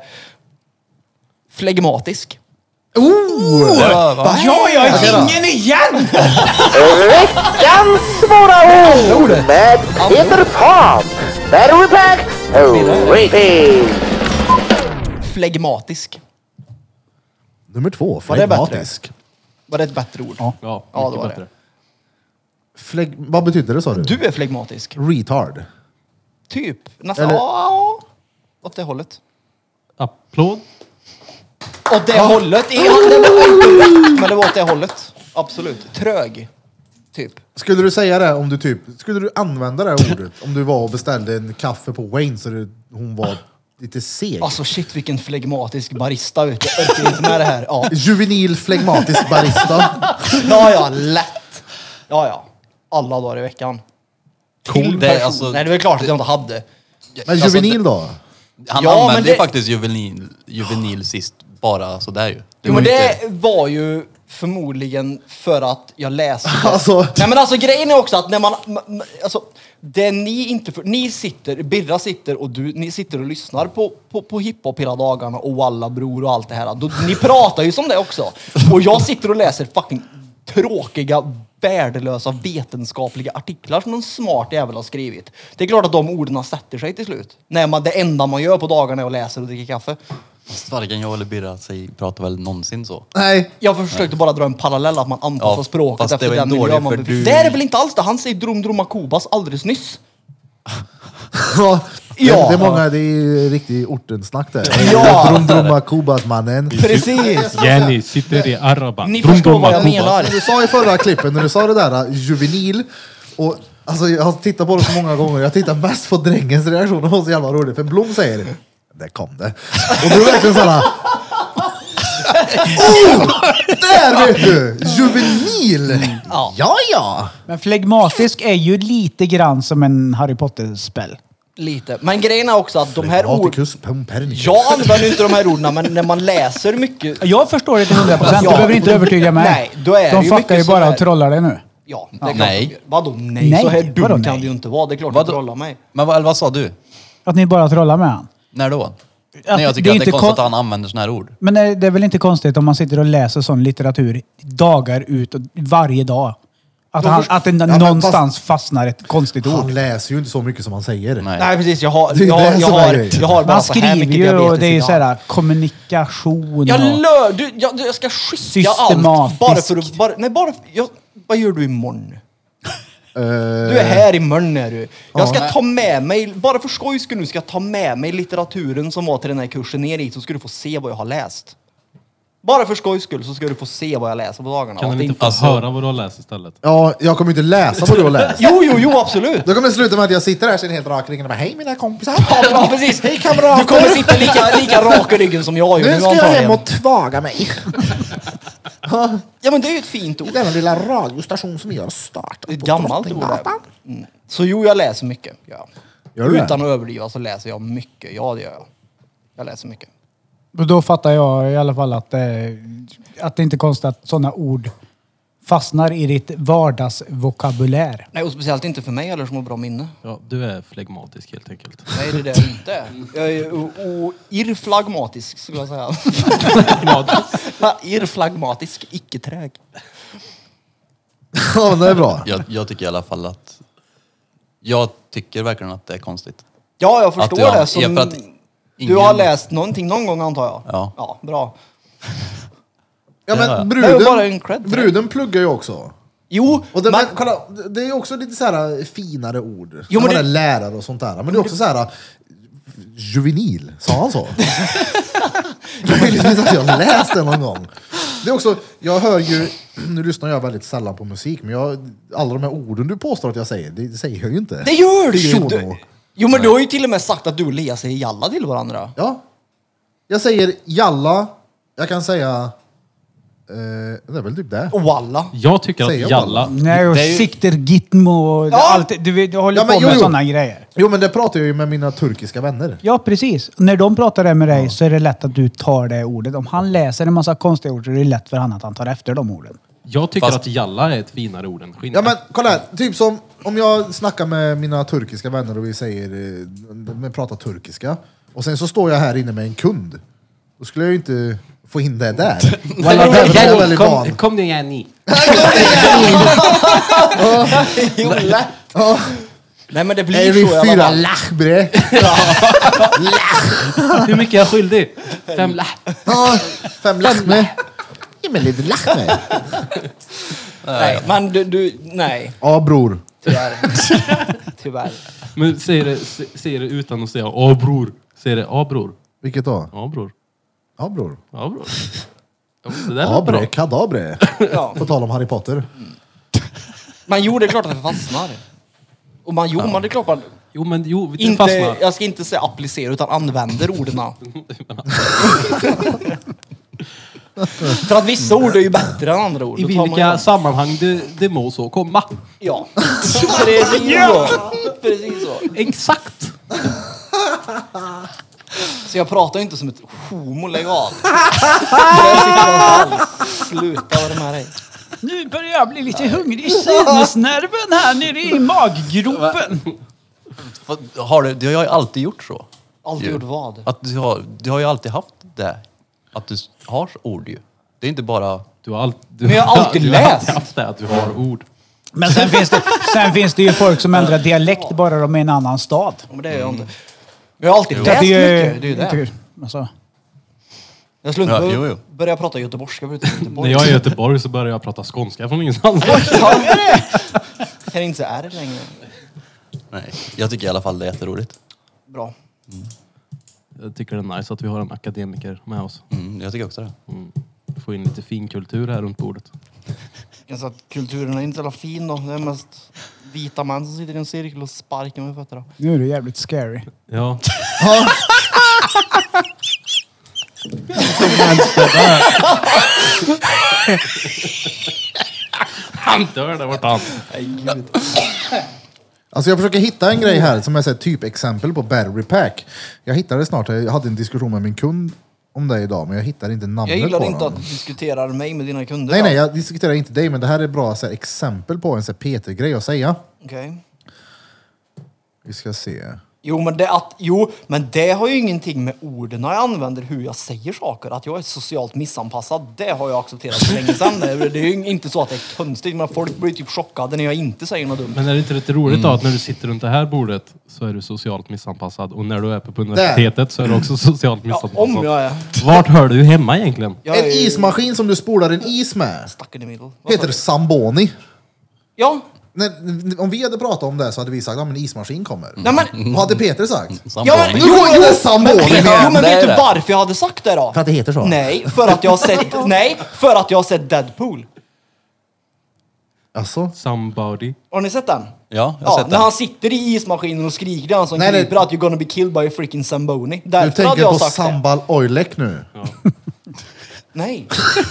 flegmatisk. Oh! Ja, va? Ja, jag Okej då. är ingen igen! Veckans svåra ord med Peter Pan. Battery pack, repeat. Flegmatisk. Nummer två, Var det bättre? flegmatisk. Var det ett bättre ord? Ja, Ja, mycket det var det. bättre. Fleg... Vad betyder det, sa du? Du är flegmatisk. Retard. Typ. Nästan. Eller- Ja, åt det hållet. Applåd. Åt det hållet? Ja, det var inte rätt, men det var åt det hållet. Absolut. Trög. Typ. Skulle du säga det om du typ, skulle du använda det här ordet om du var och beställde en kaffe på Wayne så det, hon var lite seg? Alltså shit vilken flegmatisk barista vet jag. Jag orkar inte med det här. Ja, Juvenil flegmatisk barista. ja, ja lätt. Ja, ja. Alla dagar i veckan. Till Det är person. alltså- Nej, det är väl klart att jag inte hade. Men juvenil då? Han Ja, men använde det- ju faktiskt juvenil, juvenil sist bara sådär ju. Det Jo, var men ju det inte- var ju förmodligen för att jag läste. Alltså- Nej men alltså grejen är också att när man, ma- ma- alltså det ni inte för, ni sitter, Birra sitter och du, ni sitter och lyssnar på, på, på hiphop hela dagarna och Walla bror och allt det här. Då, ni pratar ju som det också. Och jag sitter och läser fucking tråkiga, värdelösa vetenskapliga artiklar som någon smart jävel har skrivit. Det är klart att de orden sätter sig till slut. När man, det enda man gör på dagarna är att läsa och dricka kaffe. Varken jag eller Birra säger, pratar väl någonsin så. Nej. Jag försökte bara dra en parallell att man anpassar Ja, språket fast efter det var den ju miljö dåligt man för befinner du- sig. Det är det väl inte alls det? Han säger Drum Droma Kobas alldeles nyss. Ja. Ja. Det är många, det är riktigt ortensnack där. Ja. Drum drumma kubas mannen. Precis! Jenny sitter i araban. Ni Drum, förstår dum, vad jag kubas. menar. Du sa i förra klippen när du sa det där juvenil och alltså jag har tittat på det så många gånger. Jag tittar mest på drängens reaktion. Det var så jävla roligt för Blom säger där kom det. Och du är verkligen såhär oh, där vet du! Juvenil! Ja. Ja, ja! Men flegmatisk är ju lite grann som en Harry Potter-spel. Lite. Men grejen är också att de här orden... Atticus Pumpernicus. Jag använder inte de här orden, men när man läser mycket... Jag förstår det till hundra procent. Ja. Du behöver inte övertyga mig. Nej, då är det De ju fuckar mycket ju så bara här- och trollar dig nu. Ja, det är klart. Nej. Vadå nej? Nej, Så här dum vadå kan nej? det ju inte vara. Det är klart Vadå? att trolla mig. Men vad, vad sa du? Att ni bara trollar med han. När då? Att När jag tycker det är att det är inte konstigt kon- att han använder såna här ord. Men det det är väl inte konstigt om man sitter och läser sån litteratur dagar ut och varje dag. Att, han, att det men någonstans fastnar ett konstigt ord. Han läser ju inte så mycket som han säger. Nej. Nej precis, jag har, Det är jag, det har- jag, som är har, grejen. jag har bara Man så här skriver mycket ju och diabetes det är ju idag. såhär kommunikation Jag och... lör, du, jag, jag ska skicka allt. Systematisk. Bara för att, bara, nej bara, jag, vad gör du imorgon? Eh, Du är här imorgon är du. Jag ska Ja. ta med mig, bara för skojs skull nu, ska jag ta med mig litteraturen som var till den här kursen ner hit så ska du få se vad jag har läst. Bara för skojs skull så ska du få se vad jag läser på dagarna. Kan Och han det inte få Alltså- höra vad du har läst istället? Ja, jag kommer inte läsa vad du har läst. Jo, jo, jo, absolut. Då kommer det sluta med att jag sitter här sen helt rak i ryggen och bara hej mina kompisar. Ja, precis. Hej kamrater. Du kommer sitta lika, lika rak i ryggen som jag gör Nu ska jag antagligen. hem och tvaga mig. Ja, men det är ju ett fint ord. I denna lilla radiostation som vi har startat. Det är ett på gammalt ord. Drottninggatan. där. Mm. Så jo, jag läser mycket. Ja. Gör du det? Utan att överdriva så läser jag mycket. Ja, det gör jag. Jag läser mycket. Och då fattar jag i alla fall att, eh, att det inte är konstigt att sådana ord fastnar i ditt vardagsvokabulär. Nej, och speciellt inte för mig eller som har bra minne. Ja, du är flegmatisk helt enkelt. Nej, det är det jag inte är. Jag är o- o- irflagmatisk skulle jag säga. Ja, irflagmatisk, icke träg. Ja, men det är bra. Jag, jag tycker i alla fall att... Jag tycker verkligen att det är konstigt. Ja, jag förstår jag- det. Som, ja, för att Du ingen- har läst någonting någon gång antar jag? Ja. Ja, bra. Ja, Det är men Det är bara bruden, en cred. bruden pluggar ju också. Jo, Och det, men, men, kolla, det är också lite så här finare ord. Jo, Jo, men men det- det... lärare och sånt där. Men det är också så här juvenil. Sa han så? Möjligtvis att jag har läst det någon gång. Det är också, jag hör ju, nu lyssnar jag väldigt sällan på musik, men jag, alla de här orden du påstår att jag säger, det säger jag ju inte. det gör du ju! Shuno. Du, jo, men du har ju till och med sagt att du och Lea säger jalla till varandra. Ja. Jag säger jalla, jag kan säga det är väl typ det. Och walla. Jag tycker Säger att jag jalla... Nej, och Det är ju- sikter gitmo och Ja. allt. Du, vet, du håller Ja, men på jo, med jo. sådana grejer. Jo, men det pratar jag ju med mina turkiska vänner. Ja, precis. När de pratar det med dig så är det lätt att du tar det ordet. Om han läser en massa konstiga ord så är det lätt för han att han tar efter de orden. Jag tycker Fast- att jalla är ett finare ord än skinna. Ja, men kolla här. Typ som om jag snackar med mina turkiska vänner och vi säger, eh, vi pratar turkiska. Och sen så står jag här inne med en kund. Då skulle jag ju inte få in det där. Walla, det är väl väldigt van. kom, kom nu Jenny. Jo, lätt. Nej men det blir Är så i vi alla fyra fall. lachbre? Hur mycket är jag skyldig? Fem lä. Ja, fem lachme. Ge mig lite lachme. Nej, men du, du, nej. Ja, bror. Tyvärr. Tyvärr. Men säger det, sä- säger det utan att säga åh bror. Säger det ja bror. Vilket då? Ja bror. Ja, bror. Ja bror. Ja, det där var bra. Abre, kadabre. Ja. På tal om Harry Potter. Men jo, det är klart att det fastnar. Och man, jo, man det är klart man Jo men jo, det inte, fastnar. jag ska inte säga applicera utan använder orden. För att vissa ord är ju bättre än andra ord. I Då tar man vilka ju- sammanhang det, det må så komma. Ja. Precis så. Precis så. Exakt. Så jag pratar ju inte som ett homo, lägg av. Det sitter jag alls. Sluta vara med dig. Nu börjar jag bli lite hungrig i sinnesnerven här nere i maggropen. För- Har du, det har jag ju alltid gjort så. Alltid Ju. gjort vad? Att du har, du har ju alltid haft det. Att du har ord ju. Det är inte bara... Du har, all, du, Men jag har alltid du läst. har alltid haft det att du har ord. Men sen finns, det, sen finns det ju folk som ändrar dialekt bara de är i en annan stad. Men det gör jag inte. Jag har alltid Det läst är ju, mycket. Det är ju det. Alltså, Jag skulle Ja, inte jo, jo. börja prata göteborgska för utan När Göteborg. jag är i Göteborg så börjar jag prata skånska från ingenstans. Kan inte säga det längre. Nej, jag tycker i alla fall det är jätteroligt. Bra. Jag tycker det är nice att vi har en akademiker med oss. Mm, jag tycker också det. Få in lite fin kultur här runt bordet. Alltså att kulturen är inte så jävla fin då. Det är mest vita män som sitter i en cirkel och sparkar med fötterna. nu är det jävligt scary. Ja. Han dör där borta. han. Alltså jag försöker hitta en grej här som är så här typ exempel på battery pack. Jag hittade det snart. Jag hade en diskussion med min kund om det idag, men jag hittar inte namnet Jag gillar på inte den. att du diskuterar mig med dina kunder. Nej, då. nej, jag diskuterar inte dig, men det här är bra så här, exempel på en så här Peter-grej att säga. Okej. Vi ska se. Jo men, det att, jo, men det har ju ingenting med orden jag använder, hur jag säger saker. Att jag är socialt missanpassad, det har jag accepterat för länge sedan. Det är ju inte så att det är konstigt, men folk blir typ chockade när jag inte säger något dumt. Men är det inte lite roligt då att när du sitter runt det här bordet så är du socialt missanpassad och när du är på universitetet så är du också socialt Ja, missanpassad. om jag är. Vart hör du hemma egentligen? Jag En är ju ismaskin som du spolar en is med stuck in the middle. Vad sa heter du? Zamboni. Ja. När, om vi hade pratat om det så hade vi sagt att ja, en ismaskin kommer. Nej, men, Vad hade Peter sagt? ja, men, Samboni. jo, Nu kommer det jo, Zamboni men, Peter, med. jo, men Det är vet du det. varför jag hade sagt det då? För att det heter så? Nej, för att jag har sett, nej, för att jag har sett Deadpool. Alltså? Somebody. Har ni sett den? Ja, jag har Ja, sett när det. han sitter i ismaskinen och skriker till han som Nej, det- kryper att you're gonna be killed by a freaking Zamboni. Du Därför hade tänker jag på sagt det. Sambal Oilek nu? Nej.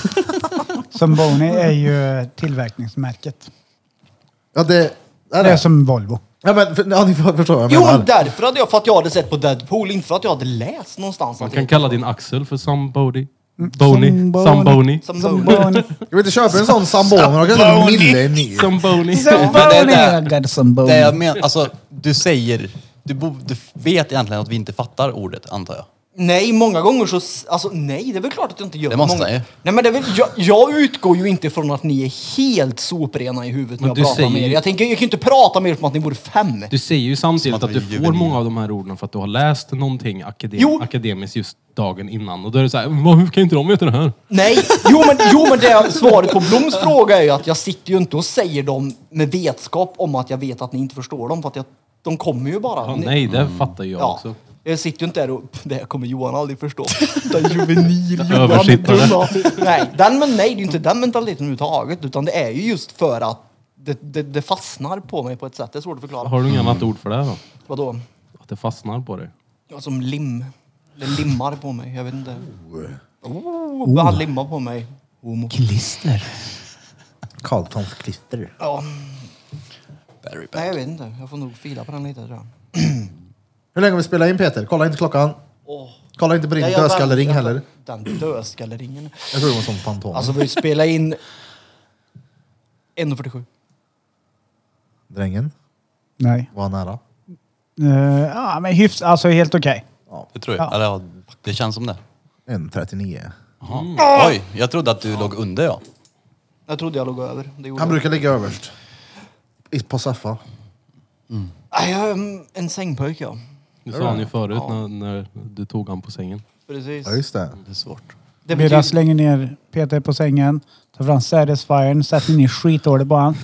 Zamboni är ju tillverkningsmärket. Ja, det är Det det. är som Volvo. Ja, men för, ja, ni förstår vad jag Jo, menar. därför hade jag, för att jag hade sett på Deadpool, inte för att jag hade läst någonstans. Man att kan det- kalla din axel för somebody. Bony. Zamboni. Samboni. Zamboni. Zamboni. Jag vill inte köpa en sån Zamboni. Jag kan köpa en Mille ny. Samboni. Zamboni. Men det är I got Zamboni. Det jag men, alltså, du säger... Du, bo, du vet egentligen att vi inte fattar ordet, antar jag. Nej, många gånger så... Alltså, nej, det är väl klart att jag inte gör Det måste många... jag ju. Nej, men det är väl, jag, jag utgår ju inte från att ni är helt soprena i huvudet när Men jag du pratar säger med er. ju- Jag, tänker, jag kan ju inte prata med er som att ni vore fem. Du säger ju samtidigt Som att att du vi är får juvenil. många av de här orden för att du har läst någonting akadem Jo. akademiskt just dagen innan. Och då är det så här, "Vad, hur kan inte de veta det här? Nej, jo men, jo, men det svaret på Bloms fråga är ju att jag sitter ju inte och säger dem med vetskap om att jag vet att ni inte förstår dem. För att jag, de kommer ju bara. Ja, Ni- nej, det fattar ju jag Ja. också. Jag sitter ju inte där och, det här kommer Johan aldrig förstå. Den juvenil Johan. Översittare. dumma. Nej, den, men nej, det är ju inte den mentaliteten överhuvudtaget. Utan det är ju just för att det, det, det fastnar på mig på ett sätt. Det är svårt att förklara. Har du inget annat ord för det då? Vadå? Att det fastnar på dig? Ja, som lim. Det limmar på mig, jag vet inte. Oh, han limmar på mig. Homo. Klister. Carltons klister. Ja. Battery Nej, jag pack. vet inte. Jag får nog fila på den lite, tror jag. Hur länge har vi spelat in, Peter? Kolla inte klockan. Åh. Kolla inte på din Nej, jag dödskallering vänt- heller. Den dödskalleringen. Jag tror det var som fantom. Alltså, vi spelar in en fyrtiosju. Drängen Nej. var nära. Uh, ja, men hyfs, alltså helt okej. Det tror jag. Ja. Eller, ja, det känns som det. en trettionio. Jaha. Oj, jag trodde att du låg under, ja. Jag trodde jag låg över. Det gjorde Han jag. brukar ligga överst. I- På soffa. Nej, jag är en- en sängpojk, ja. Det sa han ju förut Ja. när, när du tog han på sängen. Precis. Ja, just det. Det är svårt. Det Birra betyder... slänger ner Peter på sängen. Tar fram Satisfyern, sätter ner skithålet på han.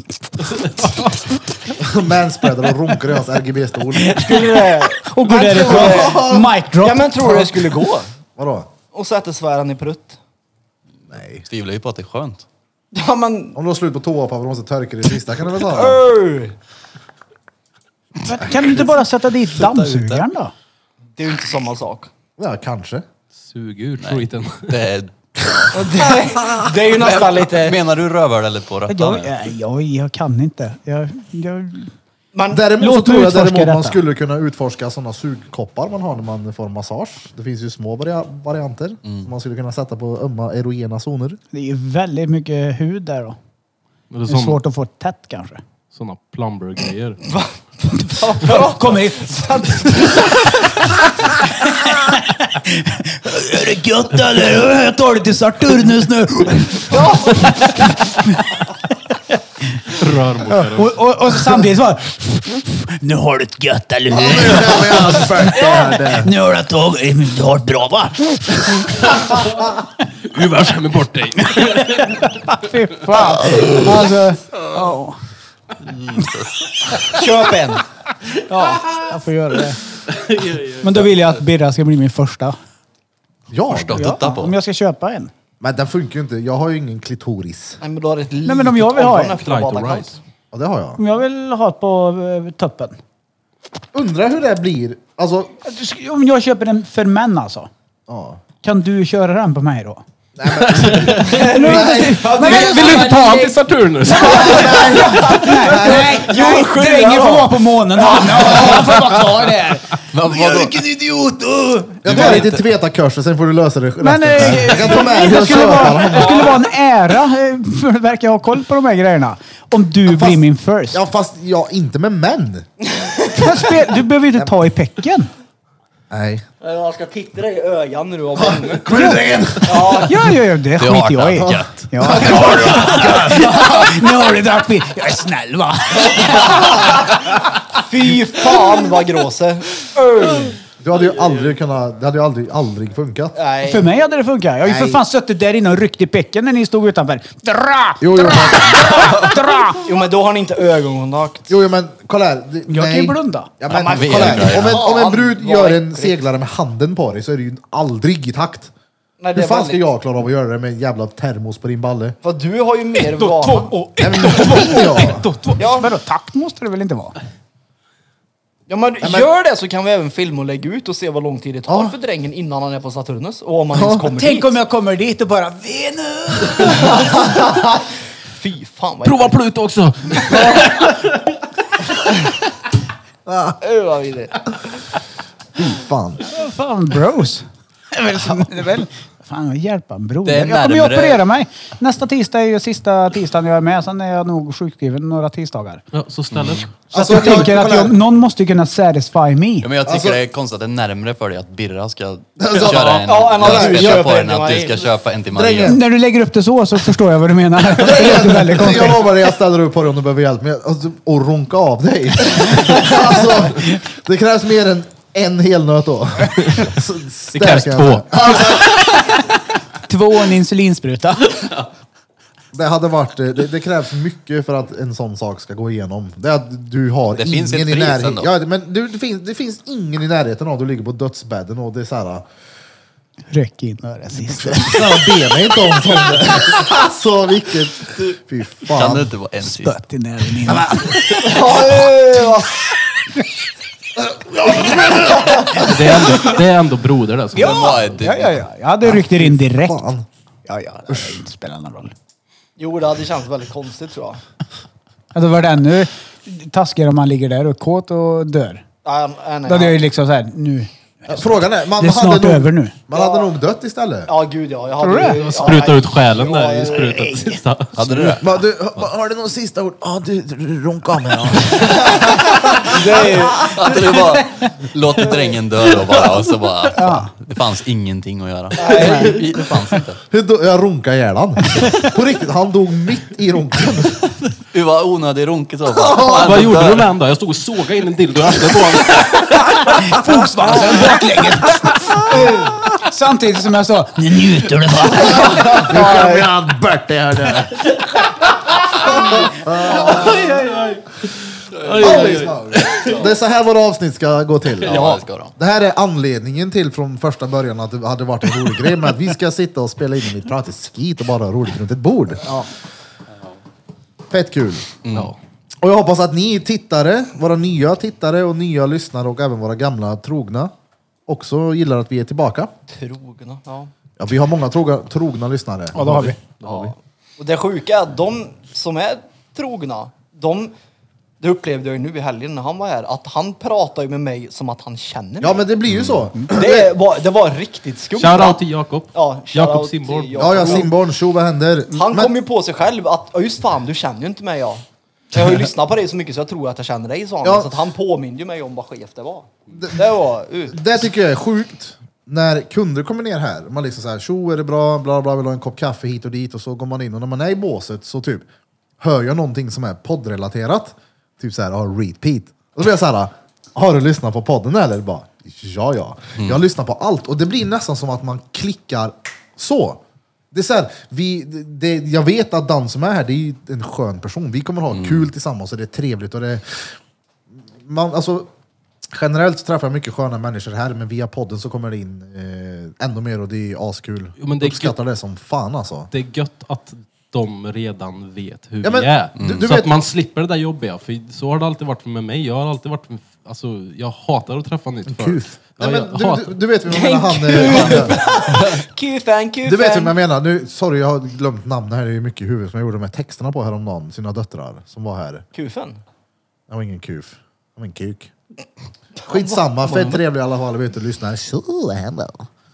Manspreadar och runkar i hans R G B-stol. Skulle det... Och går därifrån. Mic drop. Ja, men tror du det skulle gå? Vadå? Och sätta sväran i prutt? Nej. Tvivlar ju på att det är skönt. Ja, men... Om du har slut på toapapper och måste torka det sista kan du väl ta det? Öh! Men kan du inte bara sätta dit dammsugaren då? Det är ju inte samma sak. Ja, kanske. Sug ur skiten. Det är... Det, det är ju nästan lite... Menar du rövhål eller på röttan? Jag, jag, jag, jag kan inte. Jag, jag, Man, Däremot Låt så tror mig jag utforska däremot man detta. skulle kunna utforska sådana sugkoppar man har när man får massage. Det finns ju små varia- varianter som man skulle kunna sätta på ömma erogena zoner. det är ju väldigt mycket hud där då. Det är Det är som, svårt att få tätt kanske. såna plumber-grejer. Kom hit! Är det gött eller? Jag tar det till Saturnus nu. Rörmokare. Och, och, och samtidigt så nu har du ett gött eller hur? Nu har du tagit, du har ett bra va? Uvar skämmer bort dig. Fy fan. Alltså, ja. köp en! Ja, jag får göra det. Men då vill jag att Birra ska bli min första. Ja, Förstått. Ja, Titta på. om jag ska köpa en. men den funkar ju inte. Jag har ju ingen klitoris. Nej, men du har ett litet men om jag vill ha ollon en. efter att ha badat Clitoris. kallt. Ja, det har jag. Om jag vill ha ett på eh, toppen. Undrar hur det blir. Alltså, Om jag köper den för män alltså. ja. Kan du köra den på mig då? Nej, men, Nej, Vill, vill du inte ta han till Saturnus? nej, nej, drängen får vara på månen. Han, han får vara kvar där. Men vadå? Vilken idiot! oh. jag tar dig till Tvetakursen, sen får du lösa det resten. Men eh, jag kan ta med dig det och skulle, köpa vara, den. det skulle vara en ära, eh, för verkar jag ha koll på de här grejerna. Om du fast- blir min first. Ja, fast ja, inte med män. Du behöver ju inte ta i pecken. Nej. Jag ska titta dig i ögonen nu och bara... Kom igen! Ja, ja, ja, det Det skiter har jag i. det gött. Ja, nu har du drack vin. Jag är snäll va? Fy fan vad gråse! Du hade ju aldrig kunnat, det hade ju aldrig, aldrig funkat. Nej. För mig hade det funkat. Jag har ju för Nej. fan suttit där inne och ryckt i pecken när ni stod utanför. Dra! Jo, jo, men, Dra! Jo, men då har ni inte ögonkontakt. jo, jo, men kolla här. Det- Jag kan ju blunda. Ja, men, Ja, men kolla vi är här. Om en, om en brud Fan, gör vad en äckligt. seglare med handen på dig så är det ju aldrig i takt. Nej, det Hur är fan ska väldigt- jag klara av att göra det med en jävla termos på din balle? För du har ju mer Ett och vana. två och Nej, ett men och två och ja. ett och två. Ja. Vadå, takt måste det väl inte vara? Ja, men men- gör det så kan vi även filma och lägga ut och se vad lång tid det tar Ja. för drängen innan han är på Saturnus. Och om han ens kommer Tänk dit. om jag kommer dit och bara Venus! Fy fan vad Prova Pluto också! Öh, vad vidrigt. Fy fan. Vad fan bros? Det är väl, som- det är väl fan hjälpa en bror. Det är Jag kommer ju närmare- operera mig. Nästa tisdag är ju sista tisdagen jag är med. Sen är jag nog sjukskriven några tisdagar. Ja, så stället. Så Alltså, jag tänker jag- att kolla jag, här. någon måste ju kunna satisfy me. Ja, men jag tycker Alltså- det är konstigt att det är närmare för dig att Birra ska Alltså, köra en ja, än att du dödsspecial köper på en den, till att du Marie. ska köpa en till Maria. Drängen. När du lägger upp det så så förstår jag vad du menar. Det låter väldigt Jag konstigt. lovar dig, jag ställer upp på dig om du behöver hjälp med alltså, och runka av dig. Alltså, det krävs mer än en helnöt då. Så Det krävs stärker två. jag Två och en insulinspruta. Det hade varit, det, det krävs mycket för att en sån sak ska gå igenom. Det är att du har Det ingen finns ett i pris närheten. ändå. Ja, men du, det, finns, det finns ingen i närheten av du ligger på dödsbädden och det är så här. Ryck in några sista. Snälla be mig inte om sånt. Alltså vilket, fy Kan det fan. inte vara en sista? Spött i näven innan. Det är ändå, det är ändå broder där. Som Ja, vad är det? ja, ja, ja. Jag hade ryckt er in direkt. Fan. Ja, ja, det hade inte spelat någon roll. Jo, det hade känts väldigt konstigt tror jag. Ja, då var det ännu taskigare om man ligger där och kåt och dör. Nej, nej, Då hade jag ju liksom såhär, nu. Frågan är, man Det är hade snart nog, över nu. Man hade nog dött istället. Ja, gud ja. Jag Tror du hade det? ju- Spruta ja, ut själen ja, där i ja, sprutan ja, sista. Hade du det? Men du, ha- har du någon sista ord? Ja, du, du runka av mig då. Det är ju... Hade du bara låtit drängen dö då bara och så bara... Fan, det fanns ingenting att göra. Nej, det fanns inte. Hur do- Jag runkade ihjäl han. På riktigt, han dog mitt i runken. Det var onödig runk i så fall. Vad gjorde du med honom då? Jag stod och sågade in en dildo i arslet på honom. Fogsvansen baklänges. Samtidigt som jag sa, nu njuter du va? Nu kommer jag bort det här nu. Det är så här våra avsnitt ska gå till. Ja, det ska de. Det här är anledningen till från första början att det hade varit en rolig grej med att vi ska sitta och spela in och vi pratar skit och bara ha roligt runt ett bord. Ja. Fett kul. Ja. Och jag hoppas att ni tittare, våra nya tittare och nya lyssnare och även våra gamla trogna också gillar att vi är tillbaka. Trogna, ja. Ja, vi har många trogna, trogna lyssnare. Ja, då har vi. ja. Och det sjuka är att de som är trogna, de... Det upplevde jag ju nu i helgen när han var här, att han pratar ju med mig som att han känner mig. Ja, men det blir ju så. Det var, det var riktigt skumt. Shoutout till Jakob. Ja, shoutout Jakob till Simborn. Jakob. Ja, ja, Simborn, tjo, vad händer? Han Men- kom ju på sig själv att, ja just fan, du känner ju inte mig ja. Jag har ju lyssnat på dig så mycket så jag tror att jag känner dig, sa han. Ja. Så att han påminde ju mig om vad chef det var. Det var... Uh. Det tycker jag är sjukt. När kunder kommer ner här, man liksom såhär, tjo är det bra, bla bla, vill ha en kopp kaffe hit och dit och så går man in och när man är i båset så typ hör jag någonting som är poddrelaterat. Typ såhär, ja, repeat. Och då blir jag såhär, har du lyssnat på podden eller? Bara, ja ja. Jag lyssnar på allt och det blir nästan som att man klickar så. Det är så här, vi, det, jag vet att Dan som är här, det är ju en skön person. Vi kommer ha kul tillsammans och det är trevligt och det man, alltså generellt så träffar jag mycket sköna människor här, men via podden så kommer det in eh, ännu mer och det är askul. Jo, men det är Uppskattar det som fan alltså. Det är gött att de redan vet hur Ja, men vi är. du- du så vet- att man slipper det där jobbiga. För så har det alltid varit med mig. Jag har alltid varit... Alltså, jag hatar att träffa nytt folk. Kuf. Ja, Nej, jag men du, hatar- du, du vet vad jag menar, han, eh, han Q-fan, Q-fan. Du vet vad jag menar, nu, sorry jag har glömt namn här, det är mycket i huvudet som jag gjorde de här texterna på häromdagen, sina döttrar som var här. Q-fan? Jag var ingen kuf, jag var en kuk. Skitsamma, fett trevlig i alla fall, vet du, lyssnar. Så händer.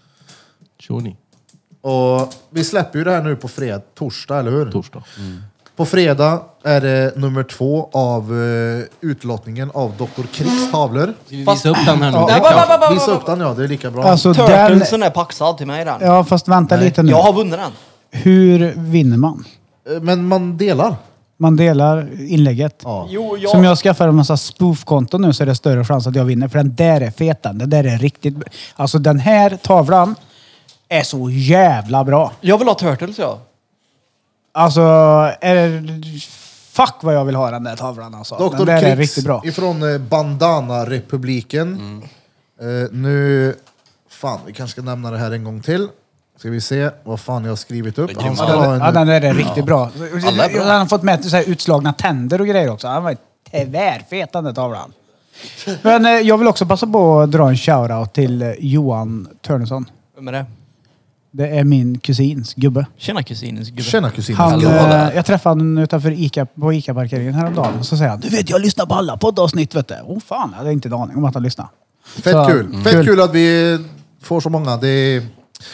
Tjoni. Och vi släpper ju det här nu på fredag, torsdag, eller hur? Torsdag. På fredag är det nummer två av uh, utlottningen av doktor Kricks tavlor. Ska vi visa upp den här nu? Nej, Det är va, va, klart. va, va, va, Visa va. upp den, ja, det är lika bra. Alltså den... Turtlesen är paxad till mig den. Ja, fast vänta lite nu. Jag har vunnit den. Hur vinner man? Eh, Men man delar. Man delar inlägget. Ja. Jo, jag... Som jag skaffar en massa spoof-konton nu så är det större chans att jag vinner. För den där är feten. Den där är riktigt... Alltså den här tavlan är så jävla bra. jag vill ha Turtles, ja. Alltså, är det... Fuck vad jag vill ha den där tavlan alltså. doktor Den där är Kricks riktigt bra. ifrån eh, Bandana-republiken. Eh, nu... Fan, vi kanske ska nämna det här en gång till. Ska vi se vad fan jag har skrivit upp. Det är Han ska grymma. Ja, ha den, en, ja, den där är riktigt bra. Alla är bra. Han har fått med så här utslagna tänder och grejer också. Han var tvärfet den där tavlan. Men eh, jag vill också passa på att dra en shoutout till eh, Johan Törnesson. Vem är det? Det är min kusins gubbe. Tjena kusinens gubbe. Tjena kusinen. Han, Hallå eh, där. jag träffade honom utanför Ica, på Ica-parkeringen häromdagen. Och så säger han, du vet jag lyssnar på alla poddavsnitt vet du. Åh oh, fan, jag hade inte en aning om att han lyssnar. Fett Så, kul. mm. Fett Kul. kul att vi får så många det är,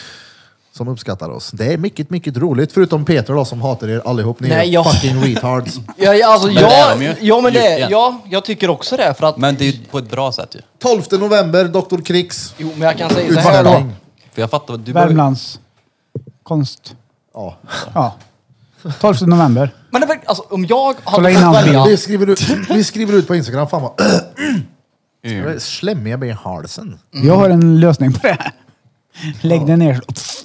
som uppskattar oss. Det är mycket, mycket roligt. Förutom Peter då som hatar er allihop. Ni är Nej, jag- fucking retards. Ja, ja, alltså, Men det ja, är de ju. ja, men det, Egentligen. ja, jag tycker också det. För att, Men det är ju på ett bra sätt ju. tolfte november, doktor Kricks. jo, men jag kan säga så här då. Utställning. För jag fattar, du behöver... Värmlands konst. Ja. Ja. tolfte november. Men det, var- alltså, om jag Kolla hade in fått hans välja... Vi skriver, ut, vi skriver ut på Instagram. Fan vad jag Mm. är slemmig jag blir i halsen. Jag har en lösning på det här. Lägg den ner.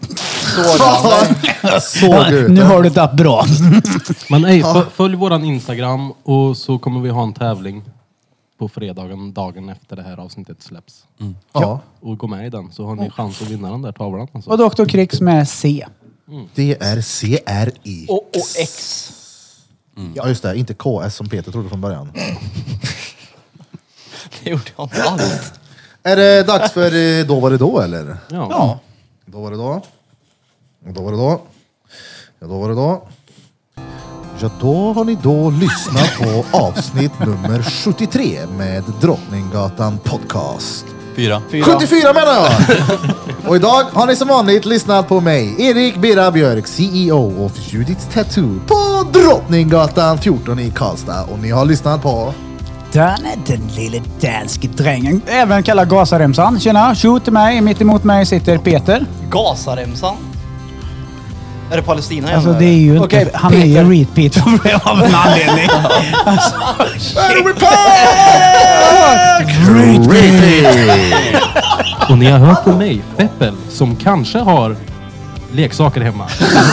Såg ut. Nu har du det bra. Men ej, föl- följ våran Instagram och så kommer vi ha en tävling på fredagen, dagen efter det här avsnittet släpps. Ja. Och gå med i den så har ni chans att vinna den där tavlan. Alltså. Och doktor Kricks med C. D R C R I. Och, och X. Ja just det, inte K S som Peter trodde från början. Det gjorde jag inte alls. Är det dags för eh, Då var det då eller? Ja. Då var det då. Och då var det då. Ja, då var det då. Ja, då har ni då lyssnat på avsnitt nummer sjuttiotre med Drottninggatan podcast. Fyra. Fyra. sjuttiofyra menar jag! Och idag har ni som vanligt lyssnat på mig, Erik Birra Björk, C E O of Judith's Tattoo på Drottninggatan fjorton i Karlstad. Och ni har lyssnat på... Den är den lille danske drängen. Även kallad gasaremsan. Tjena, shoot till mig. Mitt emot mig sitter Peter. Gasaremsan. Är det Palestina? Alltså det är ju inte... Okej, han är ju Peter. repeat av en anledning. Alltså, Och ni har hört på mig, Feppel, som kanske har leksaker hemma.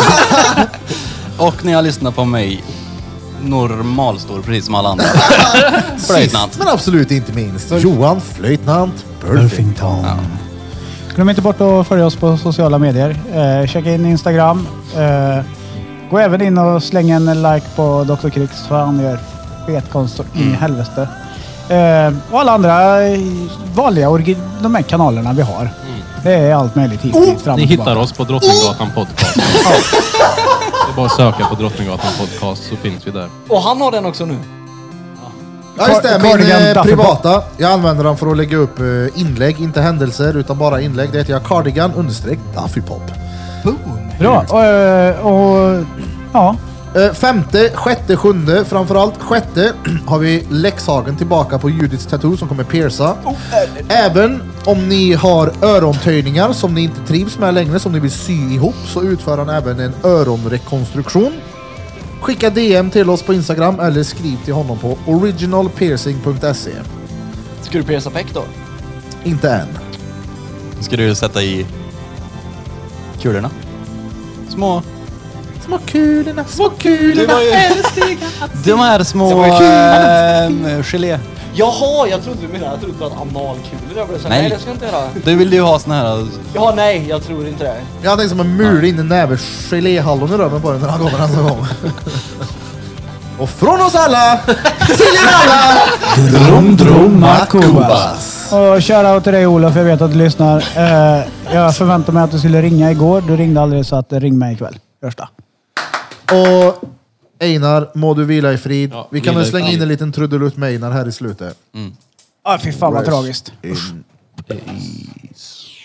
Och ni har lyssnat på mig. Normalstor, precis som alla andra. Sist, Flöjtnant. men absolut inte minst, Johan Flöjtnant Burfington. Burfington. Glöm inte bort att följa oss på sociala medier. Eh, checka in Instagram. Eh, gå även in och släng en like på doktor Krix, för han gör fet konst in i helvete. Eh, och alla andra eh, vanliga orgi- de här kanalerna vi har. Det är allt möjligt hit, hit fram och Ni tillbaka. hittar oss på Drottninggatan podcast. Det är bara att söka på Drottninggatan podcast så finns vi där. Och han har den också nu. Ja just det, min Cardigan eh, Duffer privata. Jag använder den för att lägga upp eh, inlägg, inte händelser utan bara inlägg. Det heter jag Cardigan understreck Duffypop. Bra. Och, eh, och ja. Eh, femte, sjätte, sjunde, framförallt sjätte har vi Lekshagen tillbaka på Judith's Tattoo som kommer pierca. Även om ni har örontöjningar som ni inte trivs med längre, som ni vill sy ihop, så utför han även en öronrekonstruktion. Skicka D M till oss på Instagram eller skriv till honom på original piercing punkt se. Ska du pierca peck då? Inte än. Ska du sätta i kulorna? Små. Små kulorna, små kulorna. Det var ju... De här små äh, gelé. Jaha, jag trodde du menade, jag trodde du att analkulor. Jag blev så här, Nej. nej det ska jag inte göra. Du vill ju ha såna här... Ja, nej, jag tror inte det. Jag hade som en mul in en näve geléhallon i röven på den när han kommer nästa gång. Och från oss alla till er alla Drum, drum, Makubas. Och shoutout till dig Olof, jag vet att du lyssnar. Eh, jag förväntade mig att du skulle ringa igår. Du ringde aldrig, så att ring mig ikväll. Första. Och Einar, må du vila i frid. Ja, Vi kan vila väl i slänga frid. in en liten trudelutt med Einar här i slutet. Ah, fy fan vad tragiskt. In peace.